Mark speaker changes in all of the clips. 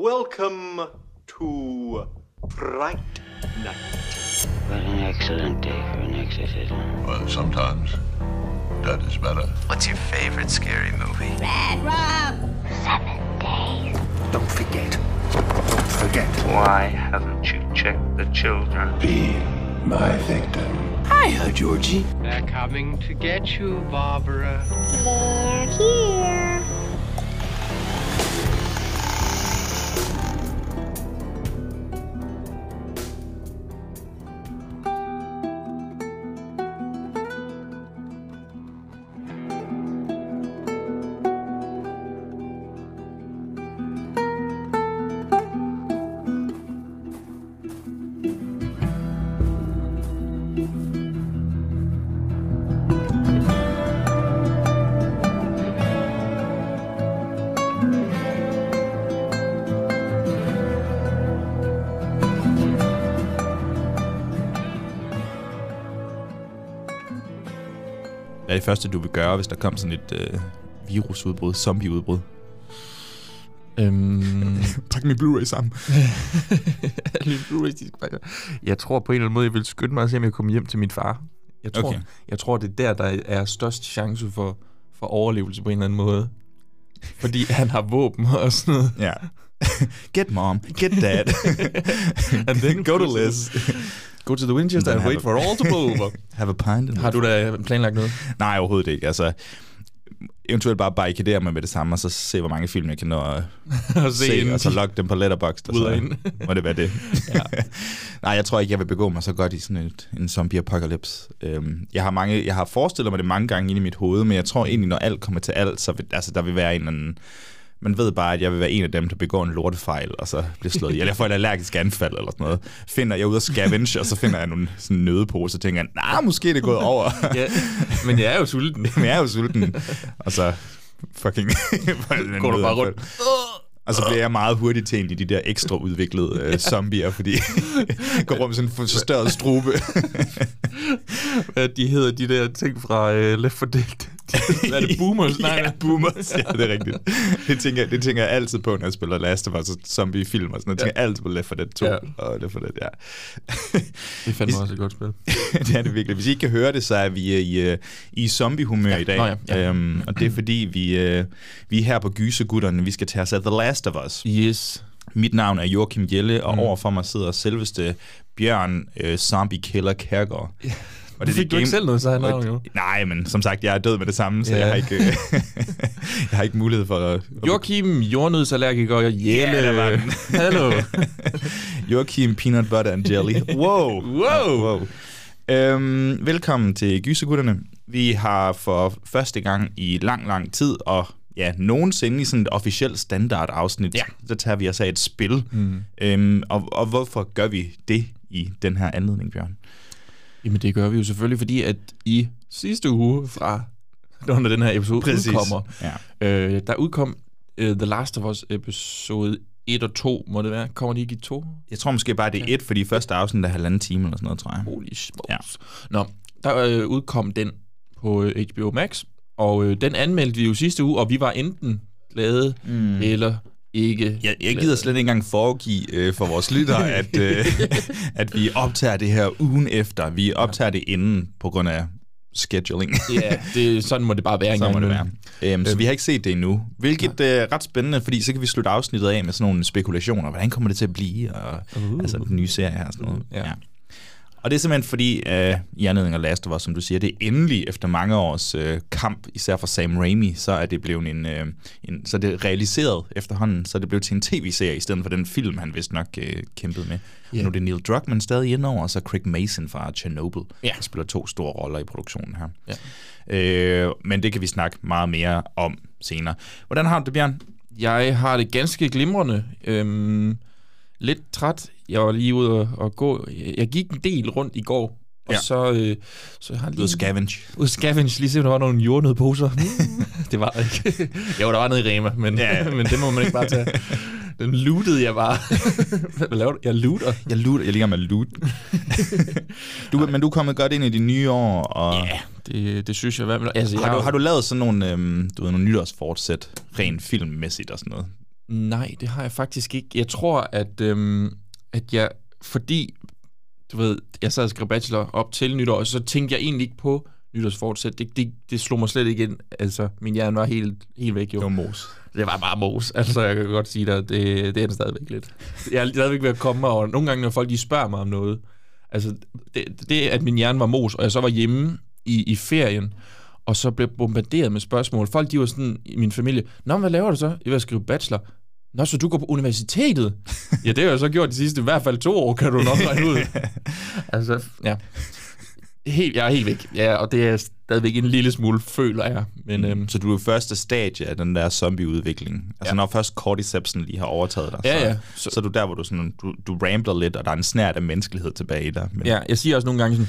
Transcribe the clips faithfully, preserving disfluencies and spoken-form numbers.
Speaker 1: Welcome to Fright Night.
Speaker 2: What an excellent day for an exorcism.
Speaker 3: Well, sometimes that is better.
Speaker 4: What's your favorite scary movie?
Speaker 5: Red Rum!
Speaker 2: Seven days.
Speaker 3: Don't forget. Don't forget.
Speaker 6: Why haven't you checked the children?
Speaker 3: Be my victim.
Speaker 4: Hiya, Georgie.
Speaker 7: They're coming to get you, Barbara.
Speaker 5: They're here.
Speaker 8: Hvad er det første, du vil gøre, hvis der kom sådan et øh, virusudbrud, zombieudbrud?
Speaker 9: Øhm...
Speaker 8: Pak min Blu-ray sammen.
Speaker 9: jeg tror på en eller anden måde, jeg vil skynde mig at se, om jeg kommer hjem til min far. Jeg tror,
Speaker 8: Okay.
Speaker 9: jeg tror det er der, der er størst chance for, for overlevelse på en eller anden måde. Fordi han har våben og sådan noget.
Speaker 8: Ja. Get mom, get dad.
Speaker 9: And then
Speaker 8: go to Liz.
Speaker 9: Go to the Winchester and wait for all to blow over.
Speaker 8: Have a pint.
Speaker 9: Har du da planlagt noget?
Speaker 8: Nej, overhovedet ikke. Altså, eventuelt bare barrikadere mig med det samme, og så se, hvor mange film jeg kan nå at se, se og så logge dem på Letterboxd, og så må det være det. Ja. Nej, jeg tror ikke, jeg vil begå mig så godt i sådan et, en zombie-apocalypse. Øhm, jeg, har mange, jeg har forestillet mig det mange gange inde i mit hoved, men jeg tror egentlig, når alt kommer til alt, så vil, altså, der vil være en eller anden... Man ved bare, at jeg vil være en af dem, der begår en lortefejl, og så bliver slået ihjel. Jeg får et allergisk anfald eller sådan noget. Finder jeg ud af scavenge, og så finder jeg nogle sådan nødepose, og tænker jeg, nah, måske er det gået over.
Speaker 9: Ja, men jeg er jo sulten.
Speaker 8: Men jeg er jo sulten. Og så fucking...
Speaker 9: Går du bare rundt.
Speaker 8: Og så bliver jeg meget hurtigt til en af de der ekstra udviklede øh, zombier, fordi jeg går rundt med sådan en forstørret strube.
Speaker 9: Hvad de hedder, de der ting fra uh, Left four Dead. Er det boomers? Nej,
Speaker 8: ja, boomers. Ja, det er rigtigt. Det tænker, det tænker jeg altid på, når jeg spiller Last of Us og zombie-film og sådan noget. Jeg tænker ja. altid på Left four Dead to ja. og Left four Dead, ja.
Speaker 9: Det fandt også et godt spil.
Speaker 8: Det er det virkelig. Hvis I ikke kan høre det, så er vi i, i zombie-humør ja. i dag. Nå, ja. Ja. Øhm, og det er fordi, vi, øh, vi er her på Gysegutterne. Vi skal tage os af The Last of Us.
Speaker 9: Yes.
Speaker 8: Mit navn er Joachim Jelle, og mm. overfor mig sidder selveste Bjørn øh, Zombie Killer Kærgaard.
Speaker 9: Ja. Og det fik du game... ikke selv noget, så han navn jo.
Speaker 8: Nej, men som sagt, jeg er død med det samme, så ja. jeg, har ikke, jeg har ikke mulighed for at...
Speaker 9: Joachim, jordnødsallergiker og Jelle.
Speaker 8: Ja, der var den.
Speaker 9: Hallo.
Speaker 8: Joachim, peanut butter and jelly. Wow.
Speaker 9: wow.
Speaker 8: wow. Øhm, velkommen til Gysegutterne. Vi har for første gang i lang, lang tid, og ja, nogensinde i sådan et officielt standardafsnit, ja. så tager vi os af et spil. Mm. Øhm, og, og hvorfor gør vi det i den her anledning, Bjørn?
Speaker 9: Jamen det gør vi jo selvfølgelig, fordi at i sidste uge fra, når den her episode Præcis. udkommer, ja. øh, der udkom uh, The Last of Us episode et og to, må det være. Kommer de ikke i to?
Speaker 8: Jeg tror måske bare, det er et, fordi første afsnit er halvanden time eller sådan noget, tror jeg.
Speaker 9: Holy smokes. Ja. Nå, der øh, udkom den på øh, H B O Max, og øh, den anmeldte vi jo sidste uge, og vi var enten glade mm. eller ikke.
Speaker 8: Jeg, jeg gider slet ikke engang foregive øh, for vores lyttere, at, øh, at vi optager det her ugen efter. Vi optager det inden på grund af scheduling.
Speaker 9: Ja, det, sådan må det bare være.
Speaker 8: Sådan må det være. Øhm, så vi har ikke set det endnu. Hvilket er øh, ret spændende, fordi så kan vi slutte afsnittet af med sådan nogle spekulationer. Hvordan kommer det til at blive? Og, uh. Altså den nye serie her og sådan noget. Ja. Ja. Og det er simpelthen fordi, øh, i anledning af Last of Us, som du siger, det er endelig efter mange års øh, kamp, især for Sam Raimi, så er det blevet en, øh, en, så er det realiseret efterhånden, så er det blevet til en tv-serie, i stedet for den film, han vist nok øh, kæmpede med. Yeah. Nu er det Neil Druckmann stadig indover, og så Craig Mason fra Chernobyl, yeah. der spiller to store roller i produktionen her. Yeah. Øh, men det kan vi snakke meget mere om senere. Hvordan har du det, Bjørn?
Speaker 9: Jeg har det ganske glimrende. Øhm Lidt træt. Jeg var lige ude og, og gå. Jeg gik en del rundt i går, og ja. så... Øh, så har jeg lige...
Speaker 8: Ude scavenge.
Speaker 9: Ude scavenge, lige se, der var nogle jordnødposer. Det var ikke... Jo, der var noget i Rema, men, ja, ja. men det må man ikke bare tage. Den lootede jeg bare. Hvad laver du? Jeg looter.
Speaker 8: Jeg looter. Jeg ligger med loot. du, men du er kommet godt ind i de nye år, og...
Speaker 9: Ja, det, det synes jeg. Hvad, altså,
Speaker 8: har,
Speaker 9: jeg
Speaker 8: du, har du lavet sådan nogle, øhm, du ved, nogle nytårsfortsæt, rent filmmæssigt og sådan noget?
Speaker 9: Nej, det har jeg faktisk ikke. Jeg tror, at, øhm, at jeg, fordi, du ved, jeg sad og skrev bachelor op til nytår, og så tænkte jeg egentlig ikke på nytårsfortsæt. Det, det, det slog mig slet ikke ind. Altså, min hjerne var helt, helt væk, jo.
Speaker 8: Det var mos.
Speaker 9: Det var bare mos. Altså, jeg kan godt sige dig, det, det er det stadigvæk lidt. Jeg er stadigvæk ved at komme, og nogle gange, når folk de spørger mig om noget, altså, det, det at min hjerne var mos, og jeg så var hjemme i, i ferien, og så blev bombarderet med spørgsmål. Folk, de var sådan i min familie, nå, hvad laver du så? Jeg vil skrive bachelor. Nå, så du går på universitetet? Ja, det har jeg så gjort de sidste i hvert fald to år, kan du nok regne ud. Altså, ja. Helt, jeg er helt væk. Ja, og det er stadigvæk en lille smule, føler jeg. Men, mm. øhm,
Speaker 8: så du er første stadie af den der zombie-udvikling. Altså, ja. Når først Cordycepsen lige har overtaget dig,
Speaker 9: ja,
Speaker 8: så,
Speaker 9: ja.
Speaker 8: Så, så er du der, hvor du, sådan, du, du rambler lidt, og der er en snært af menneskelighed tilbage i dig. Men...
Speaker 9: Ja, jeg siger også nogle gange sådan...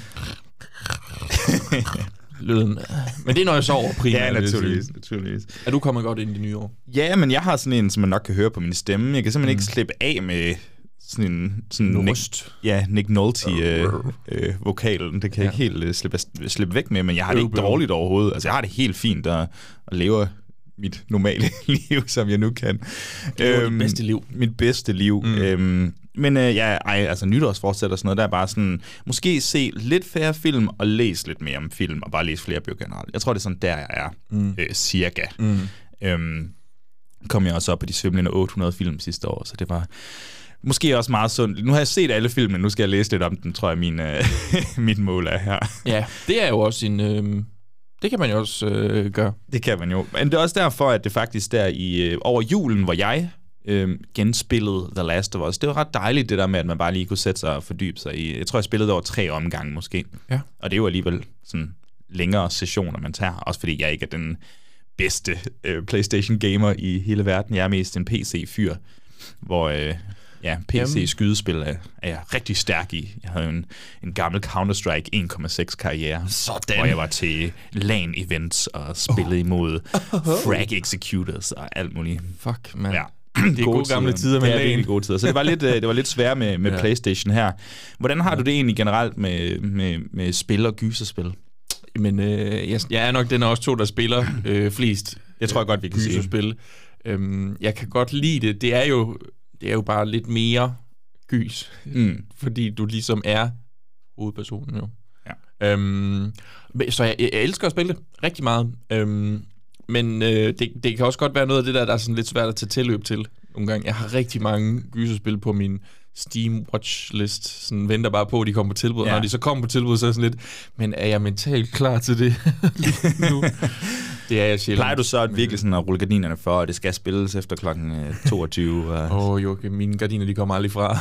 Speaker 9: lyden. Men det er, når jeg sover primært.
Speaker 8: Ja, naturligvis, naturligvis.
Speaker 9: Er du kommet godt ind i det nye år?
Speaker 8: Ja, men jeg har sådan en, som man nok kan høre på min stemme. Jeg kan simpelthen mm. ikke slippe af med sådan en... Sådan Nick, ja, Nick Nolte-vokalen. Øh, øh, det kan jeg ja. ikke helt øh, slippe, slippe væk med, men jeg har det ikke dårligt overhovedet. Altså, jeg har det helt fint og, og lever mit normale liv, som jeg nu kan.
Speaker 9: Det er øhm, dit bedste liv.
Speaker 8: Mit bedste liv. Mm. Øhm, men øh, ja, ej, altså nytårsforsæt og sådan noget, der er bare sådan, måske se lidt færre film og læse lidt mere om film, og bare læse flere bøger generelt. Jeg tror, det er sådan, der jeg er, mm. øh, cirka. Mm. Øhm, kom jeg også op på de svimlende otte hundrede film sidste år, så det var måske også meget sundt. Nu har jeg set alle filmen, nu skal jeg læse lidt om den, tror jeg, min, øh, mit mål er her. Ja,
Speaker 9: det er jo også en... Øh... Det kan man jo også øh, gøre.
Speaker 8: Det kan man jo. Men det er også derfor, at det faktisk der i øh, over julen, hvor jeg øh, genspillede The Last of Us, det var ret dejligt det der med, at man bare lige kunne sætte sig og fordybe sig i. Jeg tror, jeg spillede over tre omgange måske. Ja. Og det er jo alligevel sådan længere sessioner, man tager. Også fordi jeg ikke er den bedste øh, PlayStation-gamer i hele verden. Jeg er mest en P C-fyr, hvor... Øh, Ja, P C-skydespil er, er jeg rigtig stærk i. Jeg havde en, en gammel Counter-Strike en komma seks karriere,
Speaker 9: sådan.
Speaker 8: Hvor jeg var til LAN-events og spillede oh. imod frag executors og alt muligt.
Speaker 9: Fuck, man. Ja.
Speaker 8: Det
Speaker 9: er gode gamle tider med
Speaker 8: ja,
Speaker 9: LAN.
Speaker 8: Det er gode tider. Så det var lidt, det var lidt svært med, med ja. PlayStation her. Hvordan har du det egentlig generelt med, med, med spil og gyserspil?
Speaker 9: Men øh, jeg, jeg er nok den af os to, der spiller øh, flest.
Speaker 8: Jeg tror jeg godt, vi kan
Speaker 9: gyserspil. Øhm, jeg kan godt lide det. Det er jo... Det er jo bare lidt mere gys, mm. fordi du ligesom er hovedpersonen jo. Ja. Øhm, så jeg, jeg elsker at spille det rigtig meget, øhm, men øh, det, det kan også godt være noget af det der, der er sådan lidt svært at tage tilløb til nogle gange. Jeg har rigtig mange gyserspil på min Steam watchlist, sådan venter bare på, at de kommer på tilbud, ja. Og når de så kommer på tilbud, så er sådan lidt, men er jeg mentalt klar til det nu? Det er jeg sjældent.
Speaker 8: Plejer du så at virkelig sådan at rulle gardinerne for, at det skal spilles efter klokken toogtyve?
Speaker 9: Åh og... oh, jo, mine gardiner, de kommer aldrig fra.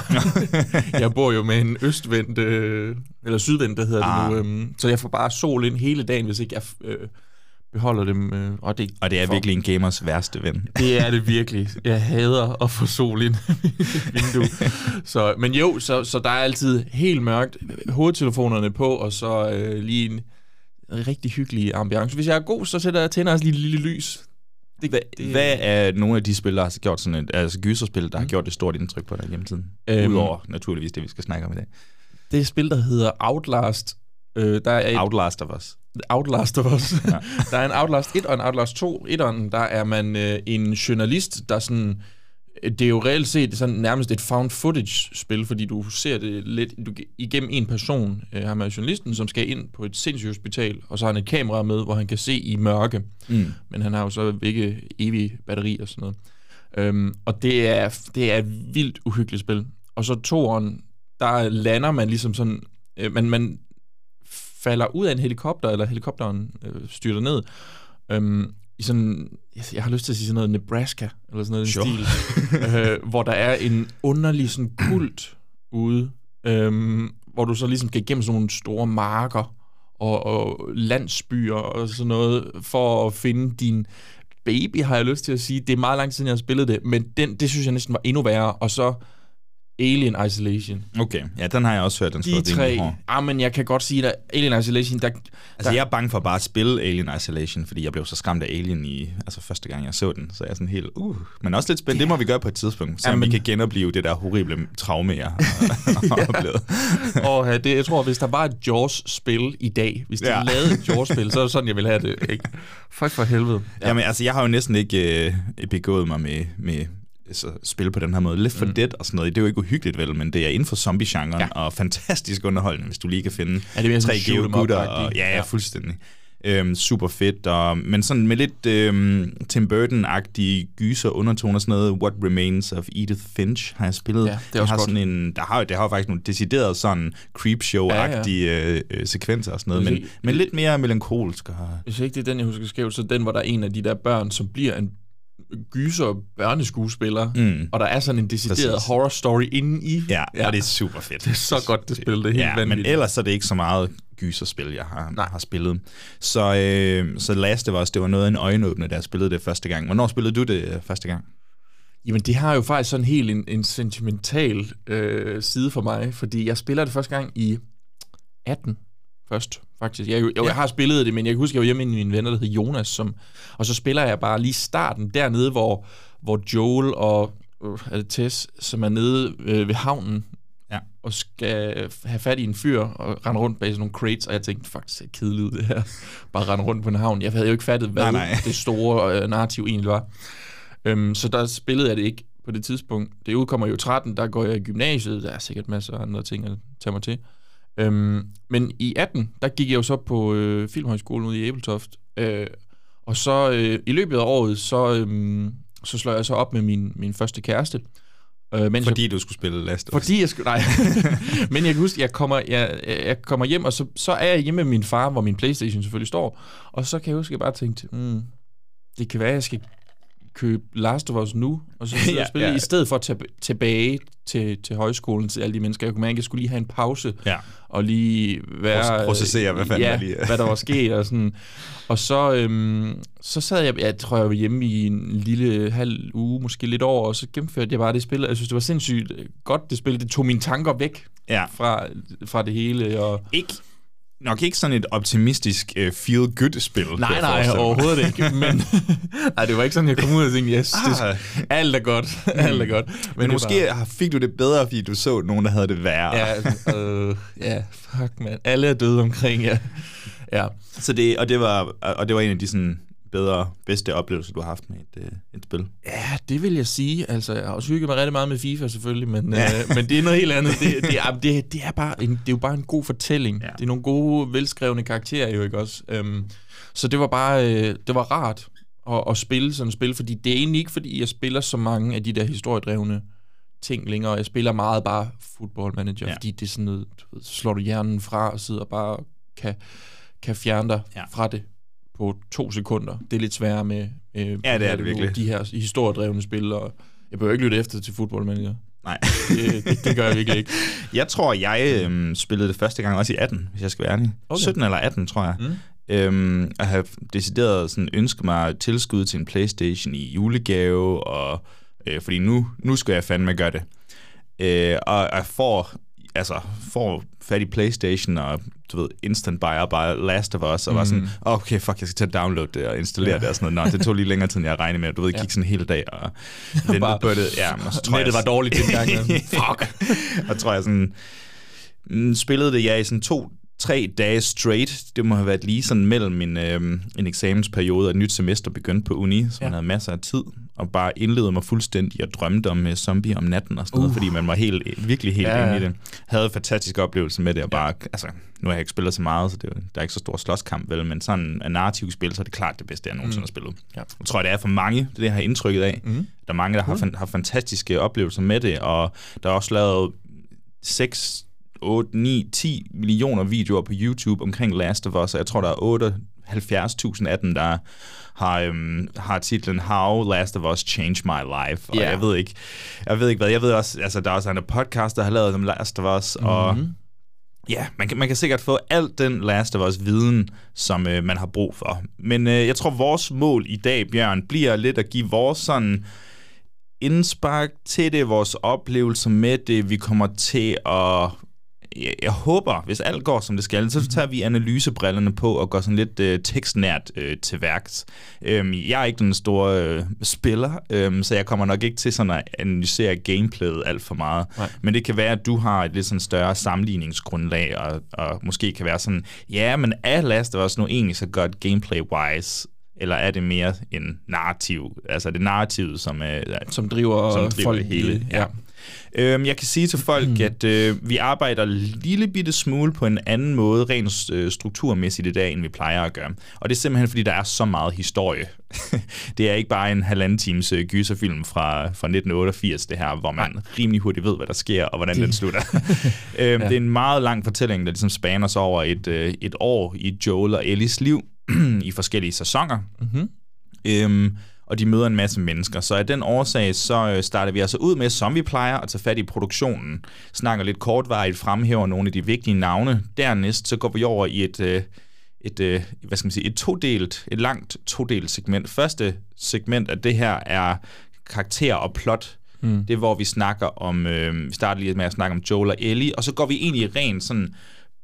Speaker 9: Jeg bor jo med en østvendt, øh, eller sydvendt, der hedder ah. det nu, øh, så jeg får bare sol ind hele dagen, hvis ikke jeg øh, beholder dem. Øh, og, det,
Speaker 8: og det er
Speaker 9: for...
Speaker 8: virkelig en gamers værste ven.
Speaker 9: Det er det virkelig. Jeg hader at få sol ind i vinduet. Så, men jo, så, så der er altid helt mørkt, hovedtelefonerne på, og så øh, lige en rigtig hyggelig ambiance. Hvis jeg er god, så sætter jeg tænder også lige et lille lys.
Speaker 8: Det, hvad, det, hvad er nogle af de spil, der har gjort sådan et, altså gyserspil, der mm. har gjort et stort indtryk på dig gennem tiden? Øhm, Udover naturligvis det, vi skal snakke om i dag.
Speaker 9: Det er spil, der hedder Outlast. Øh, der er et,
Speaker 8: Outlast of Us.
Speaker 9: Outlast of Us. Ja. Der er en Outlast et og en Outlast to. Etteren, der er man øh, en journalist, der sådan... Det er jo reelt set sådan nærmest et found footage-spil, fordi du ser det lidt du, igennem en person. Øh, ham er journalisten, som skal ind på et sindssygehospital, og så har han et kamera med, hvor han kan se i mørke. Mm. Men han har jo så ikke evig batteri og sådan noget. Øhm, og det er, det er et vildt uhyggeligt spil. Og så toeren, der lander man ligesom sådan... Øh, man, man falder ud af en helikopter, eller helikopteren øh, styrter ned. Øhm, i sådan, jeg har lyst til at sige sådan noget Nebraska, eller sådan noget sure. i stil, øh, hvor der er en underlig sådan kult ude, øh, hvor du så ligesom skal igennem sådan nogle store marker og, og landsbyer og sådan noget, for at finde din baby, har jeg lyst til at sige. Det er meget lang tid siden, jeg har spillet det, men den, det synes jeg næsten var endnu værre, og så Alien Isolation.
Speaker 8: Okay, ja, den har jeg også hørt, den
Speaker 9: De tre, ah, men jeg kan godt sige, at Alien Isolation, der...
Speaker 8: Altså, der, jeg er bange for bare at spille Alien Isolation, fordi jeg blev så skræmt af Alien i, altså første gang, jeg så den, så jeg er sådan helt, uh, men også lidt spændt, yeah. Det må vi gøre på et tidspunkt, så vi kan genopleve det der horrible traume, jeg har ja. oplevet.
Speaker 9: Og ja, det, jeg tror, hvis der var et Jaws-spil i dag, hvis de ja. lavede et Jaws-spil, så er det sådan, jeg ville have det, ikke? Fuck for helvede.
Speaker 8: Ja. Jamen, altså, jeg har jo næsten ikke øh, begået mig med... med så spille på den her måde. Left four mm. Dead og sådan noget, det er jo ikke uhyggeligt vel, men det er inden for zombie-genren, ja. og fantastisk underholdende, hvis du lige kan finde
Speaker 9: ja, det er
Speaker 8: tre geogutter. Og, ja, ja, fuldstændig. Øhm, super fedt, og, men sådan med lidt øhm, Tim Burton-agtige gyser undertoner, sådan noget What Remains of Edith Finch har jeg spillet.
Speaker 9: Ja, det er også
Speaker 8: har
Speaker 9: godt.
Speaker 8: Sådan en, der har der har faktisk nogle deciderede sådan Creepshow-agtige ja, ja. Øh, sekvenser og sådan noget, men, men lidt mere melankolsk. Og...
Speaker 9: Hvis ikke det er den, jeg husker skævt, så den, hvor der er en af de der børn, som bliver en gyser børneskuespiller, mm. og der er sådan en decideret Præcis. horror story inde i.
Speaker 8: Ja, ja, og det er super fedt.
Speaker 9: Det er så godt, det spil, det er helt
Speaker 8: ja,
Speaker 9: vanvittigt.
Speaker 8: Men ellers er det ikke så meget gyserspil, jeg har, har spillet. Så, øh, så Last of Us, det var noget af en øjenåbner, da jeg spillede det første gang. Hvornår spillede du det første gang?
Speaker 9: Jamen, det har jo faktisk sådan helt en, en sentimental øh, side for mig, fordi jeg spiller det første gang i atten først, faktisk. Jeg, jo, jeg, ja. jeg har spillet det, men jeg kan huske, jeg var hjemme med mine venner, der hed Jonas, som, og så spiller jeg bare lige starten dernede, hvor, hvor Joel og øh, er det Tess, som er nede øh, ved havnen, ja. og skal have fat i en fyr og rende rundt bag sådan nogle crates, og jeg tænkte, faktisk er kedeligt det her, bare rende rundt på en havn. Jeg havde jo ikke fattet, hvad nej, nej. det store øh, narrativ egentlig var. Um, så der spillede jeg det ikke på det tidspunkt. Det udkommer jo tretten, der går jeg i gymnasiet, der er sikkert masser af andre ting at tage mig til. Um, men i atten, der gik jeg jo så på øh, Filmhøjskolen ude i Ebeltoft, øh, og så øh, i løbet af året, så, øh, så slår jeg så op med min, min første kæreste. Øh, mens
Speaker 8: fordi
Speaker 9: jeg,
Speaker 8: du skulle spille Last of Us?
Speaker 9: Fordi jeg skulle, nej. Men jeg kan huske, jeg kommer, jeg, jeg kommer hjem, og så, så er jeg hjemme med min far, hvor min PlayStation selvfølgelig står, og så kan jeg huske, at jeg bare tænkte, mm, det kan være, at jeg skal købe Last of Us nu, og så ja, spille ja. i stedet for at tage tilbage til, til højskolen til alle de mennesker. Jeg kunne mærke, at jeg skulle lige have en pause, ja. og lige være...
Speaker 8: Processere, hvad fanden
Speaker 9: ja,
Speaker 8: der lige
Speaker 9: hvad der var sket, og sådan. Og så, øhm, så sad jeg, jeg tror, jeg var hjemme i en lille halv uge, måske lidt over, og så gennemførte jeg bare det spil. Jeg synes, det var sindssygt godt, det spil. Det tog mine tanker væk ja. fra, fra det hele. Og
Speaker 8: ikke... Nok ikke sådan et optimistisk uh, feel-good-spil.
Speaker 9: Nej, nej, overhovedet ikke. Men nej, det var ikke sådan, jeg kom ud og tænkte, yes, ah. det, alt er godt, alt er godt.
Speaker 8: Men, men måske bare... fik du det bedre, fordi du så nogen, der havde det værre.
Speaker 9: Ja, øh, ja fuck, man. Alle er døde omkring, ja. ja.
Speaker 8: Så det, og, det var, og det var en af de sådan bedre, bedste oplevelser, du har haft med et, et spil?
Speaker 9: Ja, det vil jeg sige. Altså, jeg har også hygget mig rigtig meget med FIFA selvfølgelig, men, ja. øh, men det er noget helt andet. Det, det, er, det, det, er bare en, det er jo bare en god fortælling. Ja. Det er nogle gode, velskrevne karakterer jo, ikke også? Um, så det var bare, øh, det var rart at, at spille sådan et spil, fordi det er egentlig ikke, fordi jeg spiller så mange af de der historiedrevne ting længere. Jeg spiller meget bare Football Manager, ja. fordi det er sådan noget, du ved, så slår du hjernen fra og sidder bare og kan, kan fjerne dig ja. fra det på to sekunder. Det er lidt sværere med øh,
Speaker 8: ja, det er det virkelig.
Speaker 9: De her historiedrevne spil, og jeg behøver ikke lytte efter til Football Manager.
Speaker 8: Nej.
Speaker 9: det, det, det gør jeg virkelig ikke.
Speaker 8: Jeg tror, jeg øhm, spillede det første gang også i atten, hvis jeg skal være ærlig. Okay. sytten eller atten, tror jeg. Mm. Øhm, jeg har decideret sådan ønsket mig tilskud til en PlayStation i julegave, og, øh, fordi nu, nu skal jeg fandme gøre det. Øh, og jeg får, altså, får fat i PlayStation, og du ved, instant buyer bare Last of Us, og mm. var sådan, okay, fuck, jeg skal tage download det og installere ja. det og sådan noget. Nå, det tog lige længere tid, end jeg regnede med. Du ved, jeg gik sådan en hel dag og ventede på det. Ja, og så tror
Speaker 9: jeg, det var dårligt dengang. Fuck.
Speaker 8: Og tror jeg sådan, spillede det, ja, i sådan to, tre dage straight. Det må have været lige sådan mellem en, øhm, en eksamensperiode og et nyt semester begyndte på uni, så man ja. havde masser af tid, og bare indledede mig fuldstændig og drømte om uh, zombie om natten og sådan noget, uh. fordi man var helt, virkelig helt ja. inde i det. Havde en fantastisk oplevelse med det, og bare, ja. altså, nu har jeg ikke spillet så meget, så det er, der er ikke så stor slåskamp, vel, men sådan en narrativ spil, så er det klart det bedste, jeg nogensinde mm. har spillet. Ja. Jeg tror, det er for mange, det er det, jeg har indtrykket af. Mm. Der er mange, der har, fan, har fantastiske oplevelser med det, og der er også lavet seks otte, ni, ti millioner videoer på YouTube omkring Last of Us, og jeg tror, der er otteoghalvfjerds tusind af dem, der har, øhm, har titlen How Last of Us Changed My Life, og yeah. jeg ved ikke, jeg ved ikke hvad, jeg ved også, altså der er også en podcast, der har lavet om Last of Us, mm-hmm. og ja, man kan, man kan sikkert få alt den Last of Us-viden, som øh, man har brug for. Men øh, jeg tror, vores mål i dag, Bjørn, bliver lidt at give vores sådan indspark til det, vores oplevelser med det, vi kommer til at... Jeg håber, hvis alt går, som det skal, så tager vi analysebrillerne på og går sådan lidt øh, tekstnært øh, til værks. Øhm, jeg er ikke den store øh, spiller, øh, så jeg kommer nok ikke til sådan at analysere gameplayet alt for meget. Nej. Men det kan være, at du har et lidt sådan større sammenligningsgrundlag, og, og måske kan være sådan, ja, men er Last of Us nu egentlig så godt gameplay-wise, eller er det mere en narrativ, altså det narrativ, som, er,
Speaker 9: som driver,
Speaker 8: som driver
Speaker 9: folk
Speaker 8: hele, ja. Øhm, jeg kan sige til folk, mm. at øh, vi arbejder lille bitte smule på en anden måde, rent øh, strukturmæssigt i dag, end vi plejer at gøre. Og det er simpelthen, fordi der er så meget historie. Det er ikke bare en halvanden times øh, gyserfilm fra, fra nitten otteogfirs, det her, hvor man rimelig hurtigt ved, hvad der sker, og hvordan det. den slutter. øhm, ja. Det er en meget lang fortælling, der ligesom spaner sig over et, øh, et år i Joel og Ellies liv, i forskellige sæsoner. Mm-hmm. Øhm, og de møder en masse mennesker. Så af den årsag, så starter vi altså ud med, som vi plejer, at tage fat i produktionen. Snakker lidt kortvarigt, fremhæver nogle af de vigtige navne. Dernæst, så går vi over i et, et, et hvad skal man sige, et todelt, et langt todelt segment. Første segment af det her er karakter og plot. Mm. Det er, hvor vi snakker om, øh, vi starter lige med at snakke om Joel og Ellie, og så går vi egentlig rent sådan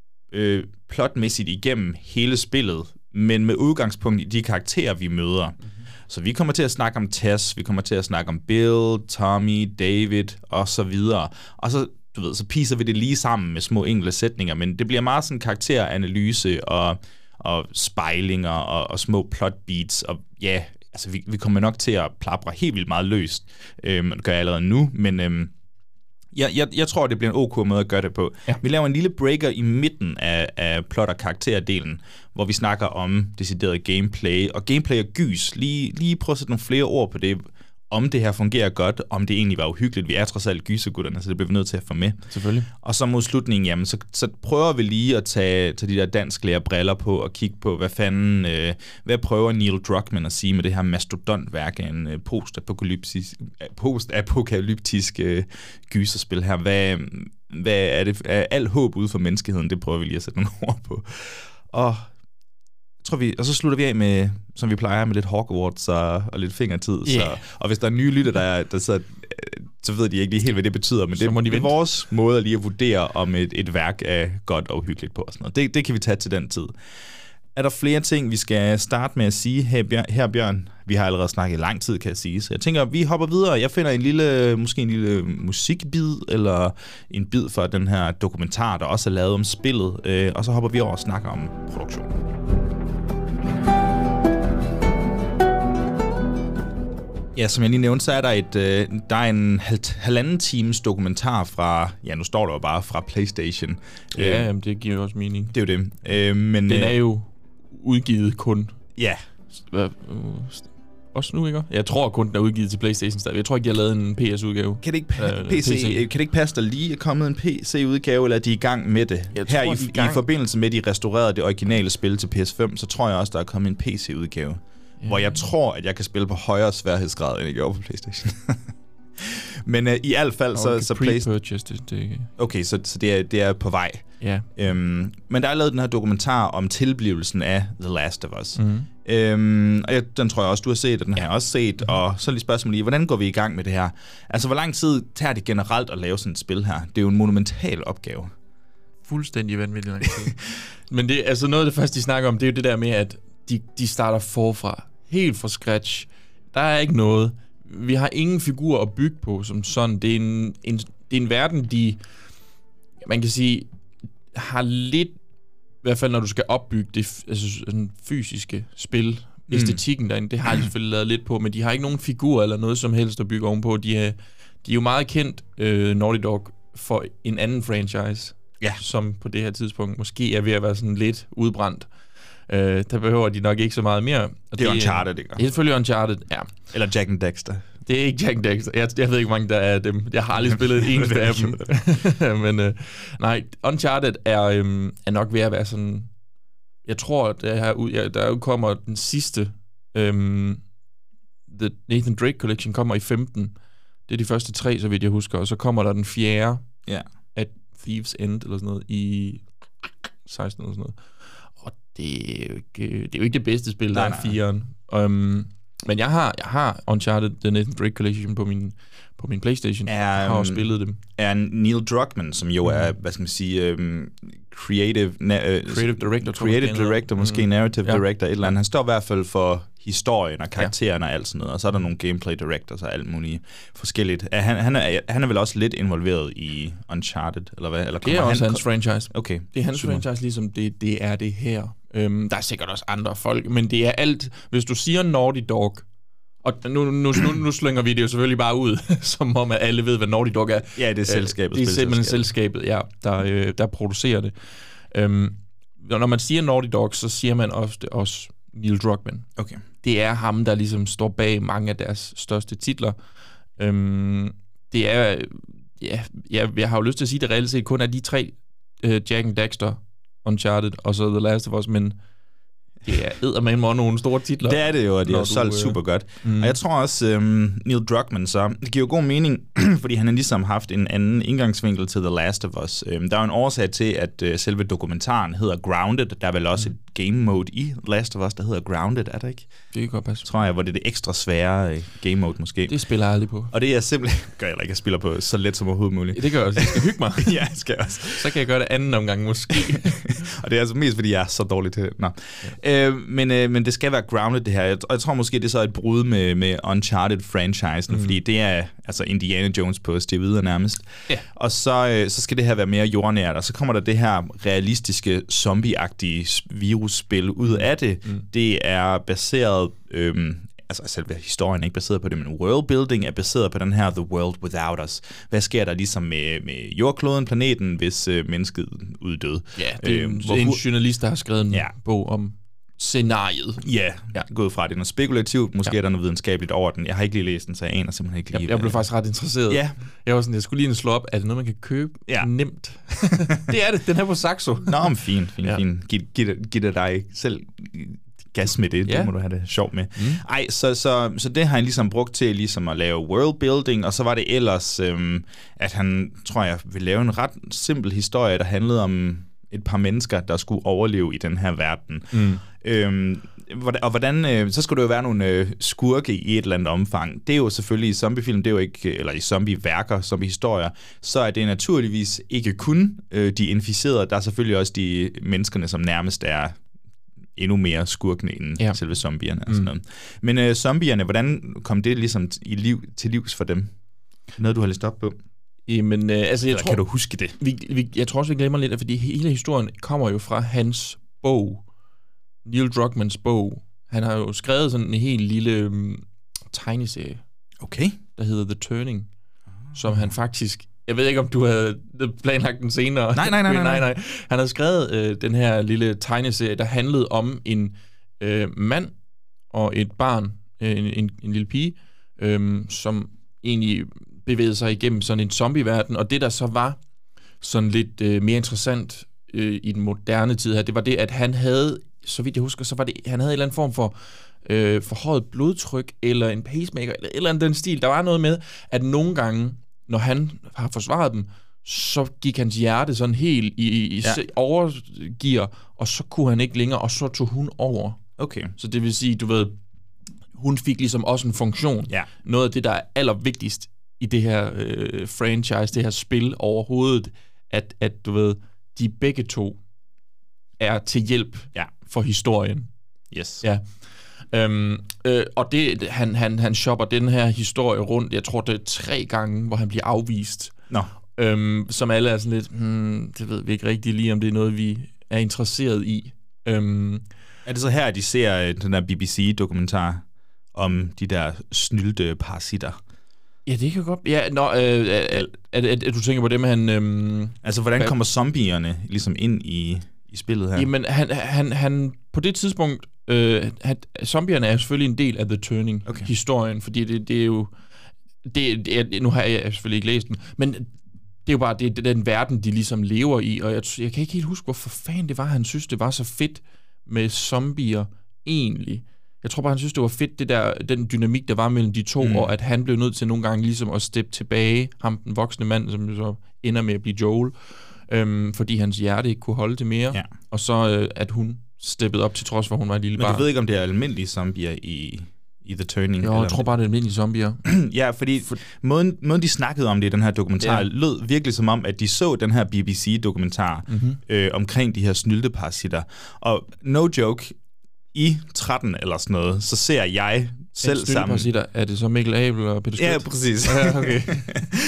Speaker 8: øh, plotmæssigt igennem hele spillet, men med udgangspunkt i de karakterer, vi møder. Mm-hmm. Så vi kommer til at snakke om Tess, vi kommer til at snakke om Bill, Tommy, David og så videre. Og så, du ved, så piser vi det lige sammen med små enkelte sætninger, men det bliver meget sådan karakteranalyse og, og spejlinger og, og små plot beats. Og ja, altså vi, vi kommer nok til at plapre helt vildt meget løst. Øhm, det gør jeg allerede nu, men øhm, jeg, jeg, jeg tror, det bliver en ok måde at gøre det på. Ja. Vi laver en lille breaker i midten af, af plot- og karakterdelen, hvor vi snakker om decideret gameplay, og gameplay og gys. Lige, lige prøv at sætte nogle flere ord på det, om det her fungerer godt, om det egentlig var uhyggeligt. Vi er trods alt gysergutterne, så det bliver vi nødt til at få med.
Speaker 9: Selvfølgelig.
Speaker 8: Og så mod slutningen, jamen, så, så prøver vi lige at tage, tage de der dansklærer briller på og kigge på, hvad fanden, øh, hvad prøver Neil Druckmann at sige med det her mastodontværk af en øh, post-apokalyptisk, post-apokalyptisk øh, gyserspil her. Hvad, hvad er det? Er alt håb ude for menneskeheden? Det prøver vi lige at sætte nogle ord på. Og tror vi, og så slutter vi af med, som vi plejer, med lidt Hogwarts og, og lidt fingertid. Yeah. Så, og hvis der er nye lytter, der, der sidder, så ved de ikke lige helt, hvad det betyder, men det, det er vores måde lige at vurdere, om et, et værk er godt og uhyggeligt på. Og sådan noget. Det, det kan vi tage til den tid. Er der flere ting, vi skal starte med at sige her, Bjørn? Her, Bjørn? Vi har allerede snakket i lang tid, kan jeg sige. Så jeg tænker, vi hopper videre. Jeg finder en lille, måske en lille musikbid, eller en bid fra den her dokumentar, der også er lavet om spillet. Og så hopper vi over og snakker om produktionen. Ja, som jeg lige nævnte, så er der et øh, der er en halv, halvanden times dokumentar fra, ja, nu står der jo bare fra PlayStation.
Speaker 9: Ja, øh, jamen, det giver jo også mening.
Speaker 8: Det er jo det. Øh, men,
Speaker 9: Den er jo udgivet kun.
Speaker 8: Ja.
Speaker 9: Hvad, øh, også nu, ikke? Jeg tror kun, den er udgivet til PlayStation stadig. Jeg tror ikke, de har lavet en P S-udgave.
Speaker 8: Kan det ikke, pa- P C, P C. Kan det ikke passe, der lige er kommet en P C-udgave, eller er de i gang med det?
Speaker 9: Jeg
Speaker 8: Her
Speaker 9: tror,
Speaker 8: i,
Speaker 9: de er i,
Speaker 8: i forbindelse med, at de restaurerede det originale spil til P S fem, så tror jeg også, der er kommet en P C-udgave. Yeah. Hvor jeg tror, at jeg kan spille på højere sværhedsgrad, end jeg gjorde på PlayStation. Men uh, i hvert fald, så... så
Speaker 9: pre-purchase, det, det
Speaker 8: okay, så, så det, er, det er på vej.
Speaker 9: Ja. Yeah.
Speaker 8: Øhm, men der er lavet den her dokumentar om tilblivelsen af The Last of Us. Mm-hmm. Øhm, og jeg, den tror jeg også, du har set, og den har jeg også set. Mm-hmm. Og så lige spørgsmålet lige, hvordan går vi i gang med det her? Altså, hvor lang tid tager det generelt at lave sådan et spil her? Det er jo en monumental opgave.
Speaker 9: Fuldstændig vanvittig lang tid. Men det, altså noget af det første, de snakker om, det er jo det der med, at de, de starter forfra. Helt fra scratch. Der er ikke noget. Vi har ingen figur at bygge på som sådan. Det er en, en, det er en verden, de, man kan sige, har lidt, i hvert fald når du skal opbygge det altså, sådan fysiske spil, mm. æstetikken derinde, det har de selvfølgelig lavet lidt på, men de har ikke nogen figur eller noget som helst at bygge ovenpå. De er, de er jo meget kendt, uh, Naughty Dog, for en anden franchise,
Speaker 8: ja.
Speaker 9: Som på det her tidspunkt måske er ved at være sådan lidt udbrændt. Uh, der behøver de nok ikke så meget mere. Og
Speaker 8: det er det, Uncharted, ikke?
Speaker 9: Det er selvfølgelig Uncharted, ja.
Speaker 8: Eller Jack and Dexter.
Speaker 9: Det er ikke Jack and Dexter. Jeg, jeg ved ikke, hvor mange der er af dem. Jeg har aldrig spillet et eneste af dem. Men uh, nej, Uncharted er, um, er nok ved at være sådan... Jeg tror, der, her, ja, der kommer den sidste... Um, The Nathan Drake Collection kommer i femten. Det er de første tre, så vidt jeg husker. Og så kommer der den fjerde
Speaker 8: ja.
Speaker 9: At Thieves End, eller sådan noget, i seksten eller sådan noget. Og det er jo ikke det, er jo ikke det bedste spil, der er fireren. Um, men jeg har, jeg har Uncharted, The Nathan Drake Collection på min, på min PlayStation.
Speaker 8: Er,
Speaker 9: jeg har også spillet dem.
Speaker 8: Er Neil Druckmann, som jo er, hvad skal man sige, um, creative, na- uh,
Speaker 9: creative director,
Speaker 8: creative director måske mm. narrative ja. director, et eller andet. Han står i hvert fald for historien og karaktererne ja. Og alt sådan noget. Og så er der nogle gameplay directors og alt muligt forskelligt. Er han, han, er, han er vel også lidt involveret i Uncharted, eller hvad? Eller
Speaker 9: det er også
Speaker 8: han,
Speaker 9: hans franchise.
Speaker 8: Okay.
Speaker 9: Det er hans
Speaker 8: super.
Speaker 9: franchise, ligesom det, det er det her. Øhm, der er sikkert også andre folk, men det er alt... Hvis du siger Naughty Dog, og nu, nu, nu, nu slynger vi det jo selvfølgelig bare ud, som om at alle ved, hvad Naughty Dog er.
Speaker 8: Ja, det er selskabet.
Speaker 9: Det er simpelthen selskabet, ja, der, øh, der producerer det. Øhm, når man siger Naughty Dog, så siger man ofte også Neil Druckmann.
Speaker 8: Okay.
Speaker 9: Det er ham, der ligesom står bag mange af deres største titler. Øhm, det er... Ja, jeg, jeg har jo lyst til at sige, at det reelt set kun er de tre, uh, Jack and Daxter, Uncharted og så The Last of Us, men det er eddermame nogle store titler.
Speaker 8: Det er det jo, og de har solgt øh... super godt. Mm. Og jeg tror også, um, Neil Druckmann så, det giver jo god mening, fordi han har ligesom haft en anden indgangsvinkel til The Last of Us. Um, der er jo en årsag til, at uh, selve dokumentaren hedder Grounded. Der er vel også mm. et game mode i Last of Us, der hedder Grounded, er der ikke?
Speaker 9: Det kan godt passe.
Speaker 8: Tror jeg, hvor det er det ekstra svære uh, game mode måske.
Speaker 9: Det spiller jeg aldrig på.
Speaker 8: Og det er simpelthen... Gør jeg ikke, jeg spiller på så let som overhovedet muligt.
Speaker 9: Ja, det gør jeg også. Jeg skal hygge mig.
Speaker 8: Ja, jeg skal også.
Speaker 9: Så kan jeg gøre det anden omgang måske.
Speaker 8: Og det er altså mest, fordi jeg er så dårlig til det. Nå. Ja. Øh, men, øh, men det skal være grounded, det her. Og jeg tror måske, det er så et brud med, med Uncharted-franchisen, mm. fordi det er altså Indiana Jones på stivider nærmest. Ja. Og så, øh, så skal det her være mere jordnært, og så kommer der det her realistiske, zombie-agtige virusspil ud af det. Mm. Det er baseret... Øh, altså selve historien er ikke baseret på det, men worldbuilding er baseret på den her The World Without Us. Hvad sker der ligesom med, med jordkloden, planeten, hvis øh, mennesket uddøde?
Speaker 9: Ja, det er øh, en, en journalist, der har skrevet en ja. bog om scenariet.
Speaker 8: Ja, ja. Gået fra det er noget spekulativt, måske ja. er der noget videnskabeligt over den. Jeg har ikke lige læst den, så jeg aner simpelthen ikke lige...
Speaker 9: Jeg, jeg blev faktisk ret interesseret. Ja. Jeg var sådan, jeg skulle lige slå op, er det noget, man kan købe ja. nemt? Det er det, den her på Saxo.
Speaker 8: Nå, men fint, fint, ja. fint. Giv, giv, giv det dig selv... gas med det, ja. Det må du have det sjovt med. Mm. Ej, så, så, så det har han ligesom brugt til ligesom at lave worldbuilding, og så var det ellers, øhm, at han, tror jeg, ville lave en ret simpel historie, der handlede om et par mennesker, der skulle overleve i den her verden. Mm. Øhm, og hvordan, øh, så skulle det jo være nogle øh, skurke i et eller andet omfang. Det er jo selvfølgelig i zombiefilm, det er jo ikke, eller i zombieværker, zombiehistorier, så er det naturligvis ikke kun øh, de inficerede, der er selvfølgelig også de menneskerne, som nærmest er endnu mere skurkende end ja. selve zombierne. Og sådan noget. Men øh, zombierne, hvordan kom det ligesom i liv, til livs for dem? Noget, du har læst op på?
Speaker 9: Jamen, øh, altså, jeg
Speaker 8: Eller
Speaker 9: tror,
Speaker 8: kan du huske det?
Speaker 9: Vi, vi, jeg tror også, vi glemmer lidt, fordi hele historien kommer jo fra hans bog. Neil Druckmanns bog. Han har jo skrevet sådan en helt lille um, tegneserie.
Speaker 8: Okay.
Speaker 9: Der hedder The Turning. Ah. Som han faktisk... Jeg ved ikke, om du havde planlagt den senere.
Speaker 8: Nej, nej, nej. nej, nej.
Speaker 9: nej. Han havde skrevet øh, den her lille tegneserie, der handlede om en øh, mand og et barn, øh, en, en, en lille pige, øh, som egentlig bevægede sig igennem sådan en zombie-verden. Og det, der så var sådan lidt øh, mere interessant øh, i den moderne tid her, det var det, at han havde, så vidt jeg husker, så var det, han havde en eller anden form for øh, forhøjet blodtryk, eller en pacemaker, eller et eller andet den stil. Der var noget med, at nogle gange, når han har forsvaret dem, så gik hans hjerte sådan helt i, i ja. overgear, og så kunne han ikke længere, og så tog hun over.
Speaker 8: Okay.
Speaker 9: Så det vil sige, du ved, hun fik ligesom også en funktion.
Speaker 8: Ja.
Speaker 9: Noget af det, der er allervigtigst i det her øh, franchise, det her spil overhovedet, at, at du ved, de begge to er til hjælp
Speaker 8: ja.
Speaker 9: for historien.
Speaker 8: Yes.
Speaker 9: Ja. Øhm, øh, og det, han, han, han shopper den her historie rundt, jeg tror det er tre gange, hvor han bliver afvist.
Speaker 8: Nå.
Speaker 9: Øhm, som alle er sådan lidt, hmm, det ved vi ikke rigtig lige, om det er noget, vi er interesseret i. Øhm,
Speaker 8: er det så her, at de ser den der B B C-dokumentar om de der snylte parasitter?
Speaker 9: Ja, det kan godt... Ja, nå, øh, at, at, at, at du tænker på dem, han... Øhm,
Speaker 8: altså, hvordan kommer zombierne ligesom ind i, i spillet her?
Speaker 9: Jamen, han, han, han på det tidspunkt... Øh, at, zombierne er selvfølgelig en del af The Turning-historien, okay. fordi det, det er jo... Det, det, nu har jeg selvfølgelig ikke læst den, men det er jo bare det, det, den verden, de ligesom lever i, og jeg, jeg kan ikke helt huske, hvorfor fanden det var, han synes, det var så fedt med zombier egentlig. Jeg tror bare, han synes, det var fedt, det der, den dynamik, der var mellem de to, mm. og at han blev nødt til nogle gange ligesom at steppe tilbage, ham den voksne mand, som så ender med at blive Joel, øhm, fordi hans hjerte ikke kunne holde det mere, ja. og så øh, at hun steppede op til trods, hvor hun var en lille
Speaker 8: Men
Speaker 9: barn.
Speaker 8: Men du ved ikke, om det er almindelige zombier i, i The Turning?
Speaker 9: Jo,
Speaker 8: eller
Speaker 9: jeg tror bare, det er almindelige zombier.
Speaker 8: Ja, fordi For... måden, måden, de snakkede om det i den her dokumentar, ja. lød virkelig som om, at de så den her B B C-dokumentar mm-hmm. øh, omkring de her snylteparasitter. Og no joke, i tretten eller sådan noget, så ser jeg selv sammen...
Speaker 9: Er det så Mikkel Abel og Peter Skødt?
Speaker 8: Ja, præcis.
Speaker 9: Ja, okay.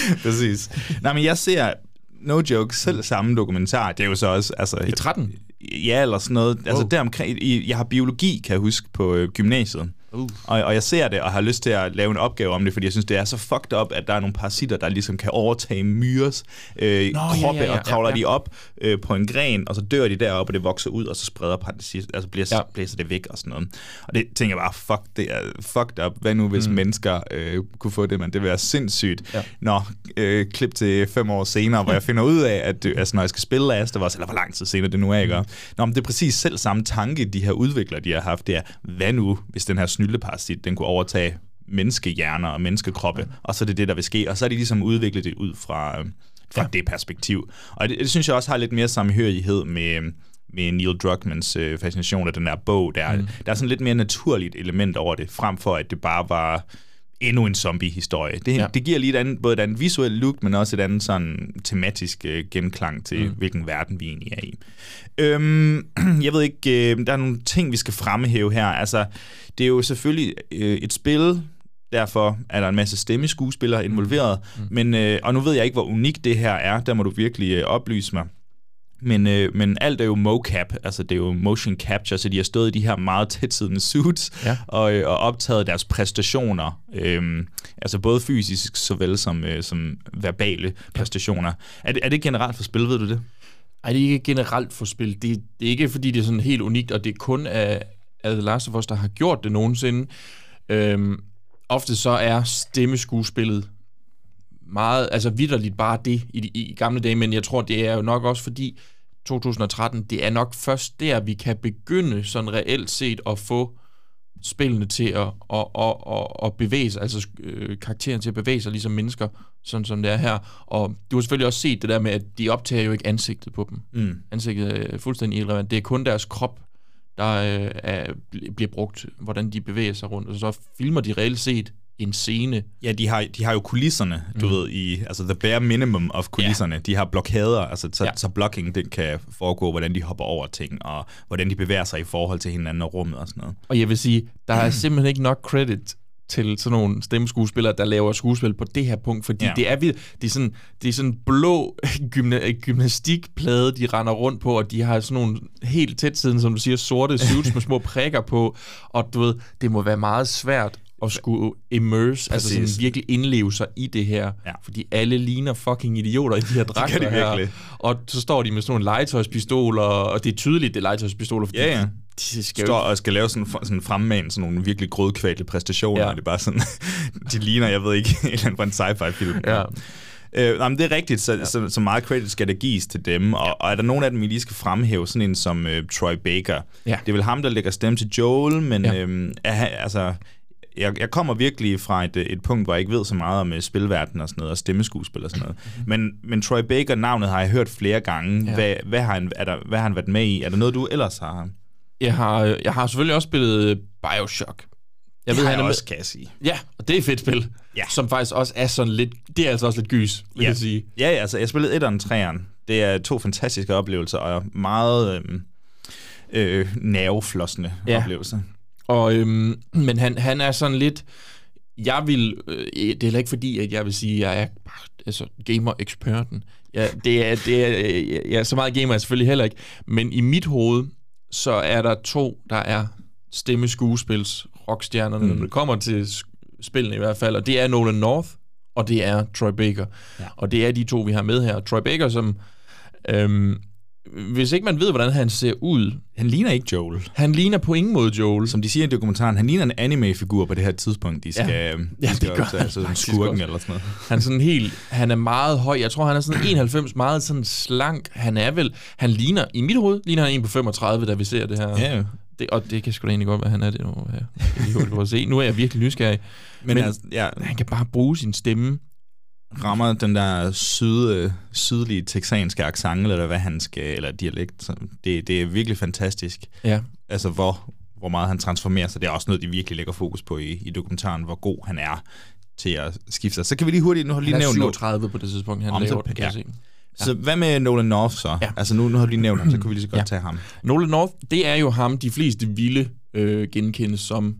Speaker 8: Præcis. Nej, men jeg ser, no joke, selv samme dokumentar. Det er jo så også... Altså,
Speaker 9: I tretten?
Speaker 8: ja, eller sådan noget. Altså, deromkring, i, jeg har biologi, kan jeg huske, på øh, gymnasiet. Uh. Og, og jeg ser det, og har lyst til at lave en opgave om det, fordi jeg synes, det er så fucked up, at der er nogle parasitter, der ligesom kan overtage myres øh, Nå, kroppe, ja, ja, ja, og kravler ja, ja. de op øh, på en gren, og så dør de deroppe, og det vokser ud, og så spreder parasitter, altså bliver, ja. blæser det væk og sådan noget. Og det tænker jeg bare, fuck, det er fucked up. Hvad nu, hvis mm. mennesker øh, kunne få det, man? Det ville være sindssygt. Ja. Nå, øh, klip til fem år senere, hvor jeg finder ud af, at øh, altså, når jeg skal spille Last of Us, eller hvor lang tid senere det nu er, ikke? Mm. Nå, men det er præcis selv samme tanke, de her udviklere, de har haft, det er, hvad nu, hvis den her snylleparasit, den kunne overtage menneskehjerner og menneskekroppe, og så er det det, der vil ske. Og så er de ligesom udviklet det ud fra, øh, fra ja. det perspektiv. Og det, det synes jeg også har lidt mere sammenhørighed med, med Neil Druckmanns øh, fascination af den der bog. Der, mm. der er sådan lidt mere naturligt element over det, frem for at det bare var endnu en zombie-historie. Det, ja. det giver lige et andet, både et andet visuelt look, men også et andet sådan tematisk øh, genklang til, mm. hvilken verden vi egentlig er i. Øhm, jeg ved ikke, øh, der er nogle ting, vi skal fremhæve her. Altså, det er jo selvfølgelig øh, et spil, derfor er der en masse stemmeskuespillere involveret, mm. men, øh, og nu ved jeg ikke, hvor unikt det her er, der må du virkelig øh, oplyse mig. Men, øh, men alt er jo mocap, altså det er jo motion capture, så de har stået i de her meget tætsiddende suits ja. og, øh, og optaget deres præstationer, øh, altså både fysisk såvel som, øh, som verbale præstationer. Er det, er det generelt for spil, ved du det?
Speaker 9: Nej, det er ikke generelt for spil. Det, det er ikke, fordi det er sådan helt unikt, og det er kun af, af The Last of Us, der har gjort det nogensinde. Øhm, ofte så er stemmeskuespillet meget, altså vitterligt bare det i, i gamle dage, men jeg tror, det er jo nok også fordi to tusind og tretten, det er nok først der, vi kan begynde sådan reelt set at få spillene til at, at, at, at, at bevæge sig, altså øh, karakteren til at bevæge sig ligesom mennesker, sådan som det er her. Og du har selvfølgelig også set det der med, at de optager jo ikke ansigtet på dem. Mm. Ansigtet er fuldstændig irrelevant. Det er kun deres krop, der øh, er, bliver brugt, hvordan de bevæger sig rundt. Og så filmer de reelt set en scene.
Speaker 8: Ja, de har, de har jo kulisserne, du mm. ved, i, altså the bare minimum of kulisserne. Ja. De har blokader, altså så, ja. så blocking, det kan foregå, hvordan de hopper over ting, og hvordan de bevæger sig i forhold til hinanden og rummet og sådan noget.
Speaker 9: Og jeg vil sige, der er simpelthen ikke nok credit til sådan nogle stemmeskuespillere, der laver skuespil på det her punkt, fordi ja. det er det er sådan det er sådan blå gymna- gymnastikplade, de render rundt på, og de har sådan nogle helt tæt siden, som du siger, sorte suits med små prikker på, og du ved, det må være meget svært at skulle immerse, altså sådan virkelig indleve sig i det her, ja. fordi alle ligner fucking idioter i de her dragter de her. Og så står de med sådan nogle legetøjspistoler, og det er tydeligt, det er legetøjspistoler, fordi
Speaker 8: ja, ja.
Speaker 9: de skal
Speaker 8: står og skal lave sådan, sådan fremmane sådan nogle virkelig grødkvælte præstationer, ja. og det er bare sådan, de ligner, jeg ved ikke, en eller anden fra en sci-fi-film. Ja. Øh, nej, men det er rigtigt, så, ja. så, så meget credit skal der gives til dem, og, og er der nogen af dem, vi lige skal fremhæve, sådan en som øh, Troy Baker. Ja. Det er vel ham, der lægger stemme til Joel, men ja. øh, er, altså... Jeg, jeg kommer virkelig fra et, et punkt, hvor jeg ikke ved så meget om spilverden og sådan noget, og stemmeskuespil og sådan noget. Men, men Troy Baker, navnet har jeg hørt flere gange. Ja. Hvad, hvad, har han, er der, hvad har han været med i? Er der noget, du ellers har?
Speaker 9: Jeg har, jeg har selvfølgelig også spillet BioShock.
Speaker 8: Jeg ved, han er også, med. Kan jeg sige.
Speaker 9: Ja, og det er et fedt spil, ja. som faktisk også er sådan lidt, det er altså også lidt gys, vil
Speaker 8: ja.
Speaker 9: jeg sige.
Speaker 8: Ja, altså, jeg spillede etteren og treeren. Det er to fantastiske oplevelser, og meget øh, øh, nerveflossende ja. oplevelser.
Speaker 9: Og, øhm, men han, han er sådan lidt, jeg vil, øh, det er heller ikke fordi, at jeg vil sige, at jeg er altså, gamer-eksperten. Ja, det er, det er, jeg er så meget gamer jeg selvfølgelig heller ikke, men i mit hoved, så er der to, der er stemmeskuespils rockstjernerne, mm. når det kommer til spillene i hvert fald, og det er Nolan North, og det er Troy Baker. Ja. Og det er de to, vi har med her. Troy Baker, som... Øhm, hvis ikke man ved, hvordan han ser ud...
Speaker 8: Han ligner ikke Joel.
Speaker 9: Han ligner på ingen måde Joel.
Speaker 8: Som de siger i dokumentaren, han ligner en anime-figur på det her tidspunkt. De skal,
Speaker 9: ja.
Speaker 8: de
Speaker 9: ja,
Speaker 8: skal
Speaker 9: det gør
Speaker 8: optage,
Speaker 9: han
Speaker 8: altså skurken eller sådan noget.
Speaker 9: Han er sådan helt... Han er meget høj. Jeg tror, han er sådan enoghalvfems, meget sådan slank. Han er vel... Han ligner... I mit hoved ligner han en på femogtredive, da vi ser det her.
Speaker 8: Ja,
Speaker 9: det, og det kan sgu da egentlig godt være, han er det. Nu, ja, jeg se. Nu er jeg virkelig nysgerrig. Men, Men altså, ja. han kan bare bruge sin stemme.
Speaker 8: Rammer den der syd, sydlige texanske accent, eller hvad han skal, eller dialekt. Det, det er virkelig fantastisk.
Speaker 9: Ja.
Speaker 8: Altså, hvor, hvor meget han transformerer sig. Det er også noget, de virkelig lægger fokus på i, i dokumentaren, hvor god han er til at skifte sig. Så kan vi lige hurtigt... Nu har lige
Speaker 9: han er
Speaker 8: nævnt
Speaker 9: syvogtredive på det tidspunkt, han laver den, kan jeg se.
Speaker 8: Ja. Så hvad med Nolan North så? Ja. Altså nu, nu har du lige nævnt ham, så kan vi lige så godt ja. tage ham.
Speaker 9: Nolan North, det er jo ham, de fleste ville øh, genkende som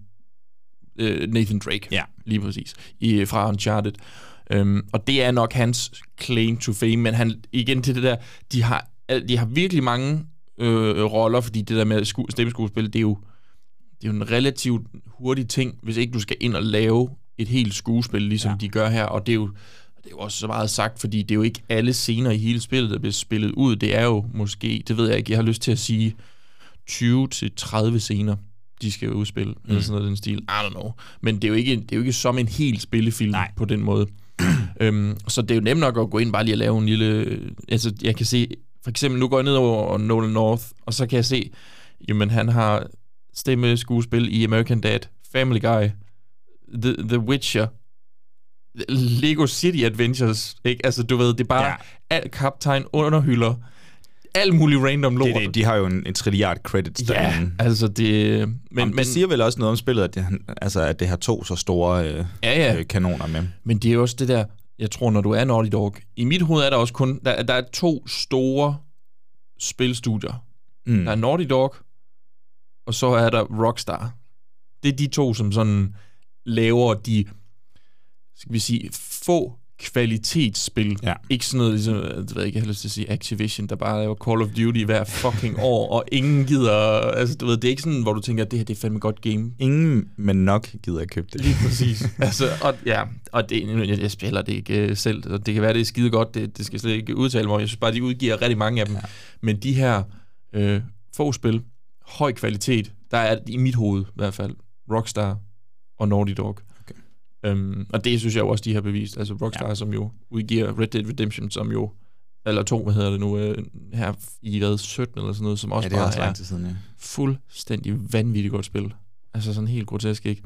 Speaker 9: øh, Nathan Drake.
Speaker 8: Ja.
Speaker 9: Lige præcis. I, fra Uncharted. Um, og det er nok hans claim to fame, men han igen til det der, de har, de har virkelig mange øh, roller, fordi det der med sku- stemmeskuespil, det er jo det er jo en relativt hurtig ting, hvis ikke du skal ind og lave et helt skuespil, ligesom ja. de gør her, og det er jo det er jo også så meget sagt, fordi det er jo ikke alle scener i hele spillet, der bliver spillet ud. Det er jo måske, det ved jeg ikke, jeg har lyst til at sige tyve til tredive scener, de skal udspille, mm. eller sådan noget den stil. I don't know. Men det er jo ikke, det er jo ikke som en hel spillefilm Nej. på den måde. øhm, så det er jo nemt nok at gå ind bare lige og lave en lille... Altså, jeg kan se... For eksempel, nu går jeg ned over Nolan North, og så kan jeg se, jamen han har stemmeskuespil i American Dad, Family Guy, The, The Witcher, Lego City Adventures, ikke? Altså, du ved, det er bare ja. alt kaptajn underhylder, alt muligt random lort.
Speaker 8: Det, det, de har jo en, en trilliard credits
Speaker 9: ja,
Speaker 8: derinde.
Speaker 9: altså det... Men,
Speaker 8: Jamen, det
Speaker 9: men,
Speaker 8: siger vel også noget om spillet, at det, altså, at det har to så store øh, ja, ja. Øh, kanoner med.
Speaker 9: Men det er jo også det der, jeg tror, når du er Naughty Dog, i mit hoved er der også kun, der, der er to store spilstudier. Mm. Der er Naughty Dog, og så er der Rockstar. Det er de to, som sådan laver de, skal vi sige, få kvalitetsspil. Ja. Ikke sådan noget, ligesom, jeg ved ikke, jeg har lyst til at sige Activision, der bare laver Call of Duty hver fucking år, og ingen gider, altså du ved, det er ikke sådan, hvor du tænker, at det her, det er fandme godt game.
Speaker 8: Ingen, men nok gider at købe det.
Speaker 9: Lige præcis. altså, og ja, og det, jeg, jeg spiller det ikke uh, selv, og det kan være, det er skide godt, det, det skal slet ikke udtale mig, jeg synes bare, de udgiver rigtig mange af dem. Ja. Men de her øh, få spil, høj kvalitet, der er i mit hoved i hvert fald, Rockstar og Naughty Dog. Um, og det synes jeg jo også, de har bevist. Altså Rockstar, ja. som jo udgiver Red Dead Redemption, som jo, eller to, hvad hedder det nu, uh, her i hvad, sytten eller sådan noget, som også
Speaker 8: ja, det er
Speaker 9: bare
Speaker 8: også
Speaker 9: er
Speaker 8: lang tid siden, ja.
Speaker 9: fuldstændig vanvittigt godt spil. Altså sådan helt grotesk, ikke?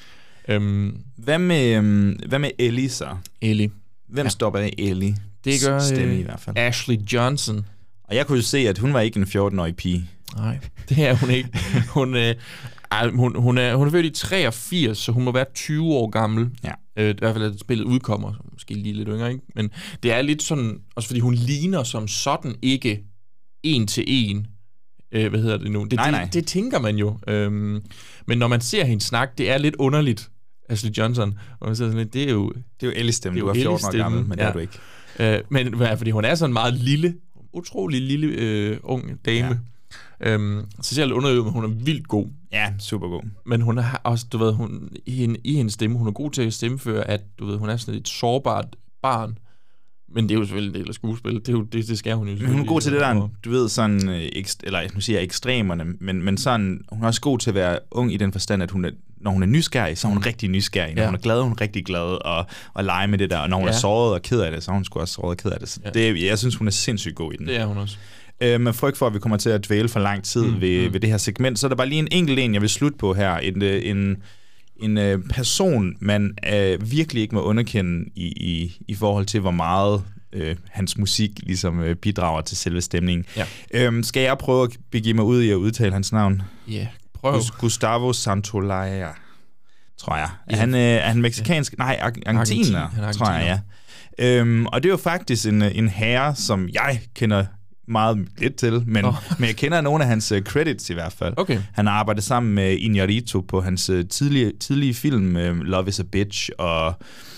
Speaker 9: Um,
Speaker 8: hvad, med, um, hvad med Ellie så?
Speaker 9: Ellie.
Speaker 8: Hvem ja. står bag Ellie?
Speaker 9: Det gør
Speaker 8: stemme
Speaker 9: uh,
Speaker 8: i hvert fald.
Speaker 9: Ashley Johnson.
Speaker 8: Og jeg kunne jo se, at hun var ikke en fjorten-årig pige.
Speaker 9: Nej, det er hun ikke. Hun, øh, hun, hun, er, hun er født i treogfirs, så hun må være tyve år gammel. Ja. Øh, I hvert fald, at spillet udkommer. Måske lige lidt yngre, ikke? Men det er lidt sådan, også fordi hun ligner som sådan ikke en til en. Øh, hvad hedder det nu? Det,
Speaker 8: nej,
Speaker 9: det,
Speaker 8: nej.
Speaker 9: det tænker man jo. Øhm, men når man ser hende snakke, det er lidt underligt, Ashley Johnson. Og man ser sådan lidt, det er jo...
Speaker 8: Det er jo Ellie-stemmen. Du er fjorten år gammel, men ja. det er du ikke.
Speaker 9: Øh, men fordi hun er sådan meget lille, utrolig lille øh, ung dame. Ja. Øhm, så ser jeg lidt underøvet, men hun er vildt god.
Speaker 8: Ja, super god.
Speaker 9: Men hun har også, du ved, hun, i, hende, i hendes stemme, hun er god til at stemmeføre, at du ved, hun er sådan et sårbart barn. Men det er jo selvfølgelig en del af skuespillet. Det, er jo, det, det skal hun jo selvfølgelig.
Speaker 8: Men hun er god til det der, du ved, sådan, ekst, eller nu siger jeg ekstremerne, men, men sådan, hun er også god til at være ung i den forstand, at hun er, når hun er nysgerrig, så er hun mm. rigtig nysgerrig. Når ja. hun er glad, hun er rigtig glad, og, og lege med det der. Og når hun ja. er såret og ked af det, så er hun sgu også såret og ked af det. Så ja. det, jeg synes, hun er sindssygt god i den.
Speaker 9: Det er hun også.
Speaker 8: Øh, med frygt for, at vi kommer til at dvæle for lang tid mm, ved, mm. ved det her segment, så er der bare lige en enkelt en, jeg vil slutte på her. En, en, en øh, person, man øh, virkelig ikke må underkende i, i, i forhold til, hvor meget øh, hans musik ligesom øh, bidrager til selve stemningen. Ja. Øh, skal jeg prøve at begive mig ud i at udtale hans navn?
Speaker 9: Ja, yeah, prøv.
Speaker 8: Gustavo Santaolalla, tror jeg. Er, yeah. han, øh, er han mexikansk? Yeah. Nej, argentiner, Argentin, tror jeg, ja. Øhm, og det er jo faktisk en, en herre, som jeg kender meget lidt til, men, oh. men jeg kender nogle af hans uh, credits i hvert fald. Okay. Han har arbejdet sammen med Iñárritu på hans uh, tidlige, tidlige film, uh, Love is a Bitch og,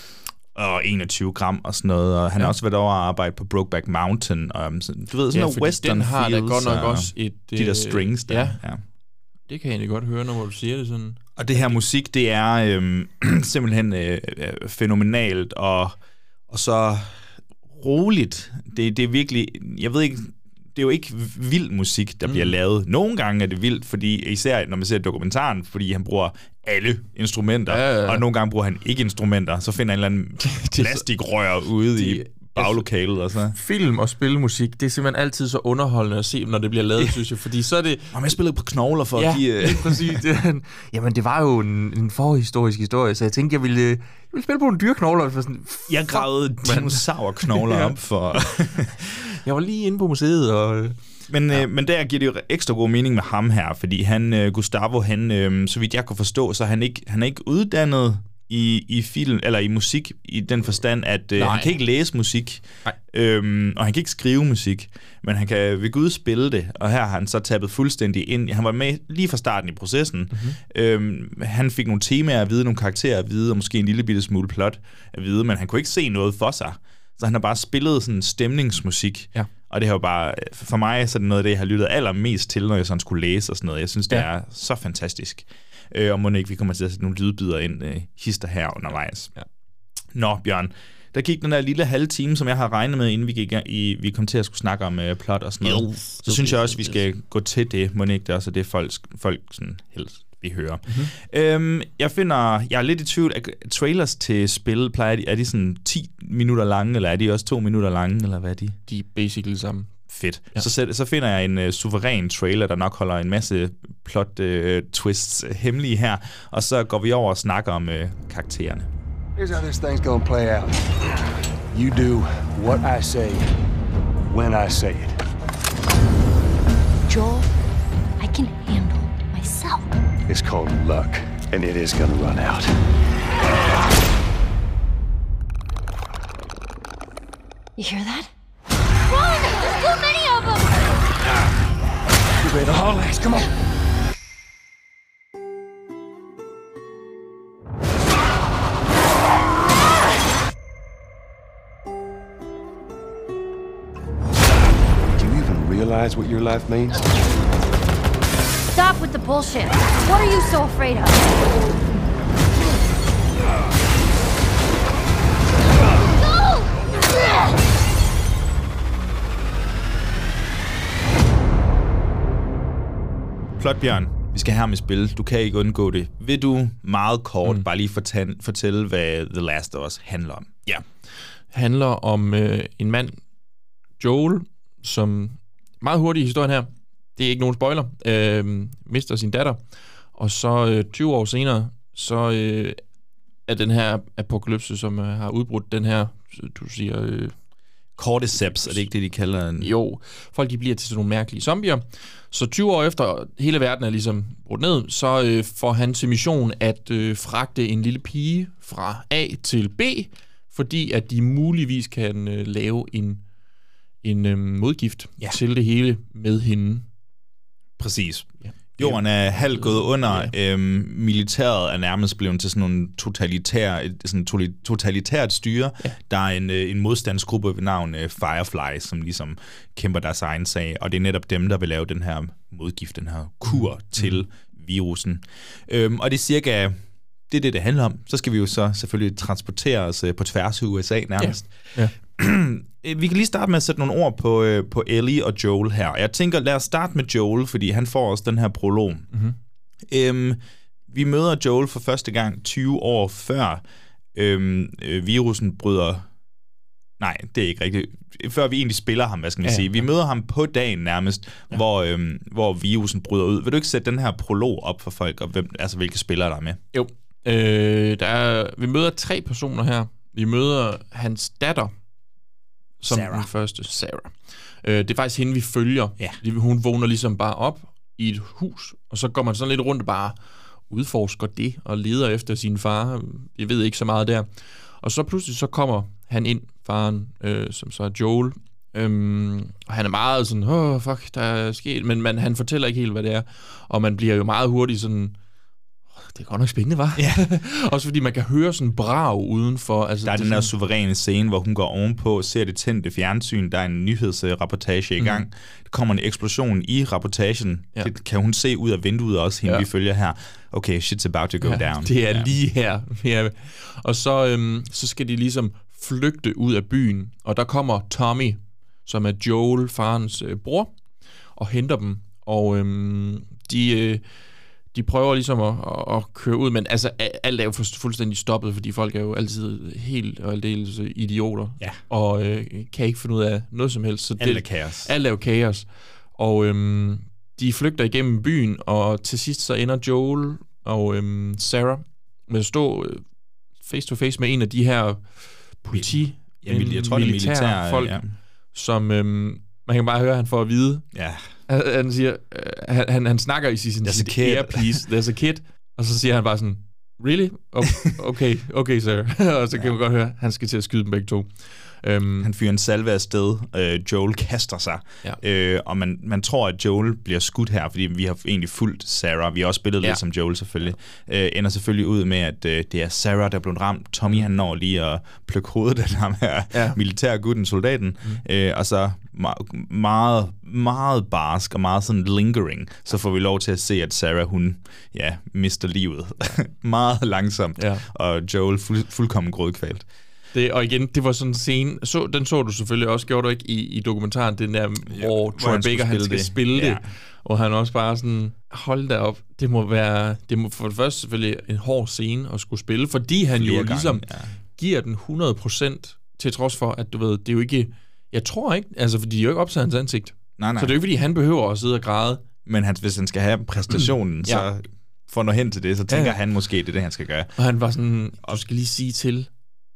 Speaker 8: og enogtyve gram og sådan noget, og han ja. har også været over at arbejde på Brokeback Mountain, og um, sådan, du ved, sådan ja, noget western
Speaker 9: den har
Speaker 8: feels,
Speaker 9: da godt nok også et...
Speaker 8: De der strings der.
Speaker 9: Ja. ja. Det kan jeg egentlig godt høre, når du siger det sådan.
Speaker 8: Og det her musik, det er øhm, simpelthen øh, fænomenalt, og, og så roligt. Det, det er virkelig, jeg ved ikke, det er jo ikke vild musik, der mm. bliver lavet. Nogle gange er det vildt, fordi især når man ser dokumentaren, fordi han bruger alle instrumenter, ja, ja, ja. og nogle gange bruger han ikke instrumenter, så finder han en eller anden plastikrør ude de, i baglokalet og så.
Speaker 9: Film og spilmusik, det er simpelthen altid så underholdende at se, når det bliver lavet, synes jeg, fordi så er det...
Speaker 8: Jamen, jeg spillede på knogler for
Speaker 9: ja,
Speaker 8: at give...
Speaker 9: Ja, præcis. Det, jamen, det var jo en, en forhistorisk historie, så jeg tænkte, jeg ville, jeg ville spille på en dyrknogler. For sådan,
Speaker 8: jeg gravede dinosaurknogler ja. op for...
Speaker 9: jeg var lige inde på museet, og...
Speaker 8: Men, ja. øh, men der giver det jo ekstra god mening med ham her, fordi han, øh, Gustavo, han, øh, så vidt jeg kunne forstå, så han ikke, han er ikke uddannet i, i film eller i musik i den forstand, at øh, han kan ikke læse musik, øhm, og han kan ikke skrive musik, men han kan ved Gud spille det, og her har han så tappet fuldstændig ind. Han var med lige fra starten i processen. Mm-hmm. Øhm, han fik nogle temaer at vide, nogle karakterer at vide, og måske en lille bitte smule plot at vide, men han kunne ikke se noget for sig. Så han har bare spillet sådan stemningsmusik. Ja. Og det har jo bare, for mig så er det noget af det, jeg har lyttet allermest til, når jeg sådan skulle læse og sådan noget. Jeg synes, det ja. er så fantastisk. Øh, og må ikke, vi kommer til at sætte nogle lydbider ind, øh, hister her undervejs. Ja. Nå, Bjørn, der gik den der lille halve time, som jeg har regnet med, inden vi, gik i, vi kom til at skulle snakke om uh, plot og sådan noget. Yes. Så synes jeg også, vi skal gå til det, må ikke det også er det, folk, folk sådan helst vi hører. Mm-hmm. Øhm, jeg finder, jeg er lidt i tvivl, at trailers til spil, plejer de, er de sådan ti minutter lange, eller er de også to minutter lange, eller hvad er de?
Speaker 9: De er basically sammen.
Speaker 8: Fedt. Ja. Så, så finder jeg en uh, suveræn trailer, der nok holder en masse plot uh, twists uh, hemmelige her, og så går vi over og snakker om uh, karaktererne.
Speaker 10: Here's how this thing's gonna play out. You do what I say, when I say it.
Speaker 5: Joel, I can handle myself.
Speaker 10: It's called luck, and it is gonna run out.
Speaker 5: You hear that? Run! There's too many of them!
Speaker 10: You ready to haul ass? Come on!
Speaker 11: Realize what your life means?
Speaker 5: Stop with the bullshit. What are you so afraid of? Go!
Speaker 8: Flot, Bjørn. Vi skal her med spil. Du kan ikke undgå det. Vil du meget kort mm. bare lige fortælle, fortælle, hvad The Last of Us handler om?
Speaker 9: Ja. Handler om øh, en mand, Joel, som meget hurtigt i historien her, det er ikke nogen spoiler, øh, mister sin datter, og så øh, tyve år senere, så øh, er den her apokalypse, som øh, har udbrudt den her, du siger... Øh,
Speaker 8: Cordyceps, er det ikke det, de kalder den?
Speaker 9: Jo, folk de bliver til sådan nogle mærkelige zombier. Så tyve år efter hele verden er ligesom brudt ned, så øh, får han til mission at øh, fragte en lille pige fra A til B, fordi at de muligvis kan øh, lave en en øhm, modgift ja. til det hele med hende.
Speaker 8: Præcis. Ja. Jorden er halvt gået under. Ja. Øhm, militæret er nærmest blevet til sådan nogle totalitære, sådan totalitært styre. Ja. Der er en, en modstandsgruppe ved navn uh, Firefly, som ligesom kæmper deres egen sag, og det er netop dem, der vil lave den her modgift, den her kur mm. til virusen. Øhm, og det er cirka... Det er det, det handler om. Så skal vi jo så selvfølgelig transportere os på tværs af U S A nærmest. Ja. Ja. Vi kan lige starte med at sætte nogle ord på, på Ellie og Joel her. Jeg tænker, lad os starte med Joel, fordi han får også den her prolog. Mm-hmm. Øhm, vi møder Joel for første gang tyve år før øhm, virusen bryder... Nej, det er ikke rigtigt. Før vi egentlig spiller ham, hvad skal man ja, sige. Vi ja. møder ham på dagen nærmest, ja. hvor, øhm, hvor virusen bryder ud. Vil du ikke sætte den her prolog op for folk, og hvem, altså hvilke spillere der er med?
Speaker 9: Jo. Øh, der er, vi møder tre personer her. Vi møder hans datter, som Sarah. Den første, Sarah. Øh, det er faktisk hende, vi følger. Ja. Hun vågner ligesom bare op i et hus, og så går man sådan lidt rundt og bare udforsker det, og leder efter sin far. Jeg ved ikke så meget der. Og så pludselig så kommer han ind, faren, øh, som så er Joel. Øhm, og han er meget sådan, åh, oh, fuck, der er sket. Men man, han fortæller ikke helt, hvad det er. Og man bliver jo meget hurtigt sådan... Det er godt nok spændende, hva'? Ja. Også fordi man kan høre sådan brag udenfor. Altså,
Speaker 8: der er den
Speaker 9: sådan...
Speaker 8: der suveræne scene, hvor hun går ovenpå, ser det tændte fjernsyn, der er en nyhedsrapportage i gang. Mm. Der kommer en eksplosion i rapportagen. Ja. Det kan hun se ud af vinduet også, hende ja. vi følger her. Okay, shit's about to go ja, down.
Speaker 9: Det er ja. lige her. Ja. Og så, øhm, så skal de ligesom flygte ud af byen. Og der kommer Tommy, som er Joel, farens øh, bror, og henter dem. Og øhm, de... Øh, De prøver ligesom at, at, at køre ud, men altså, alt er jo fuldstændig stoppet, fordi folk er jo altid helt og aldeles idioter, ja. og øh, kan ikke finde ud af noget som helst. Så
Speaker 8: alt er kaos.
Speaker 9: Alt er jo kaos. Og øhm, de flygter igennem byen, og til sidst så ender Joel og øhm, Sarah med at stå øh, face to face med en af de her politi,
Speaker 8: ja, jeg, jeg tror, militære, militære folk, ja.
Speaker 9: som øhm, man kan bare høre, at han får at vide.
Speaker 8: Ja.
Speaker 9: Han, han siger, øh, han, han snakker i sin, sin earpiece, there's a kid, og så siger han bare sådan, really? Okay, okay, sir. Og så kan ja. man godt høre, han skal til at skyde dem begge to.
Speaker 8: Um, han fyrer en salve afsted, uh, Joel kaster sig, ja. uh, og man, man tror, at Joel bliver skudt her, fordi vi har egentlig fulgt Sarah, vi har også spillet ja. lidt som Joel selvfølgelig, uh, ender selvfølgelig ud med, at uh, det er Sarah, der er blevet ramt. Tommy, han når lige at plukke hovedet af ham her ja. militærgutten, soldaten, mm. uh, og så meget, meget, meget barsk og meget sådan lingering, så får vi lov til at se, at Sarah, hun, ja, mister livet. meget langsomt, ja. Og Joel fuld, fuldkommen grådkvalt.
Speaker 9: Det, og igen, det var sådan en scene, så, den så du selvfølgelig også, gjorde du ikke, i, i dokumentaren, den der, ja, hvor Troy han Baker, han skal det. spille ja. det, og han også bare sådan, hold da op, det må være, det må for det første selvfølgelig en hård scene at skulle spille, fordi han Flere jo gange, ligesom ja. giver den hundrede procent, til trods for, at du ved, det er jo ikke, jeg tror ikke, altså fordi de er jo ikke optaget hans ansigt, nej, nej. Så det er jo ikke, fordi han behøver at sidde og græde. Men
Speaker 8: han, hvis han skal have præstationen, ja. så for at nå hen til det, så tænker ja. han måske, det er det, han skal gøre.
Speaker 9: Og han var sådan, du skal lige sige til,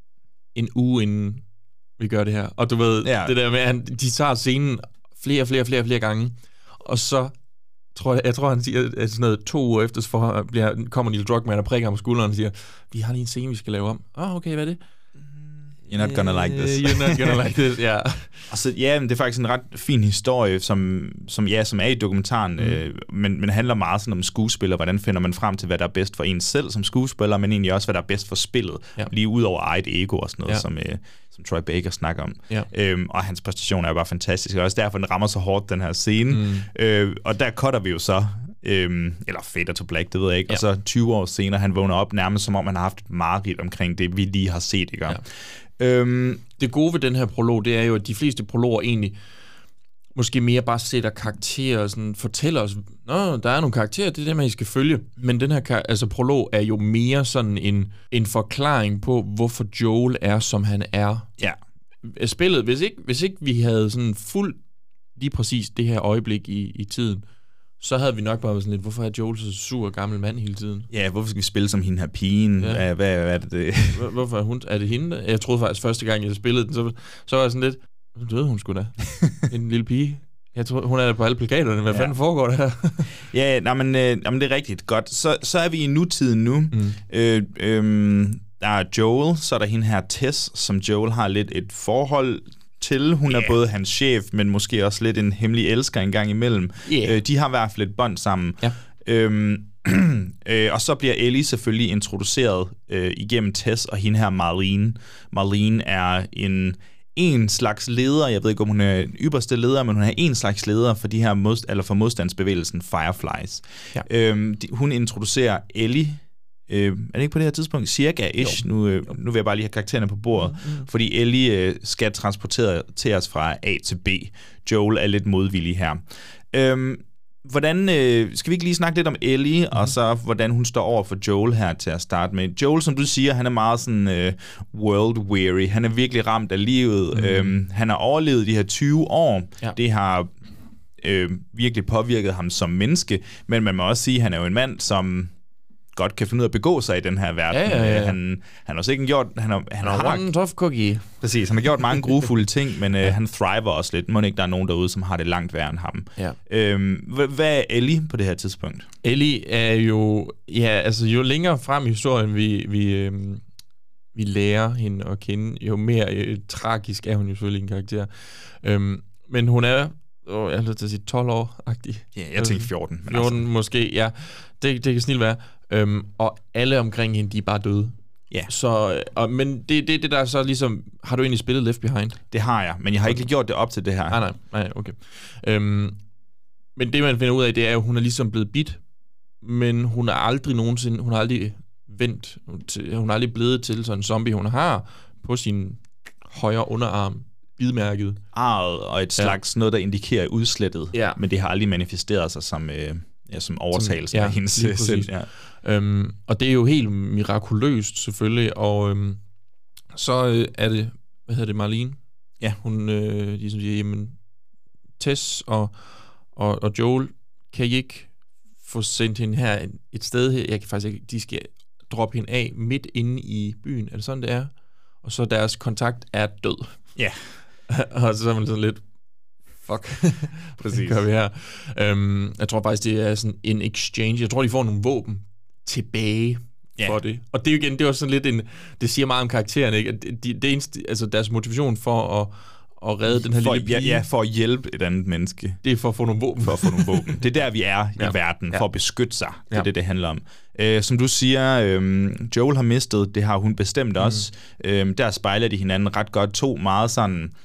Speaker 9: en uge inden vi gør det her. Og du ved, ja. det der med, at de tager scenen flere, flere, flere, flere gange, og så tror jeg, jeg tror, han siger, at sådan noget to uger efter, så bliver, kommer Neil Druckmann og prikker ham på skulderen og siger, vi har lige en scene, vi skal lave om. Åh, oh, okay, hvad er det?
Speaker 8: You're not gonna like this.
Speaker 9: You're not gonna like this, ja.
Speaker 8: Og så, ja, det er faktisk en ret fin historie, som, som, ja, som er i dokumentaren, mm. øh, men, men handler meget sådan om skuespiller, hvordan finder man frem til, hvad der er bedst for en selv som skuespiller, men egentlig også, hvad der er bedst for spillet, ja. lige ud over eget ego og sådan noget, ja. som, øh, som Troy Baker snakker om. Ja. Øhm, og hans præstation er jo bare fantastisk, og også derfor, den rammer så hårdt, den her scene. Mm. Øh, og der cutter vi jo så, Øhm, eller Fade to Black, det ved jeg ikke. Ja. Og så tyve år senere, han vågner op nærmest som om, han har haft et mareridt omkring det, vi lige har set, ikke? Ja. Øhm,
Speaker 9: det gode ved den her prolog, det er jo, at de fleste prologer egentlig måske mere bare sætter karakterer og sådan, fortæller os, nå, der er nogle karakterer, det er det, man I skal følge. Men den her altså, prolog er jo mere sådan en, en forklaring på, hvorfor Joel er, som han er.
Speaker 8: Ja.
Speaker 9: Spillet, hvis ikke, hvis ikke vi havde sådan fuldt lige præcis det her øjeblik i, i tiden, så havde vi nok bare været sådan lidt, hvorfor er Joel så sur gammel mand hele tiden?
Speaker 8: Ja, hvorfor skal vi spille som hende her pigen? Ja. Hvad, hvad, hvad er det det?
Speaker 9: Hvorfor er hun? Er det hende? Jeg troede faktisk første gang, jeg spillede den, så, så var jeg sådan lidt, så døde hun sgu da. En lille pige. Jeg tror, hun er der på alle plakaterne. Hvad ja. fanden foregår der her?
Speaker 8: ja, nej, men, øh, nej, men det er rigtigt. Godt. Så, så er vi i nutiden nu. Mm. Øh, øh, der er Joel, så er der hende her Tess, som Joel har lidt et forhold til. Hun yeah. er både hans chef, men måske også lidt en hemmelig elsker en gang imellem. Yeah. Øh, de har i hvert fald et bånd sammen. Ja. Øhm, øh, og så bliver Ellie selvfølgelig introduceret øh, igennem Tess og hende her Marlene. Marlene er en en slags leder. Jeg ved ikke, om hun er den ypperste leder, men hun er en slags leder for de her modst- eller for modstandsbevægelsen Fireflies. Ja. Øhm, de, hun introducerer Ellie. Øh, er det ikke på det her tidspunkt? Cirka-ish. Nu, øh, nu vil jeg bare lige have karaktererne på bordet. Mm-hmm. Fordi Ellie øh, skal transportere til os fra A til B. Joel er lidt modvillig her. Øhm, hvordan, øh, skal vi ikke lige snakke lidt om Ellie, mm-hmm. og så hvordan hun står over for Joel her til at starte med. Joel, som du siger, han er meget sådan øh, world-weary. Han er virkelig ramt af livet. Mm-hmm. Øhm, han har overlevet de her tyve år. Ja. Det har øh, virkelig påvirket ham som menneske. Men man må også sige, at han er jo en mand, som godt kan finde ud af at begå sig i den her verden. Ja, ja, ja. Han, han har også ikke gjort... Han har, han har
Speaker 9: en tough cookie.
Speaker 8: Præcis, han har gjort mange grufulde ting, men ja. øh, han thriver også lidt. Må ikke, der er nogen derude, som har det langt værre end ham. Ja. Øhm, hvad er Ellie på det her tidspunkt?
Speaker 9: Ellie er jo... Ja, altså jo længere frem i historien, vi, vi, øhm, vi lærer hende at kende, jo mere øh, tragisk er hun jo selvfølgelig en karakter. Øhm, men hun er... Oh, jeg har lyst til at sige tolv år-agtig.
Speaker 8: Ja, jeg tænker fjorten.
Speaker 9: Men fjorten altså. Måske, ja. Det, det kan snilt være. Øhm, og alle omkring hende, de er bare døde.
Speaker 8: Ja.
Speaker 9: Så, og, men det, det, det der så ligesom... Har du egentlig spillet Left Behind?
Speaker 8: Det har jeg, men jeg har ikke gjort det op til det her.
Speaker 9: Nej, nej, nej, okay. Øhm, men det, man finder ud af, det er jo, hun er ligesom blevet bit, men hun er aldrig nogensinde... Hun har aldrig vendt... Hun er aldrig blevet til sådan en zombie. Hun har på sin højre underarm bidmærket.
Speaker 8: Arret og et slags ja. noget, der indikerer udslettet, ja. men det har aldrig manifesteret sig som, øh, ja, som overtagelse ja, af hendes sind. Ja.
Speaker 9: Øhm, og det er jo helt mirakuløst, selvfølgelig, og øhm, så øh, er det, hvad hedder det, Marlene? Ja. Hun øh, ligesom siger, jamen, Tess og, og, og Joel, kan I ikke få sendt hende her et sted her? Jeg kan faktisk ikke, de skal droppe hende af midt inde i byen. Er det sådan, det er? Og så deres kontakt er død.
Speaker 8: Ja.
Speaker 9: Og så er man sådan lidt, fuck, præcis. Gør vi her. Øhm, jeg tror faktisk, det er sådan en exchange. Jeg tror, de får nogle våben tilbage ja. for det. Og det er jo igen, det var sådan lidt en, det siger meget om karakteren, ikke? At de, det eneste, altså deres motivation for at, at redde den her
Speaker 8: for,
Speaker 9: lille pige.
Speaker 8: Ja, ja, for at hjælpe et andet menneske.
Speaker 9: Det er for at få nogle våben.
Speaker 8: For at få nogle våben. Det er der, vi er ja. i verden, ja. for at beskytte sig. Det er ja. det, det handler om. Øh, som du siger, øh, Joel har mistet, det har hun bestemt også. Mm. Øh, der spejler de hinanden ret godt. To meget sådan...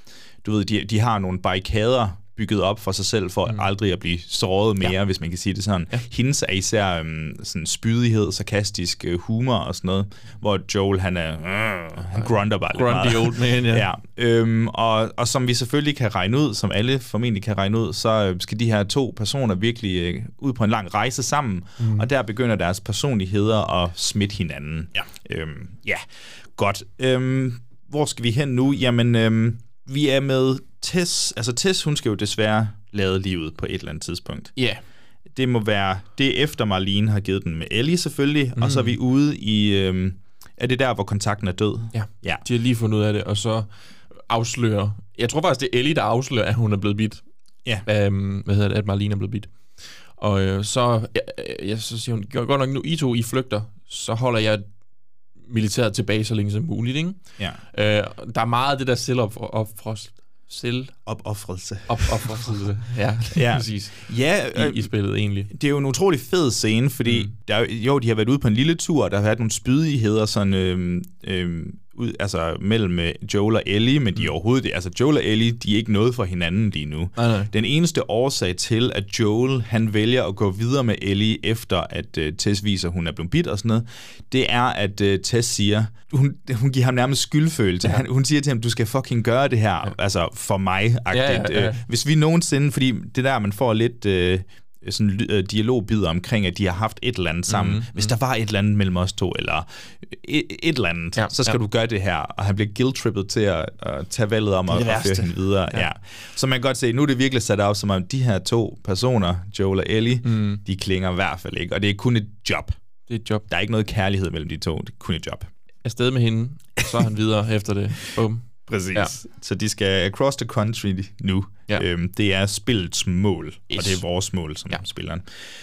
Speaker 8: du ved, de, de har nogle barrikader bygget op for sig selv, for mm. aldrig at blive såret mere, ja. hvis man kan sige det sådan. Ja. Hendes er især um, sådan spydighed, sarkastisk uh, humor og sådan noget, hvor Joel, han er, uh, han grunter bare
Speaker 9: Grundy
Speaker 8: lidt meget.
Speaker 9: old man, ja.
Speaker 8: ja. Um, og, og som vi selvfølgelig kan regne ud, som alle formentlig kan regne ud, så uh, skal de her to personer virkelig uh, ud på en lang rejse sammen, mm. og der begynder deres personligheder at smitte hinanden. Ja, um, ja. godt. Um, hvor skal vi hen nu? Jamen, um, vi er med Tess. Altså Tess, hun skal jo desværre lade livet på et eller andet tidspunkt.
Speaker 9: Ja. Yeah.
Speaker 8: Det må være, det efter Marlene har givet den med Ellie selvfølgelig, mm. og så er vi ude i, øhm, er det der, hvor kontakten er død?
Speaker 9: Ja. ja, de har lige fundet ud af det, og så afslører, jeg tror faktisk, det er Ellie, der afslører, at hun er blevet bidt.
Speaker 8: Ja.
Speaker 9: Øhm, hvad hedder det, at Marlene er blevet bidt. Og øh, så, ja, ja, så siger hun, godt nok nu, I to, I flygter, så holder jeg militæret tilbage så længe som muligt, ikke?
Speaker 8: Ja.
Speaker 9: Øh, der er meget af det der selvopoffrelse. Selv
Speaker 8: Opoffrelse.
Speaker 9: Opoffrelse, ja, ja. præcis.
Speaker 8: Ja,
Speaker 9: øh, I, I spillet egentlig.
Speaker 8: Det er jo en utrolig fed scene, fordi mm. der, jo, de har været ude på en lille tur, og der har været nogle spydigheder sådan, øh, øh, ud, altså, mellem Joel og Ellie, men de er overhovedet det. Altså, Joel og Ellie, de er ikke noget for hinanden lige nu.
Speaker 9: Nej, nej.
Speaker 8: Den eneste årsag til, at Joel, han vælger at gå videre med Ellie, efter at uh, Tess viser, at hun er blevet bidt og sådan noget, det er, at uh, Tess siger, hun, hun giver ham nærmest skyldfølelse. Ja. Han, hun siger til ham, du skal fucking gøre det her, ja. altså for mig-agtigt. Ja, ja, ja. Hvis vi nogensinde, fordi det der, man får lidt... Uh, sådan uh, dialogbider omkring, at de har haft et eller andet sammen. Mm-hmm. Hvis der var et eller andet mellem os to, eller et, et eller andet, ja, så skal ja. du gøre det her. Og han bliver guilt-trippet til at, at tage valget om at, at føre hende videre. Ja. Ja. Så man kan godt se, nu er det virkelig sat op, som om de her to personer, Joel og Ellie, mm. de klinger i hvert fald ikke. Og det er kun et job.
Speaker 9: Det er et job.
Speaker 8: Der er ikke noget kærlighed mellem de to. Det er kun et job.
Speaker 9: Afsted med hende, så er han videre efter det. Bum.
Speaker 8: Præcis. Ja. Så de skal across the country nu. Ja. Øhm, det er spillets mål, yes. og det er vores mål som ja. spilleren.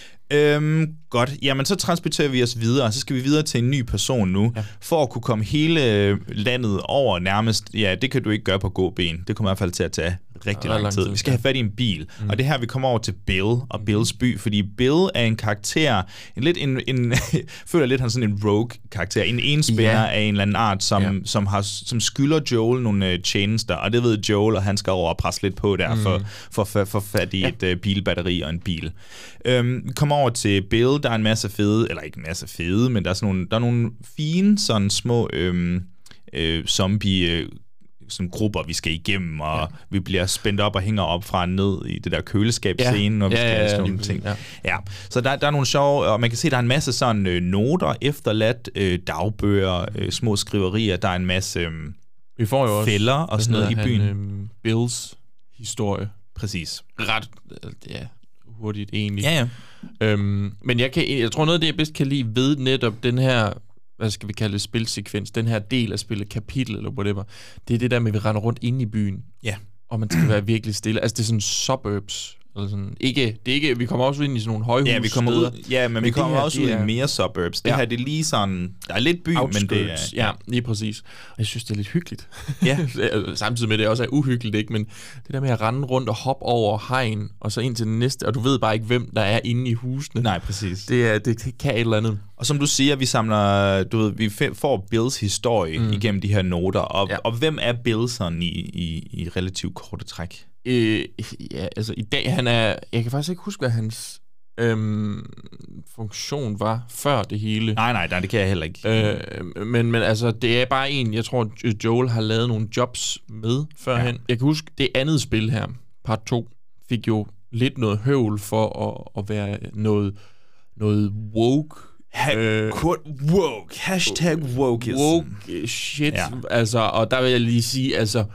Speaker 8: Øhm, godt, jamen så transporterer vi os videre, og så skal vi videre til en ny person nu, ja. for at kunne komme hele landet over nærmest. Ja, det kan du ikke gøre på gåben. Det kommer i hvert fald til at tage rigtig lang, lang tid. tid. Vi skal have fat i en bil, mm. og det her vi kommer over til Bill og Bills by, fordi Bill er en karakter, en lidt en, en føler lidt han sådan en rogue-karakter, en enspænder yeah. af en eller anden art, som, yeah. som, har, som skylder Joel nogle uh, tjenester, og det ved Joel, og han skal over og presse lidt på der, mm. for, for, for, for fat i ja. et uh, bilbatteri og en bil. Um, vi kommer over til Bill, der er en masse fede, eller ikke en masse fede, men der er, sådan nogle, der er nogle fine, sådan små øhm, øh, zombie øh, sådan grupper, vi skal igennem, og ja. vi bliver spændt op og hænger op fra og ned i det der køleskabsscene, ja. når vi skal ja, ja, sådan nogle ting. Ja. Ja. Så der, der er nogle sjove, og man kan se, der er en masse sådan øh, noter, efterladt, øh, dagbøger, øh, små skriverier, der er en masse øh,
Speaker 9: vi får jo
Speaker 8: fælder
Speaker 9: også,
Speaker 8: og sådan noget i byen.
Speaker 9: Han, øh, Bills historie.
Speaker 8: Præcis.
Speaker 9: Ret, ja, hurtigt egentlig.
Speaker 8: Ja, ja.
Speaker 9: Øhm, men jeg, kan, jeg tror noget af det, jeg bedst kan lide ved netop den her, hvad skal vi kalde det, spilsekvens, den her del af spillet, kapitel eller whatever, det er det der med, at vi render rundt inde i byen.
Speaker 8: Ja.
Speaker 9: Og man skal være virkelig stille. Altså det er sådan suburbs. Eller sådan. Ikke, det er ikke, vi kommer også ind i sådan nogle højhus.
Speaker 8: Ja, vi kommer ud, ja, men, men vi kommer her, også ud er, i mere suburbs. Det ja. her, det er lige sådan, der er lidt by, outskirts, men det er...
Speaker 9: Ja, lige præcis. Og jeg synes, det er lidt hyggeligt. Ja. Samtidig med, det også er uhyggeligt, ikke? Men det der med at rende rundt og hoppe over hegn, og så ind til den næste, og du ved bare ikke, hvem der er inde i husene.
Speaker 8: Nej, præcis.
Speaker 9: Det, er, det kan et eller andet.
Speaker 8: Og som du siger, vi samler, du ved, vi får Bills historie mm. igennem de her noter, og, ja. og hvem er Bill sådan i, i, i relativt korte træk?
Speaker 9: Øh, ja, altså i dag, han er, jeg kan faktisk ikke huske, hvad hans øhm, funktion var før det hele.
Speaker 8: Nej, nej, nej, det kan jeg heller ikke.
Speaker 9: Øh, men, men altså, det er bare en, jeg tror, Joel har lavet nogle jobs med førhen. Ja. Jeg kan huske, det andet spil her, part to, fik jo lidt noget høvl for at, at være noget, noget woke.
Speaker 8: Ha- øh, woke. Hashtag wokeism.
Speaker 9: Woke shit. Ja. Altså, og der vil jeg lige sige, altså,